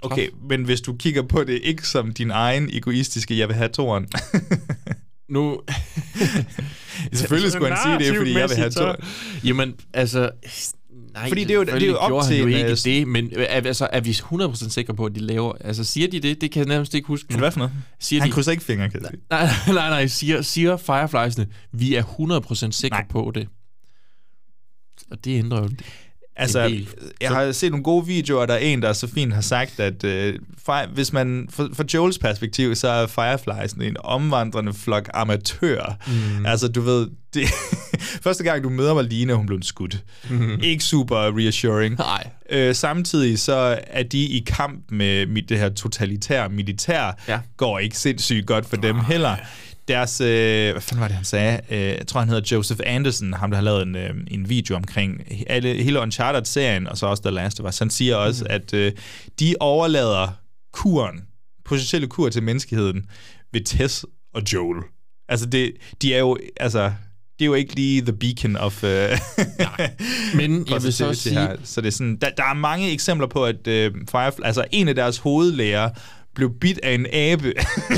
Speaker 8: Okay, men hvis du kigger på det ikke som din egen egoistiske, jeg vil have toren.
Speaker 9: Nu...
Speaker 8: Selvfølgelig skulle han sige det, fordi jeg vil have toren.
Speaker 9: Jamen, altså... Nej,
Speaker 8: fordi det er jo, det er jo op til...
Speaker 9: Jo ikke det, men altså, er vi hundrede procent sikre på, at de laver... Altså, siger de det? Det kan jeg nærmest ikke huske.
Speaker 8: Men hvad for noget?
Speaker 9: Siger
Speaker 8: han
Speaker 9: de,
Speaker 8: krydser ikke fingre, kan jeg sige.
Speaker 9: Nej, nej, nej. Siger, siger Fireflies'ene, vi er hundrede procent sikre nej. på det. Og det ændrer jo...
Speaker 8: Altså, jeg har set nogle gode videoer, der er en, der så fint har sagt, at øh, fire, hvis man, for, for Joels perspektiv, så er Fireflies en omvandrende flok amatører. Mm. Altså, du ved, det, første gang du møder Marlene, hun blev skudt. Mm. Ikke super reassuring.
Speaker 9: Nej.
Speaker 8: Øh, samtidig så er de i kamp med mit, det her totalitære militær, ja. går ikke sindssygt godt for dem heller. Deres, øh, hvad fanden var det, han sagde? Øh, jeg tror, han hedder Joseph Anderson, ham der har lavet en, øh, en video omkring alle, hele Uncharted-serien, og så også The Last of Us. Han siger også, mm. at øh, de overlader kuren, potentielle kur til menneskeheden, ved Tess og Joel. Altså, det, de er jo, altså... Det er jo ikke lige the beacon of... Uh,
Speaker 9: men jeg vil så sige...
Speaker 8: Her. Så det er sådan, der, der er mange eksempler på, at uh, Firefly, altså en af deres hovedlærer blev bidt af en abe.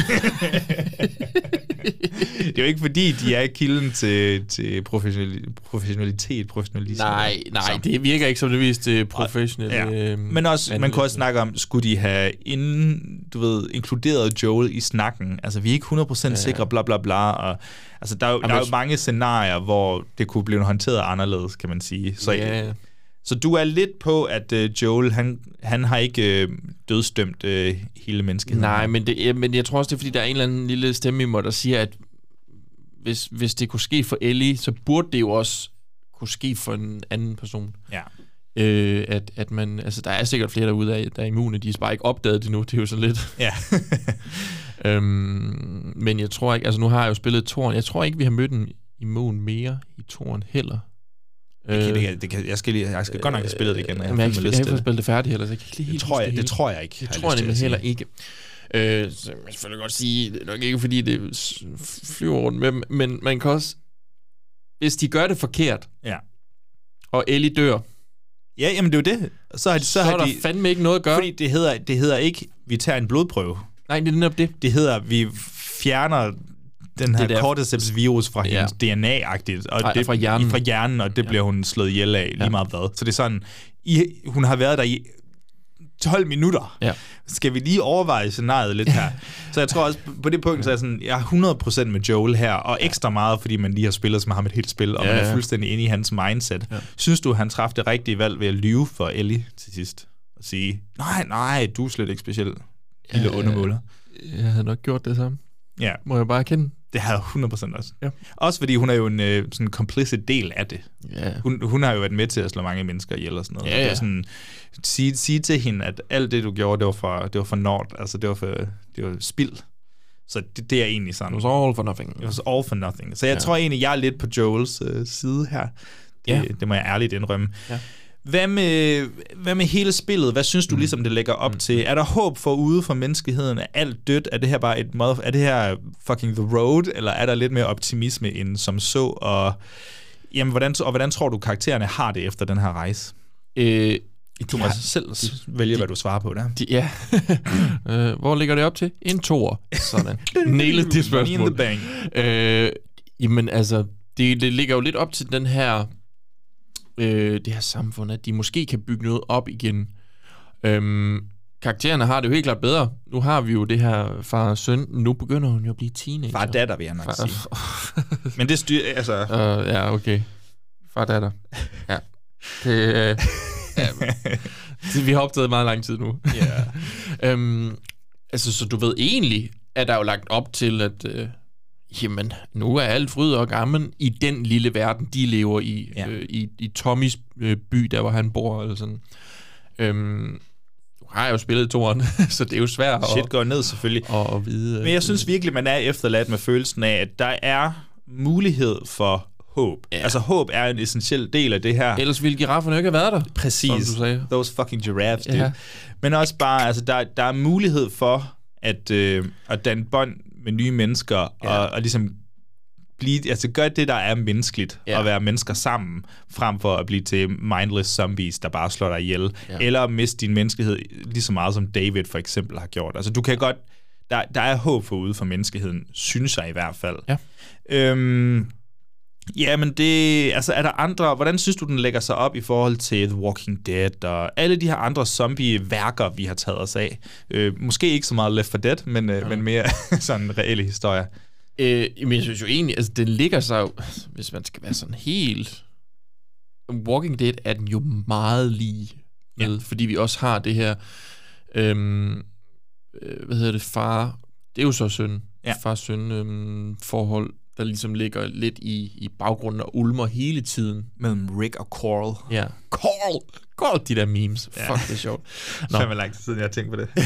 Speaker 8: Det er jo ikke fordi, de er kilden til, til professionalitet, professionalisme.
Speaker 9: Nej, nej, det virker ikke som det viste professionelle.
Speaker 8: Ja. Men også, man kunne også snakke om, skulle de have inden, du ved, inkluderet Joel i snakken? Altså, vi er ikke hundrede procent ja. sikre, bla bla bla. Og, altså, der er, jo, der er jo mange scenarier, hvor det kunne blive håndteret anderledes, kan man sige. Så,
Speaker 9: ja.
Speaker 8: så du er lidt på, at uh, Joel, han, han har ikke uh, dødsdømt uh, hele menneskeheden.
Speaker 9: Nej, men, det, men jeg tror også, det er, fordi der er en eller anden lille stemme i mig, der siger, at hvis, hvis det kunne ske for Ellie, så burde det jo også kunne ske for en anden person.
Speaker 8: Ja.
Speaker 9: Øh, at, at man, altså, der er sikkert flere derude, der er immune, de er bare ikke opdaget det nu, det er jo så lidt.
Speaker 8: Ja.
Speaker 9: øhm, men jeg tror ikke, altså nu har jeg jo spillet toren, jeg tror ikke, vi har mødt en immun mere i toren heller.
Speaker 8: Det kan, det kan, det kan, jeg skal, lige, jeg skal øh, godt nok have spillet det igen. Jeg,
Speaker 9: jeg, jeg, jeg har ikke fået spillet det færdigt heller, så jeg kan ikke lige
Speaker 8: helt det tror jeg, det, det tror jeg ikke.
Speaker 9: Det tror jeg nemlig heller ikke. Øh, så jeg kan selvfølgelig godt sige, det er nok ikke fordi, det flyver rundt med dem, men man kan også, hvis de gør det forkert,
Speaker 8: ja.
Speaker 9: og Ellie dør,
Speaker 8: ja, jamen det er jo det. Så, har de, så,
Speaker 9: så
Speaker 8: har
Speaker 9: er der
Speaker 8: de,
Speaker 9: fandme ikke noget at gøre.
Speaker 8: Fordi det hedder, det hedder ikke, vi tager en blodprøve.
Speaker 9: Nej, det er netop det.
Speaker 8: Det hedder, vi fjerner den her cordyceps-virus fra
Speaker 9: ja.
Speaker 8: hendes D N A-agtigt. Og
Speaker 9: Ej,
Speaker 8: det,
Speaker 9: fra hjernen.
Speaker 8: Fra hjernen, og det ja. bliver hun slået ihjel af, lige
Speaker 9: ja.
Speaker 8: meget hvad. Så det er sådan, I, hun har været der i tolv minutter.
Speaker 9: Ja.
Speaker 8: Skal vi lige overveje scenariet lidt her? Så jeg tror også, på det punkt, så er jeg sådan, jeg er hundrede procent med Joel her, og ekstra meget, fordi man lige har spillet som ham et helt spil, og ja, man er fuldstændig inde i hans mindset. Ja. Synes du, han træffede det rigtige valg ved at lyve for Ellie til sidst? Og sige, nej, nej, du er slet ikke speciel. Lille ja, undermåler.
Speaker 9: Jeg havde nok gjort det samme.
Speaker 8: Ja.
Speaker 9: Må jeg bare erkende?
Speaker 8: Det har jeg hundrede procent også.
Speaker 9: Ja.
Speaker 8: Også fordi hun er jo en øh, sådan complicit del af det.
Speaker 9: Ja.
Speaker 8: Hun, hun har jo været med til at slå mange mennesker ihjel og sådan noget.
Speaker 9: Ja, ja.
Speaker 8: Det er sådan, sige, sige til hende, at alt det, du gjorde, det var for, det var for Nord. Altså, det var for det var spild. Så det, det er egentlig sådan.
Speaker 9: It was all for nothing.
Speaker 8: It was all for nothing. Så jeg ja. tror egentlig, jeg er lidt på Joels øh, side her. Det,
Speaker 9: ja.
Speaker 8: det må jeg ærligt indrømme.
Speaker 9: Ja.
Speaker 8: Hvad med, hvad med hele spillet? Hvad synes du ligesom, det lægger op mm. til? Er der håb for ude for menneskeheden? Er alt dødt? Er det her bare et måde, er det her fucking the road? Eller er der lidt mere optimisme end som så? Og, jamen, hvordan, og hvordan tror du, karaktererne har det efter den her rejse?
Speaker 9: Øh,
Speaker 8: du må ja, selv de, vælge, de, hvad du svarer på der.
Speaker 9: De, ja. øh, hvor ligger det op til? En toer. Sådan. Nailed det spørgsmål.
Speaker 8: In the bank.
Speaker 9: Øh, jamen altså, det, det ligger jo lidt op til den her... Øh, det her samfund, at de måske kan bygge noget op igen. Øhm, karaktererne har det jo helt klart bedre. Nu har vi jo det her far og søn. Nu begynder hun jo at blive teenager.
Speaker 8: Far og datter, vil jeg nok sige. Men det styrer, altså...
Speaker 9: Uh, ja, okay. Far og datter. Ja. Det, øh, ja. Det, vi har optaget meget lang tid nu.
Speaker 8: Yeah.
Speaker 9: øhm, altså, så du ved egentlig, at der er jo lagt op til, at... Øh, jamen, nu er alt fryd og gammel i den lille verden, de lever i, ja. øh, i, i Tommys øh, by, der hvor han bor, eller sådan. Øhm, nu har jeg jo spillet toren, så det er jo svært
Speaker 8: Shit at, går ned, selvfølgelig.
Speaker 9: At, at vide.
Speaker 8: Men jeg synes virkelig, man er efterladt med følelsen af, at der er mulighed for håb. Ja. Altså, håb er en essentiel del af det her.
Speaker 9: Ellers ville girafferne jo ikke have været der.
Speaker 8: Præcis.
Speaker 9: Som du sagde.
Speaker 8: Those fucking giraffes, dude.
Speaker 9: Ja.
Speaker 8: Men også bare, altså, der, der er mulighed for at, øh, at danne bånd med nye mennesker, ja. og, og ligesom blive, altså gør det, der er menneskeligt, ja. At være mennesker sammen, frem for at blive til mindless zombies, der bare slår dig ihjel, ja. Eller miste din menneskelighed lige så meget, som David for eksempel har gjort. Altså du kan godt, der, der er håb forude for menneskeheden, synes jeg i hvert fald.
Speaker 9: Ja.
Speaker 8: Øhm, ja, men det, altså er der andre, hvordan synes du, den lægger sig op i forhold til The Walking Dead, og alle de her andre zombie-værker, vi har taget os af? Øh, måske ikke så meget Left four Dead, men, øh, ja. men mere sådan reelle historier.
Speaker 9: Øh, men jeg synes jo egentlig, altså den ligger sig jo, hvis man skal være sådan helt... Walking Dead er den jo meget lige med, ja. Fordi vi også har det her, øhm, øh, hvad hedder det, far, det er jo så søn, ja. far-søn øhm, forhold, der ligesom ligger lidt i, i baggrunden og ulmer hele tiden.
Speaker 8: Mellem Rick og Coral.
Speaker 9: Ja. Coral! Coral, de der memes. Ja. Fuck, det er sjovt.
Speaker 8: Nå. Fem lang tid siden, jeg har tænkt på det.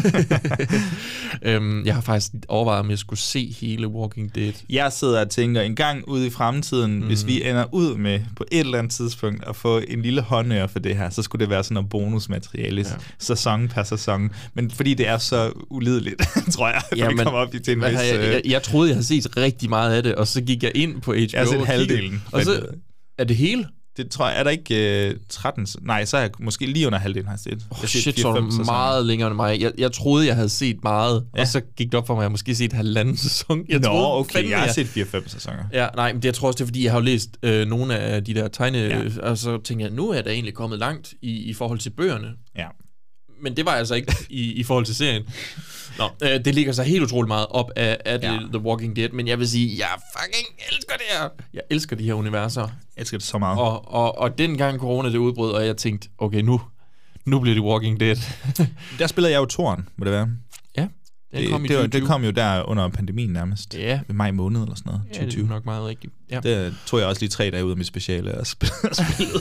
Speaker 9: øhm, jeg har faktisk overvejet, om jeg skulle se hele Walking Dead.
Speaker 8: Jeg sidder og tænker, en gang ude i fremtiden, mm. hvis vi ender ud med på et eller andet tidspunkt at få en lille håndøre for det her, så skulle det være sådan noget bonusmateriale, ja. Sæson per sæson. Men fordi det er så ulideligt, tror jeg, at ja, vi men, kommer op til en vis...
Speaker 9: Jeg, jeg, jeg troede, jeg havde set rigtig meget af det, og så gik jeg ind på H B O.
Speaker 8: Jeg har set halvdelen.
Speaker 9: Og så er det hele?
Speaker 8: Det tror jeg, er der ikke uh, tretten... Nej, så er jeg måske lige under halvdelen, har jeg set.
Speaker 9: Oh, jeg shit, set fire, så meget længere end mig. Jeg, jeg troede, jeg havde set meget, ja. Og så gik det op for mig, at jeg måske set halvanden sæson. Jeg
Speaker 8: Nå,
Speaker 9: troede,
Speaker 8: okay, jeg har set fire fem sæsoner.
Speaker 9: Ja, nej, men det, jeg tror også, det er, fordi jeg har jo læst øh, nogle af de der tegne, ja. Og så tænkte jeg, nu er der egentlig kommet langt i, i forhold til bøgerne.
Speaker 8: Ja.
Speaker 9: Men det var altså ikke i, i forhold til serien. Nå, øh, det ligger sig helt utroligt meget op af, af ja. The Walking Dead, men jeg vil sige, jeg fucking elsker det her. Jeg elsker de her universer. Jeg
Speaker 8: elsker det så meget.
Speaker 9: Og, og, og dengang corona det udbrød, og jeg tænkte, okay, nu, nu bliver det Walking Dead.
Speaker 8: Der spiller jeg jo toren, må det være.
Speaker 9: Ja.
Speaker 8: Det kom, det, det kom jo der under pandemien nærmest.
Speaker 9: Ja.
Speaker 8: I maj måned eller sådan noget.
Speaker 9: Ja, tyve tyve. Det er nok meget rigtigt. Ja.
Speaker 8: Det tog jeg også lige tre dage ud af mit speciale og spillede.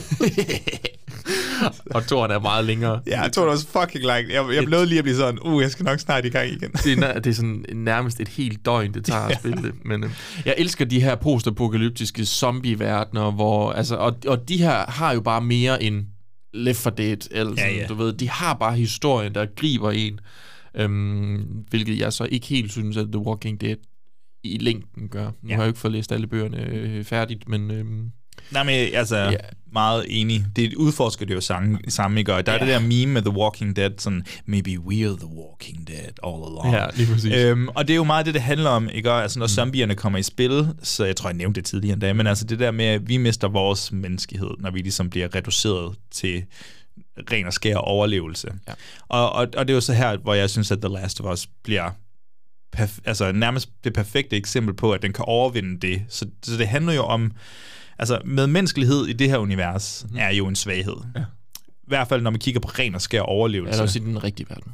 Speaker 9: Og toren er meget længere.
Speaker 8: Ja, toren er også fucking langt. Jeg, jeg blev lige at blive sådan, uh, jeg skal nok snart i gang igen.
Speaker 9: det, er, det er sådan nærmest et helt døgn, det tager at spille det. Men øh, jeg elsker de her postapokalyptiske zombie-verdener, hvor, altså, og, og de her har jo bare mere end Left four Dead. Eller sådan, ja, ja. Du ved, de har bare historien, der griber en. Øhm, hvilket jeg så ikke helt synes, at The Walking Dead i længden gør. Nu ja. har jeg jo ikke fået læst alle bøgerne øh, færdigt, men... Øhm,
Speaker 8: Nej, men altså, ja. meget enig. Det udforsker det jo samme, samme ikke? Og der ja. er det der meme med The Walking Dead, sådan, maybe we're the Walking Dead all along.
Speaker 9: Ja, lige præcis.
Speaker 8: Øhm, og det er jo meget det, det handler om, ikke? Altså, når mm. zombierne kommer i spil, så jeg tror, jeg nævnte det tidligere en dag, men altså det der med, at vi mister vores menneskehed, når vi ligesom bliver reduceret til ren og skær overlevelse. Ja. Og, og, og det er jo så her, hvor jeg synes, at The Last of Us bliver perf- altså nærmest det perfekte eksempel på, at den kan overvinde det. Så, så det handler jo om, altså medmenneskelighed i det her univers mm-hmm. er jo en svaghed. Ja. I hvert fald, når man kigger på ren og skær overlevelse.
Speaker 9: Eller også i den rigtige verden.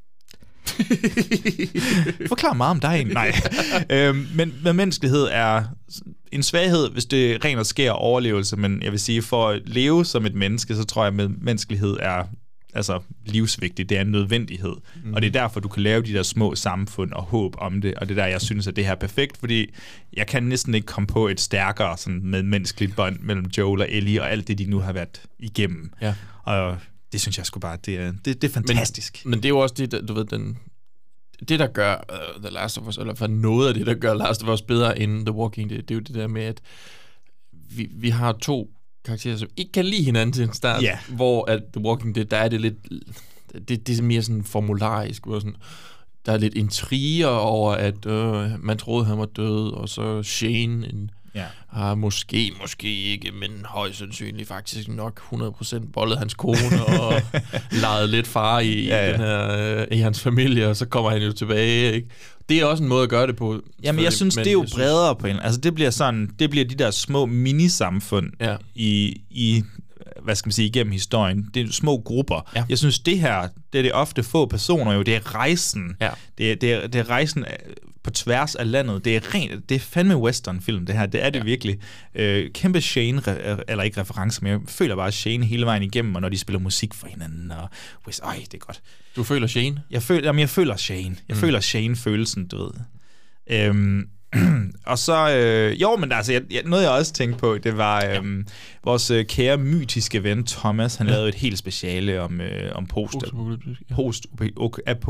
Speaker 8: Forklar meget om dig egentlig. Nej. øhm, men medmenneskelighed er en svaghed, hvis det er ren og skær overlevelse, men jeg vil sige, for at leve som et menneske, så tror jeg, at medmenneskelighed er altså livsvigtigt. Det er en nødvendighed. Mm. Og det er derfor, du kan lave de der små samfund og håb om det. Og det er der, jeg synes, at det her er perfekt, fordi jeg kan næsten ikke komme på et stærkere sådan, medmenneskeligt bånd mellem Joel og Ellie og alt det, de nu har været igennem.
Speaker 9: Ja.
Speaker 8: Og det synes jeg sgu bare, det er, det, det er fantastisk.
Speaker 9: Men, men det er jo også det, der, du ved, den, det der gør uh, The Last of Us, eller for noget af det, der gør Last of Us bedre end The Walking Dead, det er jo det der med, at vi, vi har to karakterer, som ikke kan lide hinanden til en start, yeah. hvor at The Walking Dead, der er det lidt, det, det er mere sådan formularisk, hvor sådan, der er lidt intriger over, at øh, man troede, han var død, og så Shane, en,
Speaker 8: ja.
Speaker 9: har måske, måske ikke, men højst sandsynligt faktisk nok hundrede procent bollet hans kone, og leget lidt far i, ja, ja. Den her, øh, i hans familie, og så kommer han jo tilbage, ikke? Det er også en måde at gøre det på.
Speaker 8: Jamen, jeg synes, det er jo bredere på en. Altså, det bliver sådan, det bliver de der små minisamfund
Speaker 9: ja.
Speaker 8: i, i, hvad skal man sige, igennem historien. Det er små grupper.
Speaker 9: Ja.
Speaker 8: Jeg synes, det her, det er det ofte få personer jo, det er rejsen.
Speaker 9: Ja.
Speaker 8: Det, er, det, er, det er rejsen på tværs af landet. Det er rent, det er fandme western-film, det her. Det er det ja. virkelig. Øh, kæmpe Shane, eller ikke referencer, men jeg føler bare Shane hele vejen igennem, og når de spiller musik for hinanden, og West, øj, det er godt.
Speaker 9: Du føler Shane?
Speaker 8: Jeg føler, jamen, jeg føler Shane. Jeg mm. føler Shane-følelsen, du ved. Øhm, og så, øh, jo, men altså, jeg, jeg, noget jeg også tænkte på, det var øh, vores øh, kære mytiske ven Thomas, han ja. lavede et helt speciale om, øh, om post, post,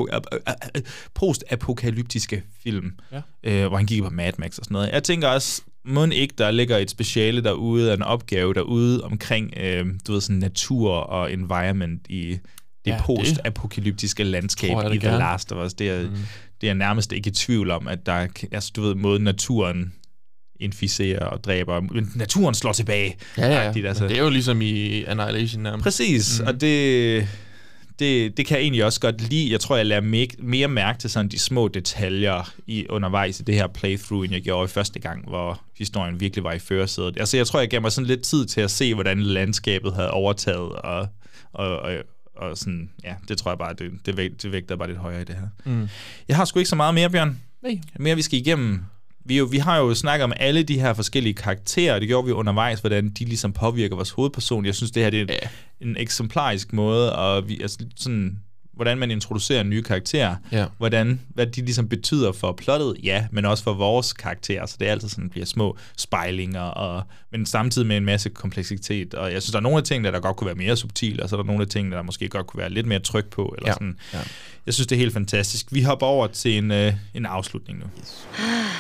Speaker 8: post-apokalyptiske film,
Speaker 9: ja.
Speaker 8: øh, hvor han gik på Mad Max og sådan noget. Jeg tænker også, må ikke, der ligger et speciale derude, en opgave derude omkring, øh, du ved, sådan natur og environment i det ja, post-apokalyptiske landskab jeg, i The gerne. Last of Us. Det er, mm. det er nærmest ikke i tvivl om, at der er, altså, du ved, måden naturen inficerer og dræber. Naturen slår tilbage.
Speaker 9: Ja, ja. Agtigt, altså. Det er jo ligesom i Annihilation nærmest.
Speaker 8: Præcis, mm. og det... Det, det kan jeg egentlig også godt lide. Jeg tror, jeg lader mere, mere mærke til sådan de små detaljer i, undervejs i det her playthrough, end jeg gjorde i første gang, hvor historien virkelig var i førersædet. Altså, jeg tror, jeg gav mig sådan lidt tid til at se, hvordan landskabet havde overtaget, og, og, og, og sådan, ja, det tror jeg bare, det, det, væg, det vægter bare lidt højere i det her. Mm. Jeg har sgu ikke så meget mere, Bjørn. Nej. Mere, vi skal igennem. Vi, jo, vi har jo snakket om alle de her forskellige karakterer, det gjorde vi undervejs, hvordan de ligesom påvirker vores hovedperson. Jeg synes, det her det er en, ja. en eksemplarisk måde, og vi, altså, sådan, hvordan man introducerer nye karakterer, ja. hvordan, hvad de ligesom betyder for plottet, ja, men også for vores karakterer, så det er altid sådan, bliver små spejlinger, og, men samtidig med en masse kompleksitet, og jeg synes, der er nogle af tingene, der godt kunne være mere subtile, og så er der nogle af tingene, der måske godt kunne være lidt mere tryk på, eller ja. sådan. Ja. Jeg synes, det er helt fantastisk. Vi hopper over til en, øh, en afslutning nu. Yes.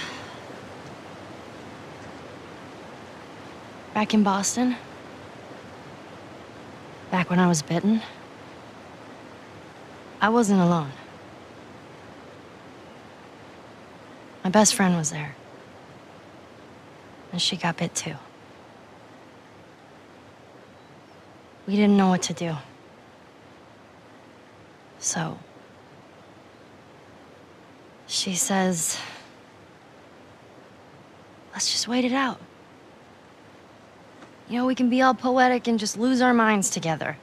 Speaker 12: Back in Boston, back when I was bitten, I wasn't alone. My best friend was there, and she got bit too. We didn't know what to do. So, she says, let's just wait it out. You know, we can be all poetic and just lose our minds together.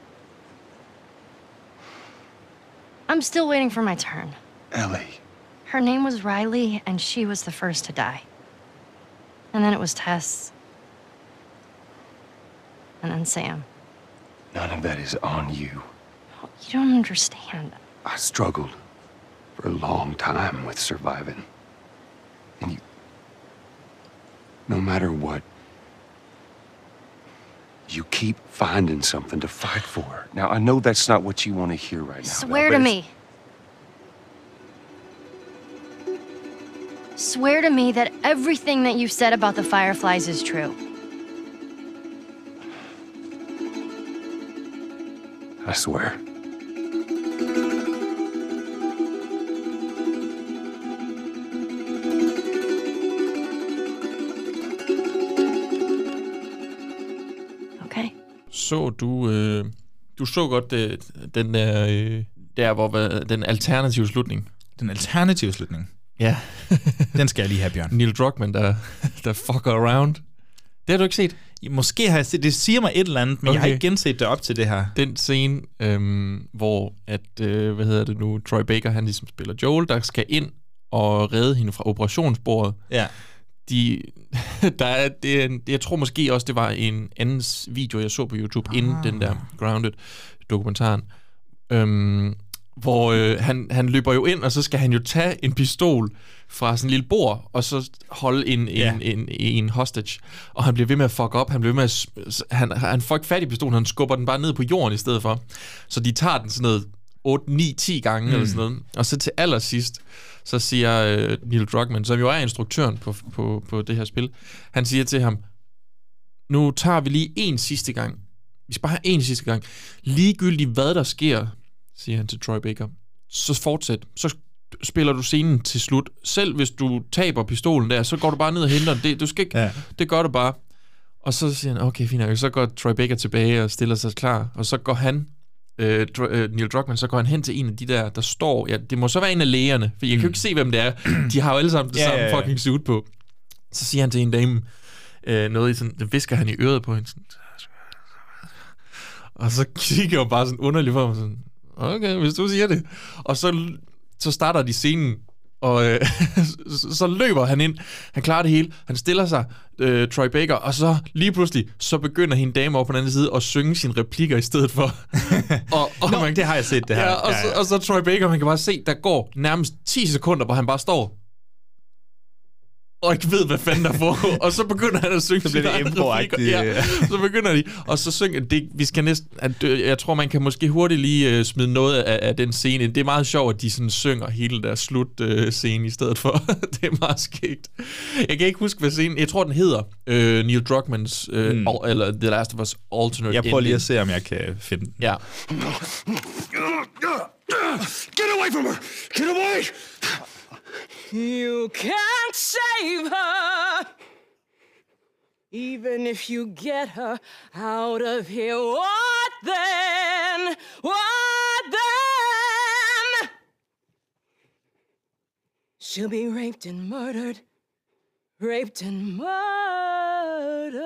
Speaker 12: I'm still waiting for my turn.
Speaker 3: Ellie.
Speaker 12: Her name was Riley, and she was the first to die. And then it was Tess. And then Sam.
Speaker 3: None of that is on you.
Speaker 12: You don't understand.
Speaker 3: I struggled for a long time with surviving. And you... No matter what, you keep finding something to fight for. Now, I know that's not what you want to hear right now.
Speaker 12: Swear to me. Swear to me that everything that you said about the Fireflies is true.
Speaker 3: I swear.
Speaker 9: Så du, øh, du så godt øh, den der, øh, der hvor hvad, den alternative slutning.
Speaker 8: Den alternative slutning?
Speaker 9: Ja.
Speaker 8: Den skal jeg lige have, Bjørn.
Speaker 9: Neil Druckmann, der, der fucker around. Det har du ikke set?
Speaker 8: Måske har jeg set, det siger mig et eller andet, men okay. Jeg har ikke genset det op til det her.
Speaker 9: Den scene, øh, hvor at, øh, hvad hedder det nu, Troy Baker, han ligesom spiller Joel, der skal ind og redde hende fra operationsbordet.
Speaker 8: Ja.
Speaker 9: De, der er, det er en, jeg tror måske også, det var en anden video, jeg så på YouTube, ah. inden den der Grounded-dokumentaren, øhm, hvor øh, han, han løber jo ind, og så skal han jo tage en pistol fra sådan en lille bord, og så holde en, en, yeah. en, en, en hostage. Og han bliver ved med at fuck op, han bliver ved med at, han, han får ikke fat i pistolen, han skubber den bare ned på jorden i stedet for. Så de tager den sådan noget otte, ni, ti gange, mm. eller sådan noget. Og så til allersidst, så siger øh, Neil Druckmann, som jo er instruktøren på, på, på det her spil, han siger til ham, nu tager vi lige en sidste gang. Vi skal bare have en sidste gang. Ligegyldigt hvad der sker, siger han til Troy Baker, så fortsæt. Så spiller du scenen til slut. Selv hvis du taber pistolen der, så går du bare ned og henter den. Det, du skal ikke, ja. Det gør du bare. Og så siger han, okay, fint. Så går Troy Baker tilbage og stiller sig klar. Og så går han, øh, Neil Druckmann, så går han hen til en af de der, der står, ja, det må så være en af lægerne, for jeg kan jo ikke se, hvem det er. De har jo alle sammen det ja, samme ja, ja. fucking suit på. Så siger han til en dame, øh, noget i sådan, det visker han i øret på hende. Sådan, og så kigger hun bare sådan underligt for mig, sådan, okay, hvis du siger det. Og så, så starter de scenen, og øh, så løber han ind. Han klarer det hele. Han stiller sig, øh, Troy Baker, og så lige pludselig, så begynder hende dame over på den anden side at synge sine replikker i stedet for. og, og
Speaker 8: Nå, man, det har jeg set, det her.
Speaker 9: Ja, og, ja, ja. Så, og så Troy Baker, man kan bare se, der går nærmest ti sekunder, hvor han bare står. og ikke ved, hvad fanden der foregår. Og så begynder han at synge.
Speaker 8: Så bliver det impro-agtigt.
Speaker 9: Ja, så begynder de. Og så synger det. Vi skal næsten... At, jeg tror, man kan måske hurtigt lige uh, smide noget af, af den scene. Det er meget sjovt, at de sådan synger hele der slut-scene uh, i stedet for. Det er meget skægt. Jeg kan ikke huske, hvad scenen... Jeg tror, den hedder uh, Neil Druckmanns... Uh, mm. all, eller The Last of Us Alternate
Speaker 8: Jeg prøver lige at se, om jeg kan finde den.
Speaker 9: Ja.
Speaker 10: Get away from her! Get away!
Speaker 13: You can't save her, even if you get her out of here. What then? What then? She'll be raped and murdered, raped and murdered.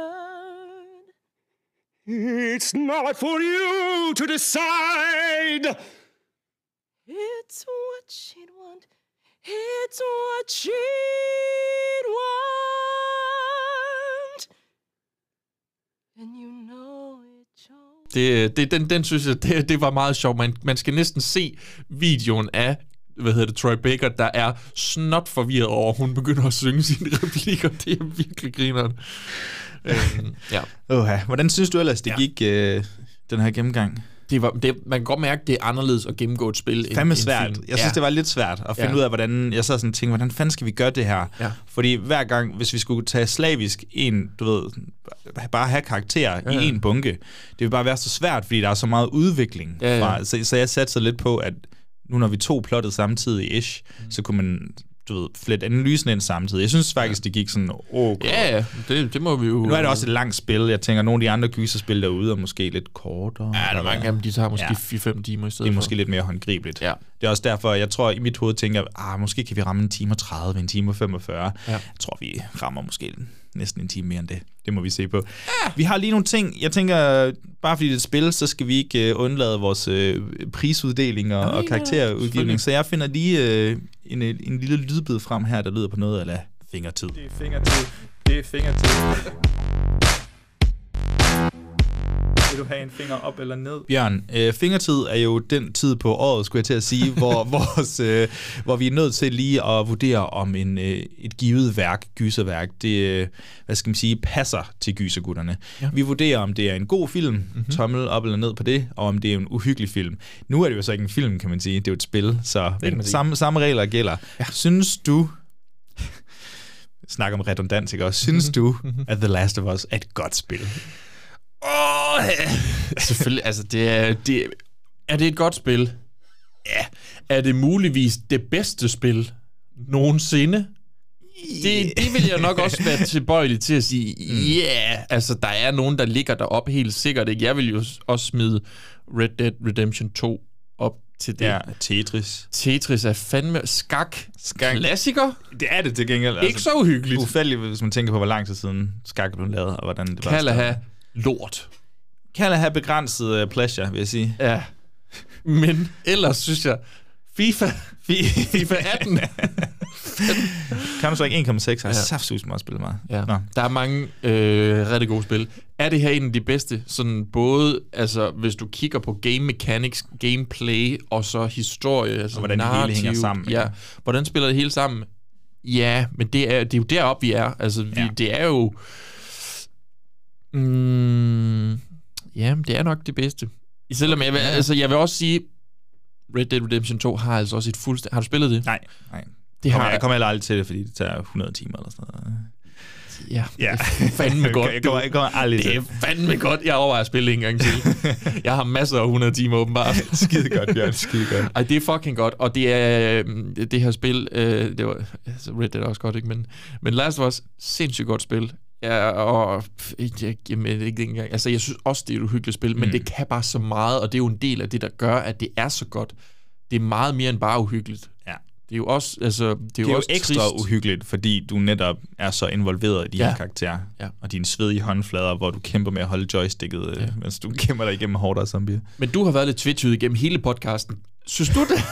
Speaker 10: It's not for you to decide!
Speaker 13: It's what she'd want. It's what she'd want. And you know it,
Speaker 9: Det, det, den, den synes jeg, det, det var meget sjovt. Man, man skal næsten se videoen af, hvad hedder det, Troy Baker, der er snot forvirret over, hun begynder at synge sine replikker. Det er virkelig grineren. øhm, ja.
Speaker 8: Oha. Hvordan synes du ellers, det ja. gik, øh, den her gennemgang?
Speaker 9: Det var, det, man kan godt mærke, at det er anderledes at gennemgå et spil.
Speaker 8: Fandme svært. Jeg synes, ja. det var lidt svært at finde ja. ud af, hvordan... Jeg sad sådan og tænkte, hvordan fanden skal vi gøre det her? Ja. Fordi hver gang, hvis vi skulle tage slavisk en, du ved, bare have karakterer ja. i en bunke, det vil bare være så svært, fordi der er så meget udvikling. Ja, ja. Fra, så, så jeg satte så lidt på, at nu når vi to plottet samtidig ish, mm. så kunne man... du ved, flette analysen ind samtidig. Jeg synes faktisk, det gik sådan, åh,
Speaker 9: ja, ja, det, det må vi jo...
Speaker 8: Nu er det også et langt spil. Jeg tænker, nogle af de andre gyserspil derude er måske lidt kortere.
Speaker 9: Ja, der er mange af dem, de tager måske ja. fire fem timer i stedet.
Speaker 8: Det er måske lidt mere håndgribeligt.
Speaker 9: Ja.
Speaker 8: Det er også derfor, jeg tror, i mit hoved tænker, ah, måske kan vi ramme en time og tredive, en time og femogfyrre. Ja. Jeg tror, vi rammer måske næsten en time mere end det. Det må vi se på. Ja. Vi har lige nogle ting. Jeg tænker, bare fordi det er et spil, så skal vi ikke uh, undlade vores uh, prisuddeling og, og karakterudgivning. Så jeg finder lige uh, en, en lille lydbid frem her, der lyder på noget eller fingertid.
Speaker 14: Det er fingertid. Det er fingertid. Vil du have en finger op eller ned?
Speaker 8: Bjørn, øh, fingertid er jo den tid på året, skulle jeg til at sige, hvor, vores, øh, hvor vi er nødt til lige at vurdere, om en, øh, et givet værk, gyserværk, det, øh, hvad skal man sige, passer til gysergutterne. Ja. Vi vurderer, om det er en god film, mm-hmm. tommel op eller ned på det, og om det er en uhyggelig film. Nu er det jo så ikke en film, kan man sige, det er jo et spil, så men, samme, samme regler gælder. Ja. Synes du, snak om redundans, ikke også? Synes du, at The Last of Us er et godt spil?
Speaker 9: Åh, oh, ja. Selvfølgelig, altså det er, det, er det et godt spil? Ja. Er det muligvis det bedste spil nogensinde? Det, det vil jeg nok også være tilbøjelig til at sige, ja, yeah. altså der er nogen, der ligger deroppe helt sikkert, ikke? Jeg vil jo også smide Red Dead Redemption to op til det.
Speaker 8: Ja, Tetris.
Speaker 9: Tetris er fandme skak.
Speaker 8: Skak.
Speaker 9: Klassiker.
Speaker 8: Det er det til gengæld.
Speaker 9: Ikke altså, så uhyggeligt.
Speaker 8: Ufældigt, hvis man tænker på, hvor lang tid siden skak blev lavet, og hvordan det var.
Speaker 9: Kan have lort.
Speaker 8: Kan have begrænset uh, pleasure, vil jeg sige.
Speaker 9: Ja. Men ellers synes jeg, FIFA, FIFA atten.
Speaker 8: Kan du så ikke en komma seks? Jeg har ja. saftsus meget at spille meget.
Speaker 9: Ja. Der er mange øh, rigtig gode spil. Er det her en af de bedste? Sådan både, altså, hvis du kigger på game mechanics, gameplay og så historie, altså
Speaker 8: og hvordan narrativ, det hele hænger sammen.
Speaker 9: Ja. Hvordan spiller det hele sammen? Ja, men det er, det er jo deroppe, vi er. Altså, vi, ja. det er jo... Mm, ja, det er nok det bedste. Selvom jeg vil, altså, jeg vil også sige, Red Dead Redemption to har altså også et fuldstændig... Har du spillet det?
Speaker 8: Nej, nej.
Speaker 9: Det
Speaker 8: har...
Speaker 9: har...
Speaker 8: Jeg kommer heller aldrig til det, fordi det tager hundrede timer eller sådan noget.
Speaker 9: Ja, ja. Det er fandme godt.
Speaker 8: Jeg kommer, jeg kommer aldrig til
Speaker 9: det. er fandme godt. Jeg overvejer at spille en gang til. Jeg har masser af hundrede timer åbenbart.
Speaker 8: Skide godt, Bjørn. Skide godt.
Speaker 9: Ej, det er fucking godt. Og det er det her spil... Øh, det var altså Red Dead også godt, ikke? Men, men Last of Us, sindssygt godt spil. Ja, og jeg, jamen, ikke engang. Altså, jeg synes også, det er et uhyggeligt spil, mm. men det kan bare så meget, og det er jo en del af det, der gør, at det er så godt. Det er meget mere end bare uhyggeligt.
Speaker 8: Ja.
Speaker 9: Det er jo også, altså, det er
Speaker 8: det er
Speaker 9: jo,
Speaker 8: jo
Speaker 9: også
Speaker 8: ekstra
Speaker 9: trist.
Speaker 8: uhyggeligt, fordi du netop er så involveret i de
Speaker 9: ja.
Speaker 8: her karakterer,
Speaker 9: ja.
Speaker 8: og dine svedige håndflader, hvor du kæmper med at holde joysticket, ja. mens du kæmper dig igennem hårdere zombier.
Speaker 9: Men du har været lidt twitchet igennem hele podcasten. Synes du det?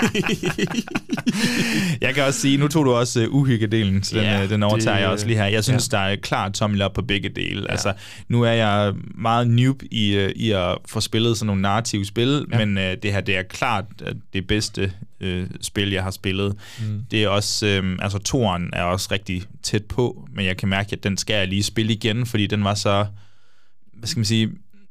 Speaker 8: Jeg kan også sige, nu tog du også uh, uhyggedelen, så den, ja, den overtager det, jeg også lige her. Jeg synes, ja. der er klart tommel op på begge dele. Ja. Altså, nu er jeg meget noob i, uh, i at få spillet sådan nogle narrative spil, ja. men uh, det her, det er klart det bedste øh, spil, jeg har spillet. Mm. Det er også, øh, altså toeren er også rigtig tæt på, men jeg kan mærke, at den skal jeg lige spille igen, fordi den var så, hvad skal man sige,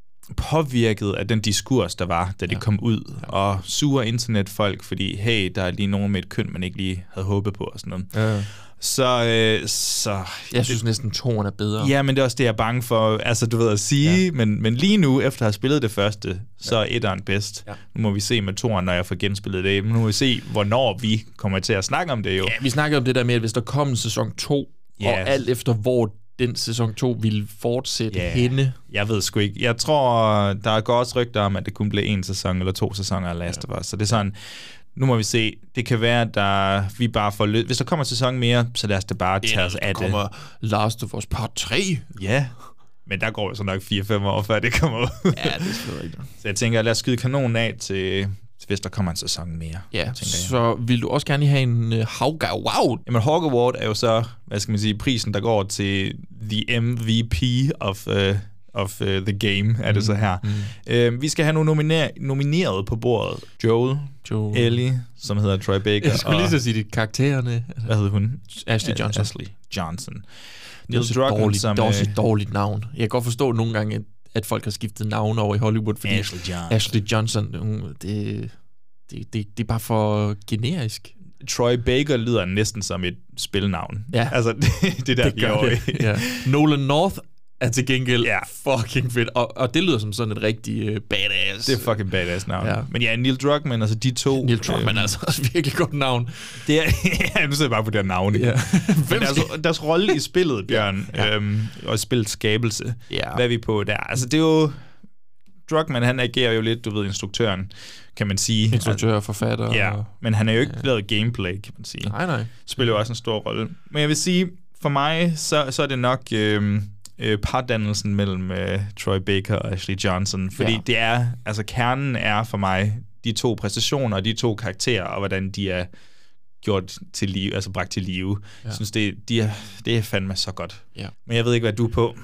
Speaker 8: påvirket af den diskurs, der var, da det ja. kom ud, ja. og sure internetfolk, fordi, hey, der er lige nogen med et køn, man ikke lige havde håbet på, og sådan noget. Ja, ja. Så, øh, så...
Speaker 9: Jeg synes det, næsten toeren er bedre.
Speaker 8: Ja, men det er også det, jeg er bange for, altså du ved at sige, ja. men, men lige nu, efter at have spillet det første, så er etteren bedst. Ja. Nu må vi se med toeren, når jeg får genspillet det. Nu må vi se, hvornår vi kommer til at snakke om det jo.
Speaker 9: Ja, vi snakker om det der med, at hvis der kom en sæson to, yes. og alt efter hvor den sæson to ville fortsætte yeah. henne.
Speaker 8: Jeg ved sgu ikke. Jeg tror, der går også rygter om, at det kun blev en sæson eller to sæsoner af Last of Us. Så det er sådan, nu må vi se. Det kan være, at der, vi bare får løs. Hvis der kommer en sæson mere, så lad os det bare tage os af det.
Speaker 9: kommer Last of Us part tre.
Speaker 8: Ja, men der går jo så nok fire fem år, før det kommer ud.
Speaker 9: Ja, det er sgu rigtigt.
Speaker 8: Så jeg tænker, lad os skyde kanonen af til... hvis der kommer en sæson mere.
Speaker 9: Ja, så vil du også gerne have en uh, Hawk Award?
Speaker 8: Jamen, Hawk Award er jo så, hvad skal man sige, prisen, der går til the M V P of, uh, of uh, the game, er mm. det så her. Mm. Uh, vi skal have nogle nominer- nomineret på bordet. Joel, Joel, Ellie, som hedder Troy Baker.
Speaker 9: Jeg skulle og, lige så sige de karaktererne.
Speaker 8: Hvad hedder hun?
Speaker 9: Ashley Johnson.
Speaker 8: Ashley Johnson.
Speaker 9: Det er også, dårligt, som, det er også et dårligt navn. Jeg kan godt forstå nogle gange, at folk har skiftet navn over i Hollywood, fordi
Speaker 8: Ashley Johnson,
Speaker 9: Ashley Johnson det... Det, det, det er bare for generisk.
Speaker 8: Troy Baker lyder næsten som et spilnavn.
Speaker 9: Ja.
Speaker 8: Altså, det, det der,
Speaker 9: det
Speaker 8: vi er
Speaker 9: ja. Nolan North er til gengæld ja. fucking fedt. Og, og det lyder som sådan et rigtig uh, badass.
Speaker 8: Det er fucking badass navn. Ja. Men ja, Neil Druckmann, altså de to...
Speaker 9: Neil Druckmann er altså også virkelig godt navn.
Speaker 8: Det er, ja, nu sidder jeg bare på det her navn. Ja. Men deres, deres rolle i spillet, Bjørn, ja. øhm, og spillets skabelse, ja. hvad er vi på der? Altså, det er jo... Druckmann, han agerer jo lidt, du ved, instruktøren, kan man sige.
Speaker 9: Instruktør og forfatter.
Speaker 8: Ja, men han har jo ikke ja. lavet gameplay, kan man sige.
Speaker 9: Nej, nej.
Speaker 8: Spiller jo også en stor rolle. Men jeg vil sige, for mig, så, så er det nok øh, øh, pardannelsen mellem øh, Troy Baker og Ashley Johnson, fordi ja. det er, altså kernen er for mig de to præstationer og de to karakterer, og hvordan de er gjort til live, altså bragt til live. Ja. Jeg synes, det, de er, det er fandme så godt. Ja. Men jeg ved ikke, hvad du er på.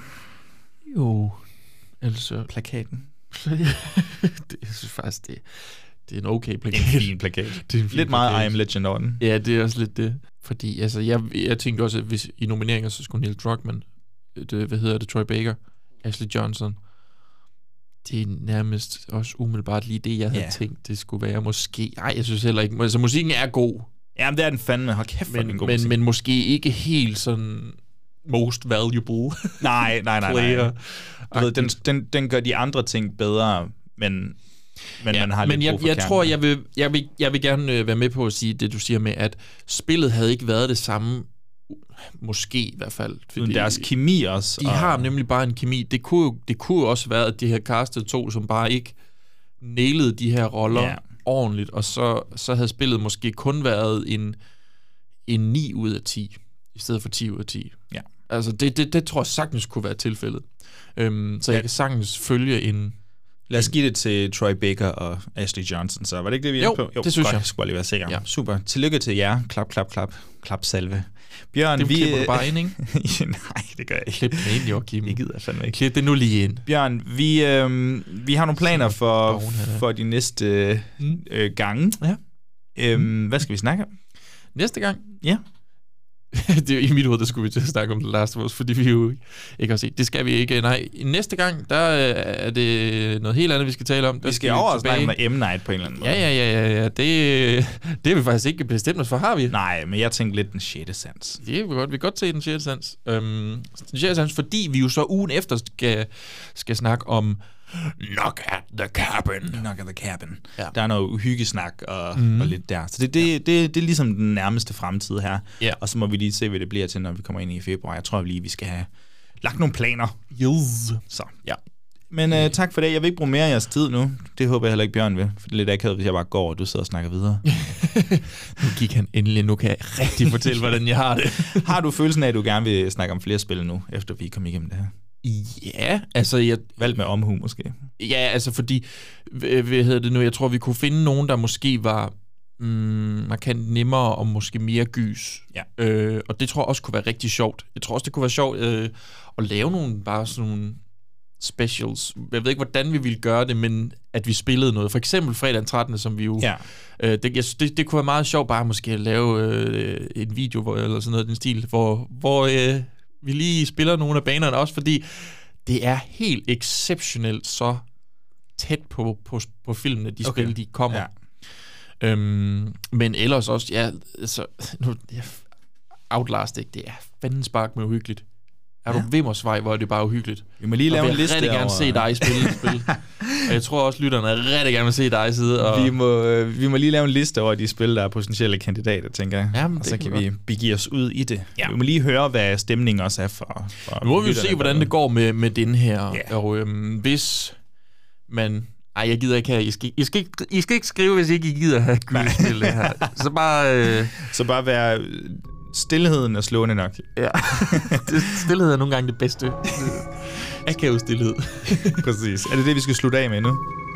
Speaker 9: Jo, altså
Speaker 8: plakaten.
Speaker 9: det, jeg synes faktisk, det, det er en okay plakat.
Speaker 8: En fin plakat.
Speaker 9: Det er en fin
Speaker 8: lidt
Speaker 9: plakat.
Speaker 8: meget I Am Legend over den.
Speaker 9: Ja, det er også lidt det. Fordi altså, jeg, jeg tænkte også, at hvis i nomineringer, så skulle Neil Druckmann, det, hvad hedder det, Troy Baker, Ashley Johnson. Det er nærmest også umiddelbart lige det, jeg havde yeah. tænkt, det skulle være måske. Nej, jeg synes heller ikke. Altså, musikken er god.
Speaker 8: Jamen, det er den fandme. Hold kæft,
Speaker 9: men,
Speaker 8: den god
Speaker 9: men,
Speaker 8: musik.
Speaker 9: men måske ikke helt sådan most valuable.
Speaker 8: nej, nej, nej, nej. Du ved, den, den, den gør de andre ting bedre, men, men ja, man har
Speaker 9: men
Speaker 8: lidt
Speaker 9: jeg,
Speaker 8: brug for
Speaker 9: jeg
Speaker 8: kernen.
Speaker 9: tror, jeg vil, jeg, vil, jeg vil gerne øh, være med på at sige det, du siger med, at spillet havde ikke været det samme, måske i hvert fald.
Speaker 8: Fordi deres kemi også.
Speaker 9: De og... har nemlig bare en kemi. Det kunne, det kunne også være, at de her castet to, som bare ikke nailede de her roller ja. ordentligt, og så, så havde spillet måske kun været en, en ni ud af ti, i stedet for ti ud af ti.
Speaker 8: Ja.
Speaker 9: Altså, det, det, det tror jeg sagtens kunne være tilfældet. Øhm, så ja. jeg kan sagtens følge en...
Speaker 8: Lad os give det til Troy Baker og Ashley Johnson, så var det ikke det, vi
Speaker 9: jo,
Speaker 8: er på?
Speaker 9: Jo, det synes
Speaker 8: godt,
Speaker 9: jeg.
Speaker 8: Jeg skulle lige være sikker. Ja. Super. Tillykke til jer. Klap, klap, klap. Klap salve. Bjørn,
Speaker 9: det
Speaker 8: vi...
Speaker 9: klipper du bare ind, ikke?
Speaker 8: Nej, det gør jeg ikke.
Speaker 9: Klip det ind, Joachim.
Speaker 8: Jeg gider fandme ikke.
Speaker 9: Klip det nu lige ind.
Speaker 8: Bjørn, vi, øh, vi har nogle planer for, for de næste mm. øh, gange.
Speaker 9: Ja.
Speaker 8: Øhm, mm. Hvad skal vi snakke om?
Speaker 9: Næste gang?
Speaker 8: Ja.
Speaker 9: det er i mit hoved, der skulle vi til at snakke om The Last of Us, fordi vi jo ikke har set. Det skal vi ikke. Nej, næste gang, der er det noget helt andet, vi skal tale om. Der
Speaker 8: vi skal, skal over og snakke med M. Night på en eller anden måde.
Speaker 9: Ja, ja, ja, ja, ja. Det, det er vi faktisk ikke bestemt os for, har vi?
Speaker 8: Nej, men jeg tænkte lidt den sjette sans.
Speaker 9: Det er vi godt. Vi kan godt se den sjette sans. Øhm, den sjette sans, fordi vi jo så ugen efter skal, skal snakke om Knock at the Cabin.
Speaker 8: Knock at the Cabin.
Speaker 9: Ja.
Speaker 8: Der er noget uhyggesnak og, mm. og lidt der. Så det, det, ja. det, det, det er ligesom den nærmeste fremtid her.
Speaker 9: Ja.
Speaker 8: Og så må vi lige se, hvad det bliver til, når vi kommer ind i februar. Jeg tror lige, vi skal have lagt nogle planer.
Speaker 9: Yes.
Speaker 8: Så, ja. Men uh, tak for det. Jeg vil ikke bruge mere af jeres tid nu. Det håber jeg heller ikke, Bjørn vil. For det er lidt akavet, hvis jeg bare går, og du sidder og snakker videre.
Speaker 9: Nu gik han endelig. Nu kan jeg rigtig fortælle, hvordan jeg har det.
Speaker 8: Har du følelsen af, at du gerne vil snakke om flere spil nu, efter vi er kommet igennem det her?
Speaker 9: Ja, altså... Jeg,
Speaker 8: valgt med omhu, måske.
Speaker 9: Ja, altså fordi... Hvad hedder det nu? Jeg tror, vi kunne finde nogen, der måske var mm, markant nemmere og måske mere gys.
Speaker 8: Ja.
Speaker 9: Øh, og det tror jeg også kunne være rigtig sjovt. Jeg tror også, det kunne være sjovt øh, at lave nogle bare sådan nogle specials. Jeg ved ikke, hvordan vi ville gøre det, men at vi spillede noget. For eksempel fredag den trettende, som vi jo...
Speaker 8: Ja.
Speaker 9: Øh, det, jeg, det, det kunne være meget sjovt bare måske at lave øh, en video, hvor, eller sådan noget den stil, hvor, hvor øh, vi lige spiller nogle af banerne også, fordi det er helt exceptionelt så tæt på, på, på filmene, de okay. spil, de kommer. Ja. Øhm, men ellers også, ja, altså, nu, ja, Outlast, ikke, det er fandens spark med uhyggeligt. Er ja. du Vimmersvej, hvor er det bare uhyggeligt.
Speaker 8: Vi må lige lave en liste over...
Speaker 9: Jeg vil rigtig gerne se dig spille spil. Og jeg tror også, lytterne rigtig gerne vil se dig sidde og...
Speaker 8: Vi må, øh, vi må lige lave en liste over de spil, der er potentielle kandidater, tænker jeg.
Speaker 9: Jamen,
Speaker 8: og så
Speaker 9: kan
Speaker 8: kan
Speaker 9: vi
Speaker 8: vi begive os ud i det.
Speaker 9: Ja.
Speaker 8: Vi må lige høre, hvad stemningen også er for... for
Speaker 9: nu må vi jo se, hvordan det går med, med den her.
Speaker 8: Ja.
Speaker 9: Og øhm, hvis man... Ej, jeg gider ikke have... I skal, I skal, ikke, I skal ikke skrive, hvis ikke I gider have gyldspil det her. Så bare... Øh...
Speaker 8: Så bare være... Stilheden er slående nok.
Speaker 9: Ja. Stilhed er nogle gange det bedste. Akavet stillhed.
Speaker 8: Præcis. Er det det, vi skal slutte af med nu?